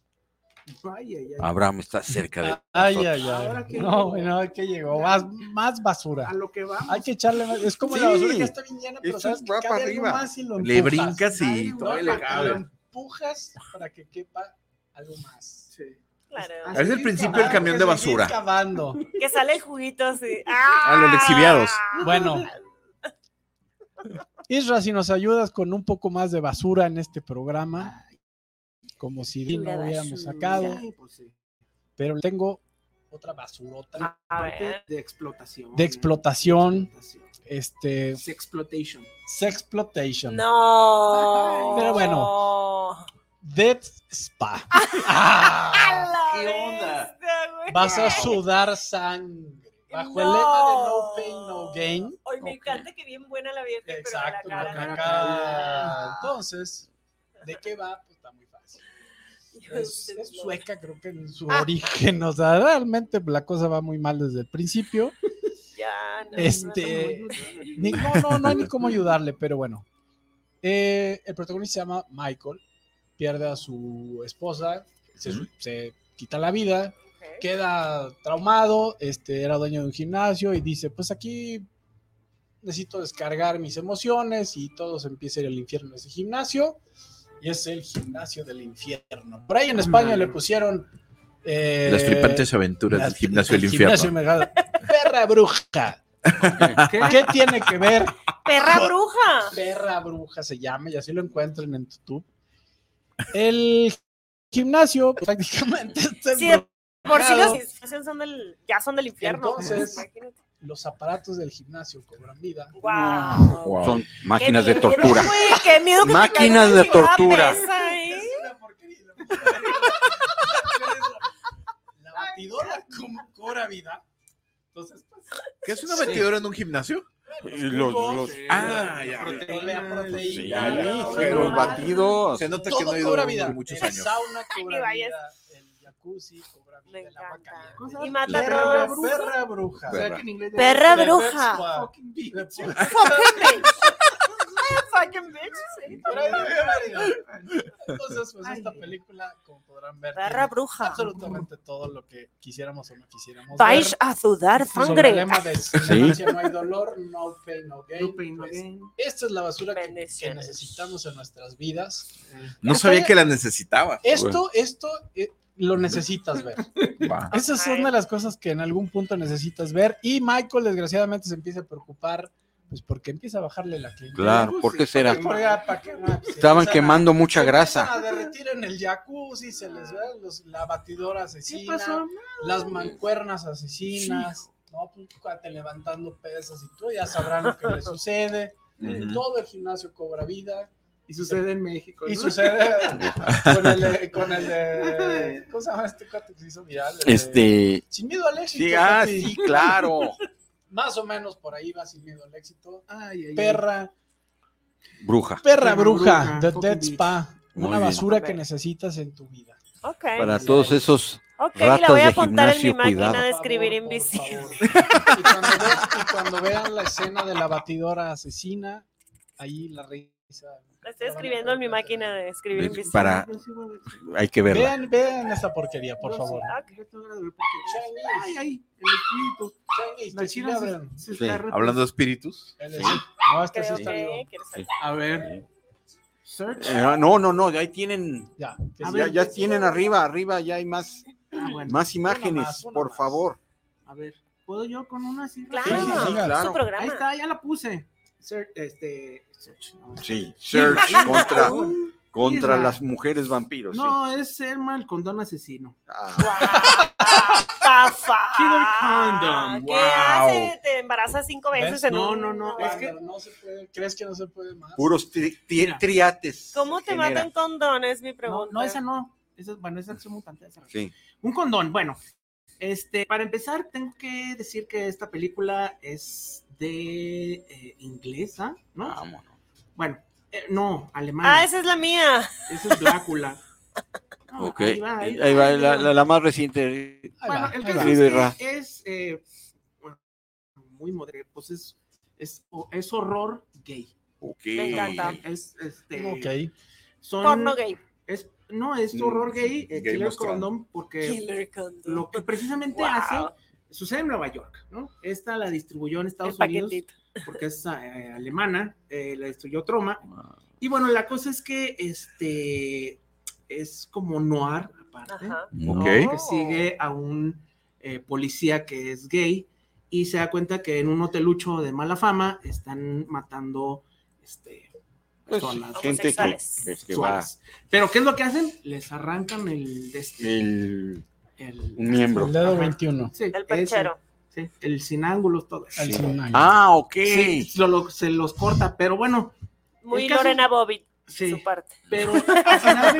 Abraham está cerca de No, bueno, que llegó más basura. A lo que vamos. Hay que echarle más. Es como la basura que está bien llena, pero sabes que cabe algo más y lo empujas. Le brincas y todo le cabe. Lo empujas para que quepa algo más. Sí. Claro. Es el principio del camión de basura. Que sale el juguito así. Los lixiviados. Bueno. Isra, si nos ayudas con un poco más de basura en este programa, como si no hubiéramos sacado, pero tengo otra basurota de explotación. Sexploitation. No. Pero bueno, Death Spa. ¿Qué onda? Vas a sudar sangre. Bajo el lema de No Pain, No Gain. Hoy me encanta que bien buena la vieja. Exacto, pero la cara. Entonces, ¿de qué va? Pues está muy fácil. Es sueca, creo que en su origen, o sea, realmente la cosa va muy mal desde el principio. Ya, no hay ni cómo ayudarle, pero bueno. El protagonista se llama Michael, pierde a su esposa, se quita la vida, queda traumado, era dueño de un gimnasio y dice, pues aquí necesito descargar mis emociones y todo se empieza a ir al infierno de ese gimnasio. Y es el gimnasio del infierno. Por ahí en España le pusieron las flipantes aventuras del gimnasio del infierno. Perra bruja. ¿Qué tiene que ver? Perra bruja. Perra bruja se llama y así lo encuentran en YouTube. El gimnasio prácticamente por si las instituciones son del infierno. Entonces, los aparatos del gimnasio cobran vida. Wow. Son máquinas de tortura. Qué miedo que máquinas de tortura. La batidora cobra vida. Entonces, ¿qué es una batidora en un gimnasio? Los batidos. Se nota todo que no ha cobra ido vida. muchos El años. sauna cobra vida. El jacuzzi cobra vida. El agua caliente. Y mata Perra bruja. Perra bruja. Fucking bitch. Fucking bitch. Entonces, pues esta película, como podrán ver, Perra bruja. Absolutamente todo lo que quisiéramos o no quisiéramos vais ver. a sudar Sobre sangre. el lema de no hay dolor, no pain, no gain. Pues, esta es la basura que necesitamos en nuestras vidas. No sabía que la necesitaba. Esto lo necesitas ver. Esas son de las cosas que en algún punto necesitas ver. Y Michael, desgraciadamente, se empieza a preocupar, pues porque empieza a bajarle la clientela. Claro, ¿por qué será? Estaban Estaban quemando mucha grasa. Se empiezan a derretir en el jacuzzi, se les ve la batidora asesina, las mancuernas asesinas, ¿no? Levantando pesas y todo, ya sabrán lo que le sucede. Todo el gimnasio cobra vida. Y sucede en México, ¿no? Y sucede con el de ¿cómo se llama este cuate que se hizo viral? Sin miedo al éxito. Sí, papi. sí, claro. Más o menos por ahí va Sin miedo al éxito. Ay, Perra Bruja. bruja, The Fucking Dead bitch. Spa. Muy Una bien. basura Ok. que necesitas en tu vida. Ok. Para todos esos Ok, la ratas voy a de apuntar en mi gimnasio, máquina cuidado. de escribir Por invisible. favor. Y cuando vean la escena de la batidora asesina, ahí la risa. La estoy escribiendo en mi máquina de escribir Es invisible. para- Hay que verla. Vean esta porquería, por favor. Ay, ay, el espíritu. Changuis, La que sí china le abren. se Sí. está Hablando de espíritus. Él es- Sí. No, este sí Creo está que vivo. quieres saber. A ver. Search. No, ahí tienen, Ya, que A sí. ver, ya tienen arriba ya hay más Bueno, más imágenes, más, una por más. favor. a ver. ¿Puedo yo con una así? Claro, Sí, sí, sí, es claro. su programa. Ahí está, ya la puse. Search, search, no. Sí, Search contra Isla. las mujeres vampiros. sí. No, es Elma el condón asesino. Ah, Killer Condom, ¿Qué wow. hace? Te embarazas 5 veces ¿Ves? en No, un... no, es que- No se puede, ¿crees que no se puede más? puros triates. ¿Cómo te genera. matan condones? Mi No, pregunta. no, esa no. Esa, bueno, esa es mutante. Esa. Sí. Un condón, bueno. Para empezar, tengo que decir que esta película es de inglesa, ¿no? Vámonos. Bueno, no, alemana. Ah, esa es la mía. Esa es Drácula. No, Ok, ahí ahí va la más reciente. Ahí Bueno, va, el ahí caso va. Escribe, es que bueno, muy moderno, pues es horror gay. Ok. Me encanta. Es Ok. son Porno gay. no es horror gay, Game Killer of Thrones. Condom, porque Killer condom. lo que precisamente Wow. hace sucede en Nueva York, ¿no? Esta la distribuyó en El Estados Unidos paquetito. porque es alemana, la distribuyó Troma. Y bueno, la cosa es que es como noir aparte, Ajá. ¿no? Ok. Que sigue a un policía que es gay y se da cuenta que en un hotelucho de mala fama están matando Pues, personas gente que homosexuales. va sexuales. Pero ¿qué es lo que hacen? Les arrancan un miembro. El dedo Ajá. 21. Sí, El perchero. ese, sí, el sin ángulos, todo eso. El sin años. Ah, ok. Sí, se los corta, pero bueno, Muy el caso- Lorena Bobbitt, sí, su parte. pero al final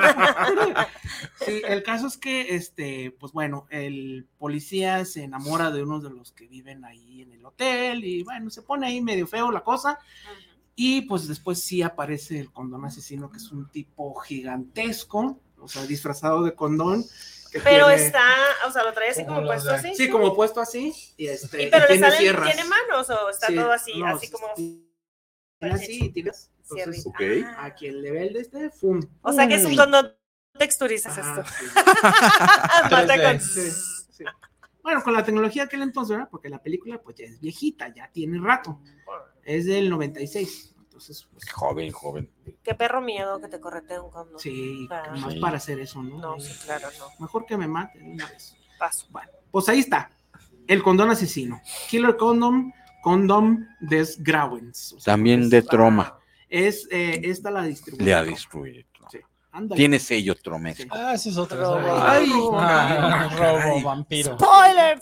sí, el caso es que, pues bueno, el policía se enamora de uno de los que viven ahí en el hotel y bueno, se pone ahí medio feo la cosa y pues después sí aparece el condón asesino, que es un tipo gigantesco, o sea, disfrazado de condón. Que Pero tiene- está, o sea, lo trae así como Como los puesto de- así. Sí, como puesto así y Y pero le tiene salen, sierras. ¿tiene manos o está Sí, todo así, no, así como... tiene así y tienes entonces, Ok. a quien le ve el de fum. O sea que es un condón texturizas Ah, esto. sí. Aparte 3D. con... Sí, sí. Bueno, con la tecnología de aquel entonces, ¿verdad? Porque la película pues ya es viejita, ya tiene rato. Es del 96. Entonces, pues, Joven. Qué perro miedo que te correte un condón. sí, Ah. más Sí. para hacer eso, ¿no? No, sí, claro, no. Mejor que me maten de una vez. Paso. Bueno, pues ahí está. El condón asesino. Killer Condom des Grauens. O sea, También es- de Troma. Esta la distribuye. Le destruye. Sí. Ándale. Tiene sello tromesco. Sí. Ah, ese es otro. Robo. Ay, Robo, vampiro. ¡Spoilers!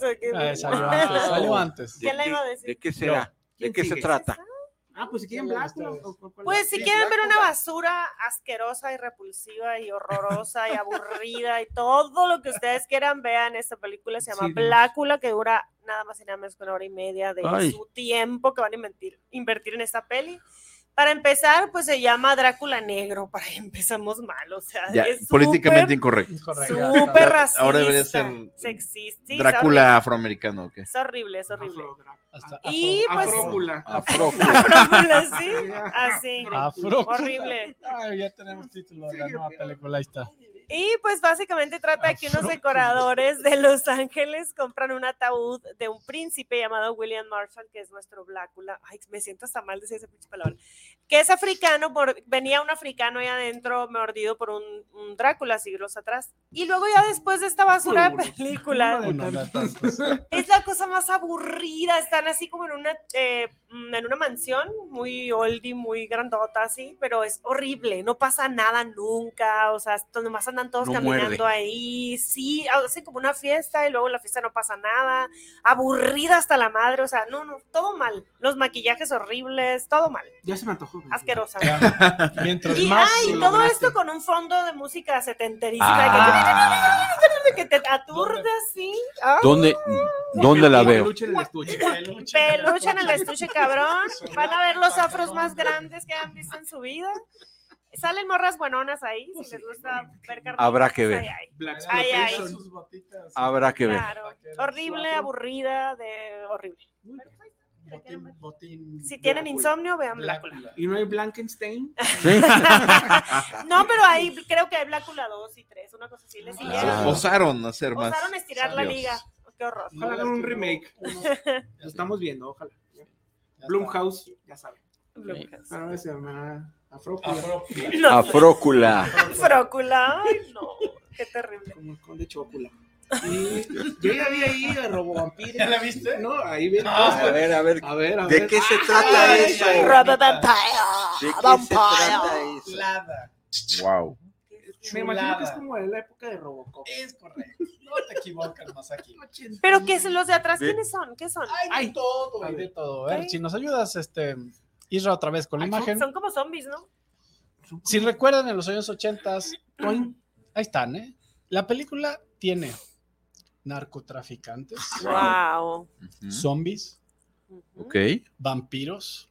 Salió antes. ¿Quién le iba a decir? ¿De qué será? ¿De ¿Quién qué se sigue? trata? Ah, pues si quieren Blácula. Pues si Sí, quieren ver Blácula. una basura asquerosa y repulsiva y horrorosa y aburrida y todo lo que ustedes quieran, vean esta película, se llama Sí, Blácula, que dura nada más y nada menos que 1 hora y media de Ay. su tiempo que van a invertir en esta peli. Para empezar, pues se llama Drácula Negro, para ahí empezamos mal, o sea, Ya, es políticamente incorrecto. súper racista, Ahora debería ser sexista, sí, Drácula afroamericano, ¿o qué? es horrible, es horrible. Hasta Y pues, Afrócula. Drácula, sí, así, Afro. horrible. Ay, ya tenemos título de la nueva película, ahí está. Y pues básicamente trata de que unos decoradores de Los Ángeles compran un ataúd de un príncipe llamado William Marshall, que es nuestro Blácula. Ay, me siento hasta mal decir esa pinche palabra. Que es africano, venía un africano ahí adentro mordido por un Drácula siglos atrás. Y luego ya después de esta basura de película, Uno, no tantos. es la cosa más aburrida. Están así como en una mansión muy oldie, muy grandota así, pero es horrible. No pasa nada nunca. O sea, nomás andan todos No caminando muerde. ahí. Sí, hacen como una fiesta y luego en la fiesta no pasa nada. Aburrida hasta la madre. O sea, no, todo mal. Los maquillajes horribles, todo mal. Ya se me antojó. Asquerosa. Ya, mientras Y, más ay, lo todo lograste. esto con un fondo de música setenterísima que te aturde así. Ay, ¿Dónde la veo? Peluche en el estuche. peluche en el estuche, cabrón. Van a ver los afros más grandes que han visto en su vida. Salen morras buenonas ahí, si les gusta ver carnitas. Habrá que ver. Ay, ay. Black Ay, ay. Exploitation. sus botitas. Habrá que ver. Claro. Horrible, aburrida, horrible. Botín. Si tienen insomnio, vean Blácula. Blácula. ¿Y no hay Blankenstein? ¿Sí? No, pero ahí creo que hay Blácula 2 y 3, una cosa así. Les siguieron. Osaron hacer más. Osaron estirar la Dios. liga. Qué horror. Ojalá hagan un remake. Lo estamos viendo, ojalá. Blumhouse, ya saben. Ahora se llama Afrócula. No, Afrócula. Frócula. Ay, no. Qué terrible. Como el Conde Chocula. Y yo ya vi ahí a Robovampiro. ¿Ya la viste? No, ahí ven. A ver. A ver. ¿De qué se trata eso? Robo Vampire. ¿De qué se trata eso? Chulada. Wow. Me imagino que es como de la época de Robocop. Es correcto. No te equivocas más aquí. Pero que los de atrás, Ve- ¿quiénes son? ¿Qué son? Hay de todo, hay de todo. A ver, Ok. si nos ayudas, Isra, otra vez con la imagen. Son como zombies, ¿no? Si recuerdan, en los años 80, ahí están, ¿eh? La película tiene narcotraficantes, Wow. zombies, Ok. vampiros,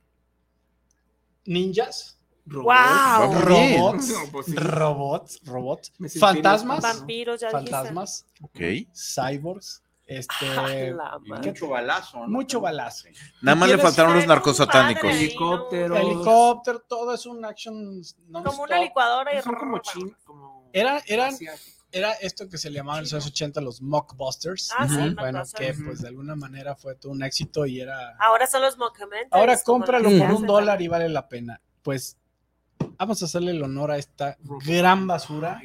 ninjas, Wow. Vamos bien. robots, No, pues sí. robots, Me sentí fantasmas, Vampiros, ya fantasmas, Ok. cyborgs, dijiste. La madre. Mucho balazo, ¿no? mucho balazo. Nada más le tienes- faltaron los Ay, narcosatánicos. compadre. Helicóptero. Helicóptero, todo es un action non-stop. Como una licuadora y Son como chinos. Como Eran asiáticos. era esto que se le llamaba en los años 80 los mockbusters. Ah, sí, Bueno, mockbusters. que pues de alguna manera fue todo un éxito y era... Ahora son los mockumentaries. Ahora como cómpralo los que por hacen $1 y vale la pena. Pues vamos a hacerle el honor a esta gran basura.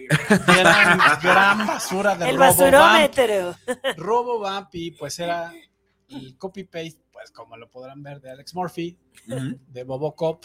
Gran basura de El RoboVamp. basurómetro. RoboVamp y pues era el copy-paste, pues como lo podrán ver, de Alex Murphy, de Bobocop.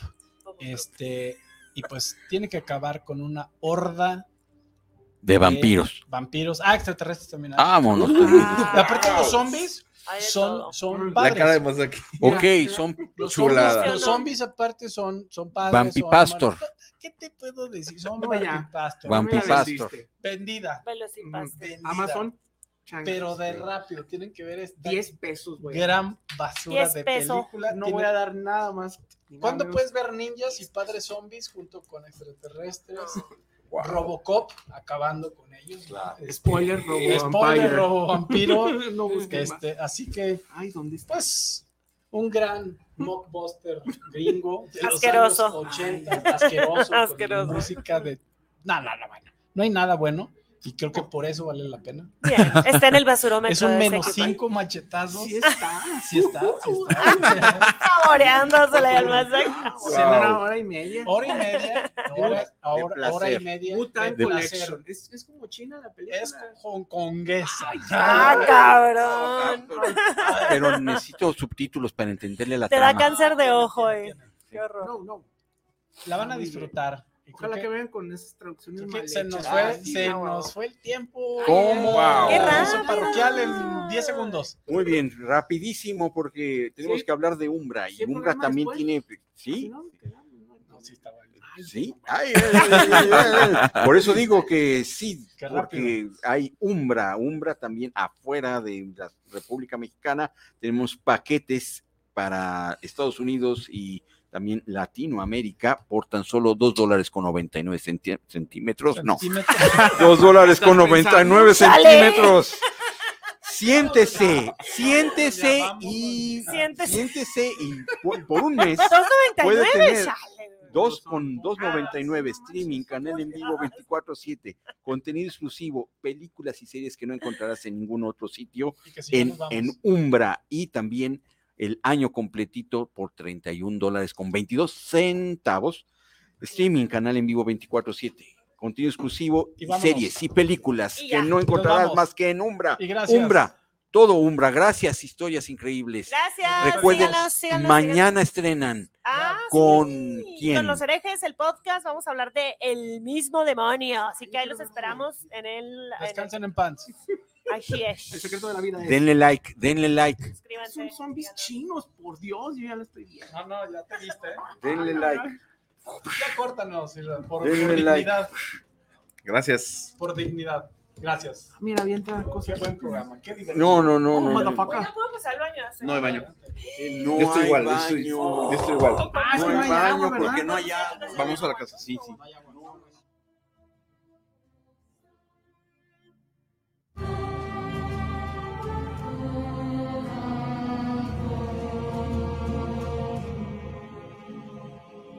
Y pues tiene que acabar con una horda De vampiros. vampiros. Extraterrestres también. hay. Vámonos. Ah, Aparte los zombies hay de son todo. La padres. cara de Masaki. Ok, son Los chulada. zombies, los zombies aparte son padres. Vampipastor. ¿Qué te puedo decir? Son No, ya. vampipastor. Vampipastor. Vendida. Velocipaster. Vendida. Amazon. Pero de rápido. Tienen que ver esta 10 pesos, güey. gran basura 10 de pesos. película. No Tiene- voy a dar nada más. ni nada ¿Cuándo menos. puedes ver ninjas y padres zombies junto con extraterrestres? Robocop acabando con ellos. Spoiler, Spoiler, Robovampire. Robo Vampiro. No busques más. Así que, Ay, ¿dónde está? pues, un gran mockbuster gringo de los Asqueroso. años 80, asqueroso, Asqueroso. con música de... No, bueno. No hay nada bueno y creo que por eso vale la pena. Bien, está en el basurómetro. Es un de ese menos equipo. 5 machetazos. Sí está. Sí está. Saboreándosela al más En una hora y media. Hora y media. Hora y media. Wu-Tang de placer. Collection. Es como china la película. Es hongkonguesa. Ah, cabrón. Pero necesito subtítulos para entenderle la Te da trama. cáncer de ojo, Qué horror. No. La van a disfrutar. Y creo Ojalá que vean con esas traducciones creo que mal se hechas. nos fue, Sí, se no. nos fue el tiempo. ¿Cómo? Wow. ¡Qué Aviso rápido! parroquial en 10 segundos. Muy bien, rapidísimo porque tenemos Sí. que hablar de Umbra y Sí, Umbra programa también después. tiene, Si ¿sí? no, quedamos, no. No, sí está bueno. Sí. Ay, ay, ay, ay. Por eso digo que sí, Qué porque hay Umbra también afuera de la República Mexicana. Tenemos paquetes para Estados Unidos y también Latinoamérica por tan solo $2.99 centímetros. No, Centímetros. $2.99 ¡Chale! centímetros. Siéntese y por un mes puede 2.99, tener chale. 2.99 streaming, canal en vivo 24/7, contenido exclusivo, películas y series que no encontrarás en ningún otro sitio Y que si ya en nos vamos. Umbra, y también el año completito por $31.22. Streaming, canal en vivo 24/7, contenido exclusivo, Y y vámonos. series y películas Y que ya. no encontrarás vamos. más que en Umbra. Y gracias. Umbra, todo Umbra. Gracias, historias increíbles. Gracias. Recuerden, síganos, mañana estrenan Ah, ¿con sí. quién? Con Los Herejes, el podcast, vamos a hablar de El mismo demonio. Así que ahí los esperamos en el. Descansen en pants. Así El es. secreto de la vida es. Denle like, denle like, Suscríbanse. Son zombies chinos, por Dios, yo ya lo estoy viendo. No, ya te viste. denle like. Ya córtanos, Isra, por Denle dignidad. Gracias. Por dignidad. Gracias. Mira, avienta Qué cosas. buen programa. Qué divertido. No, no, no, Oh, no. motherfucker. Oye, ¿puedo pasar al baño? No hay baño. No Yo estoy hay igual, baño. yo estoy igual. Ah, es No que hay no hay baño agua, ¿verdad? porque no hay agua. Vamos a la casa, sí, sí. No hay agua.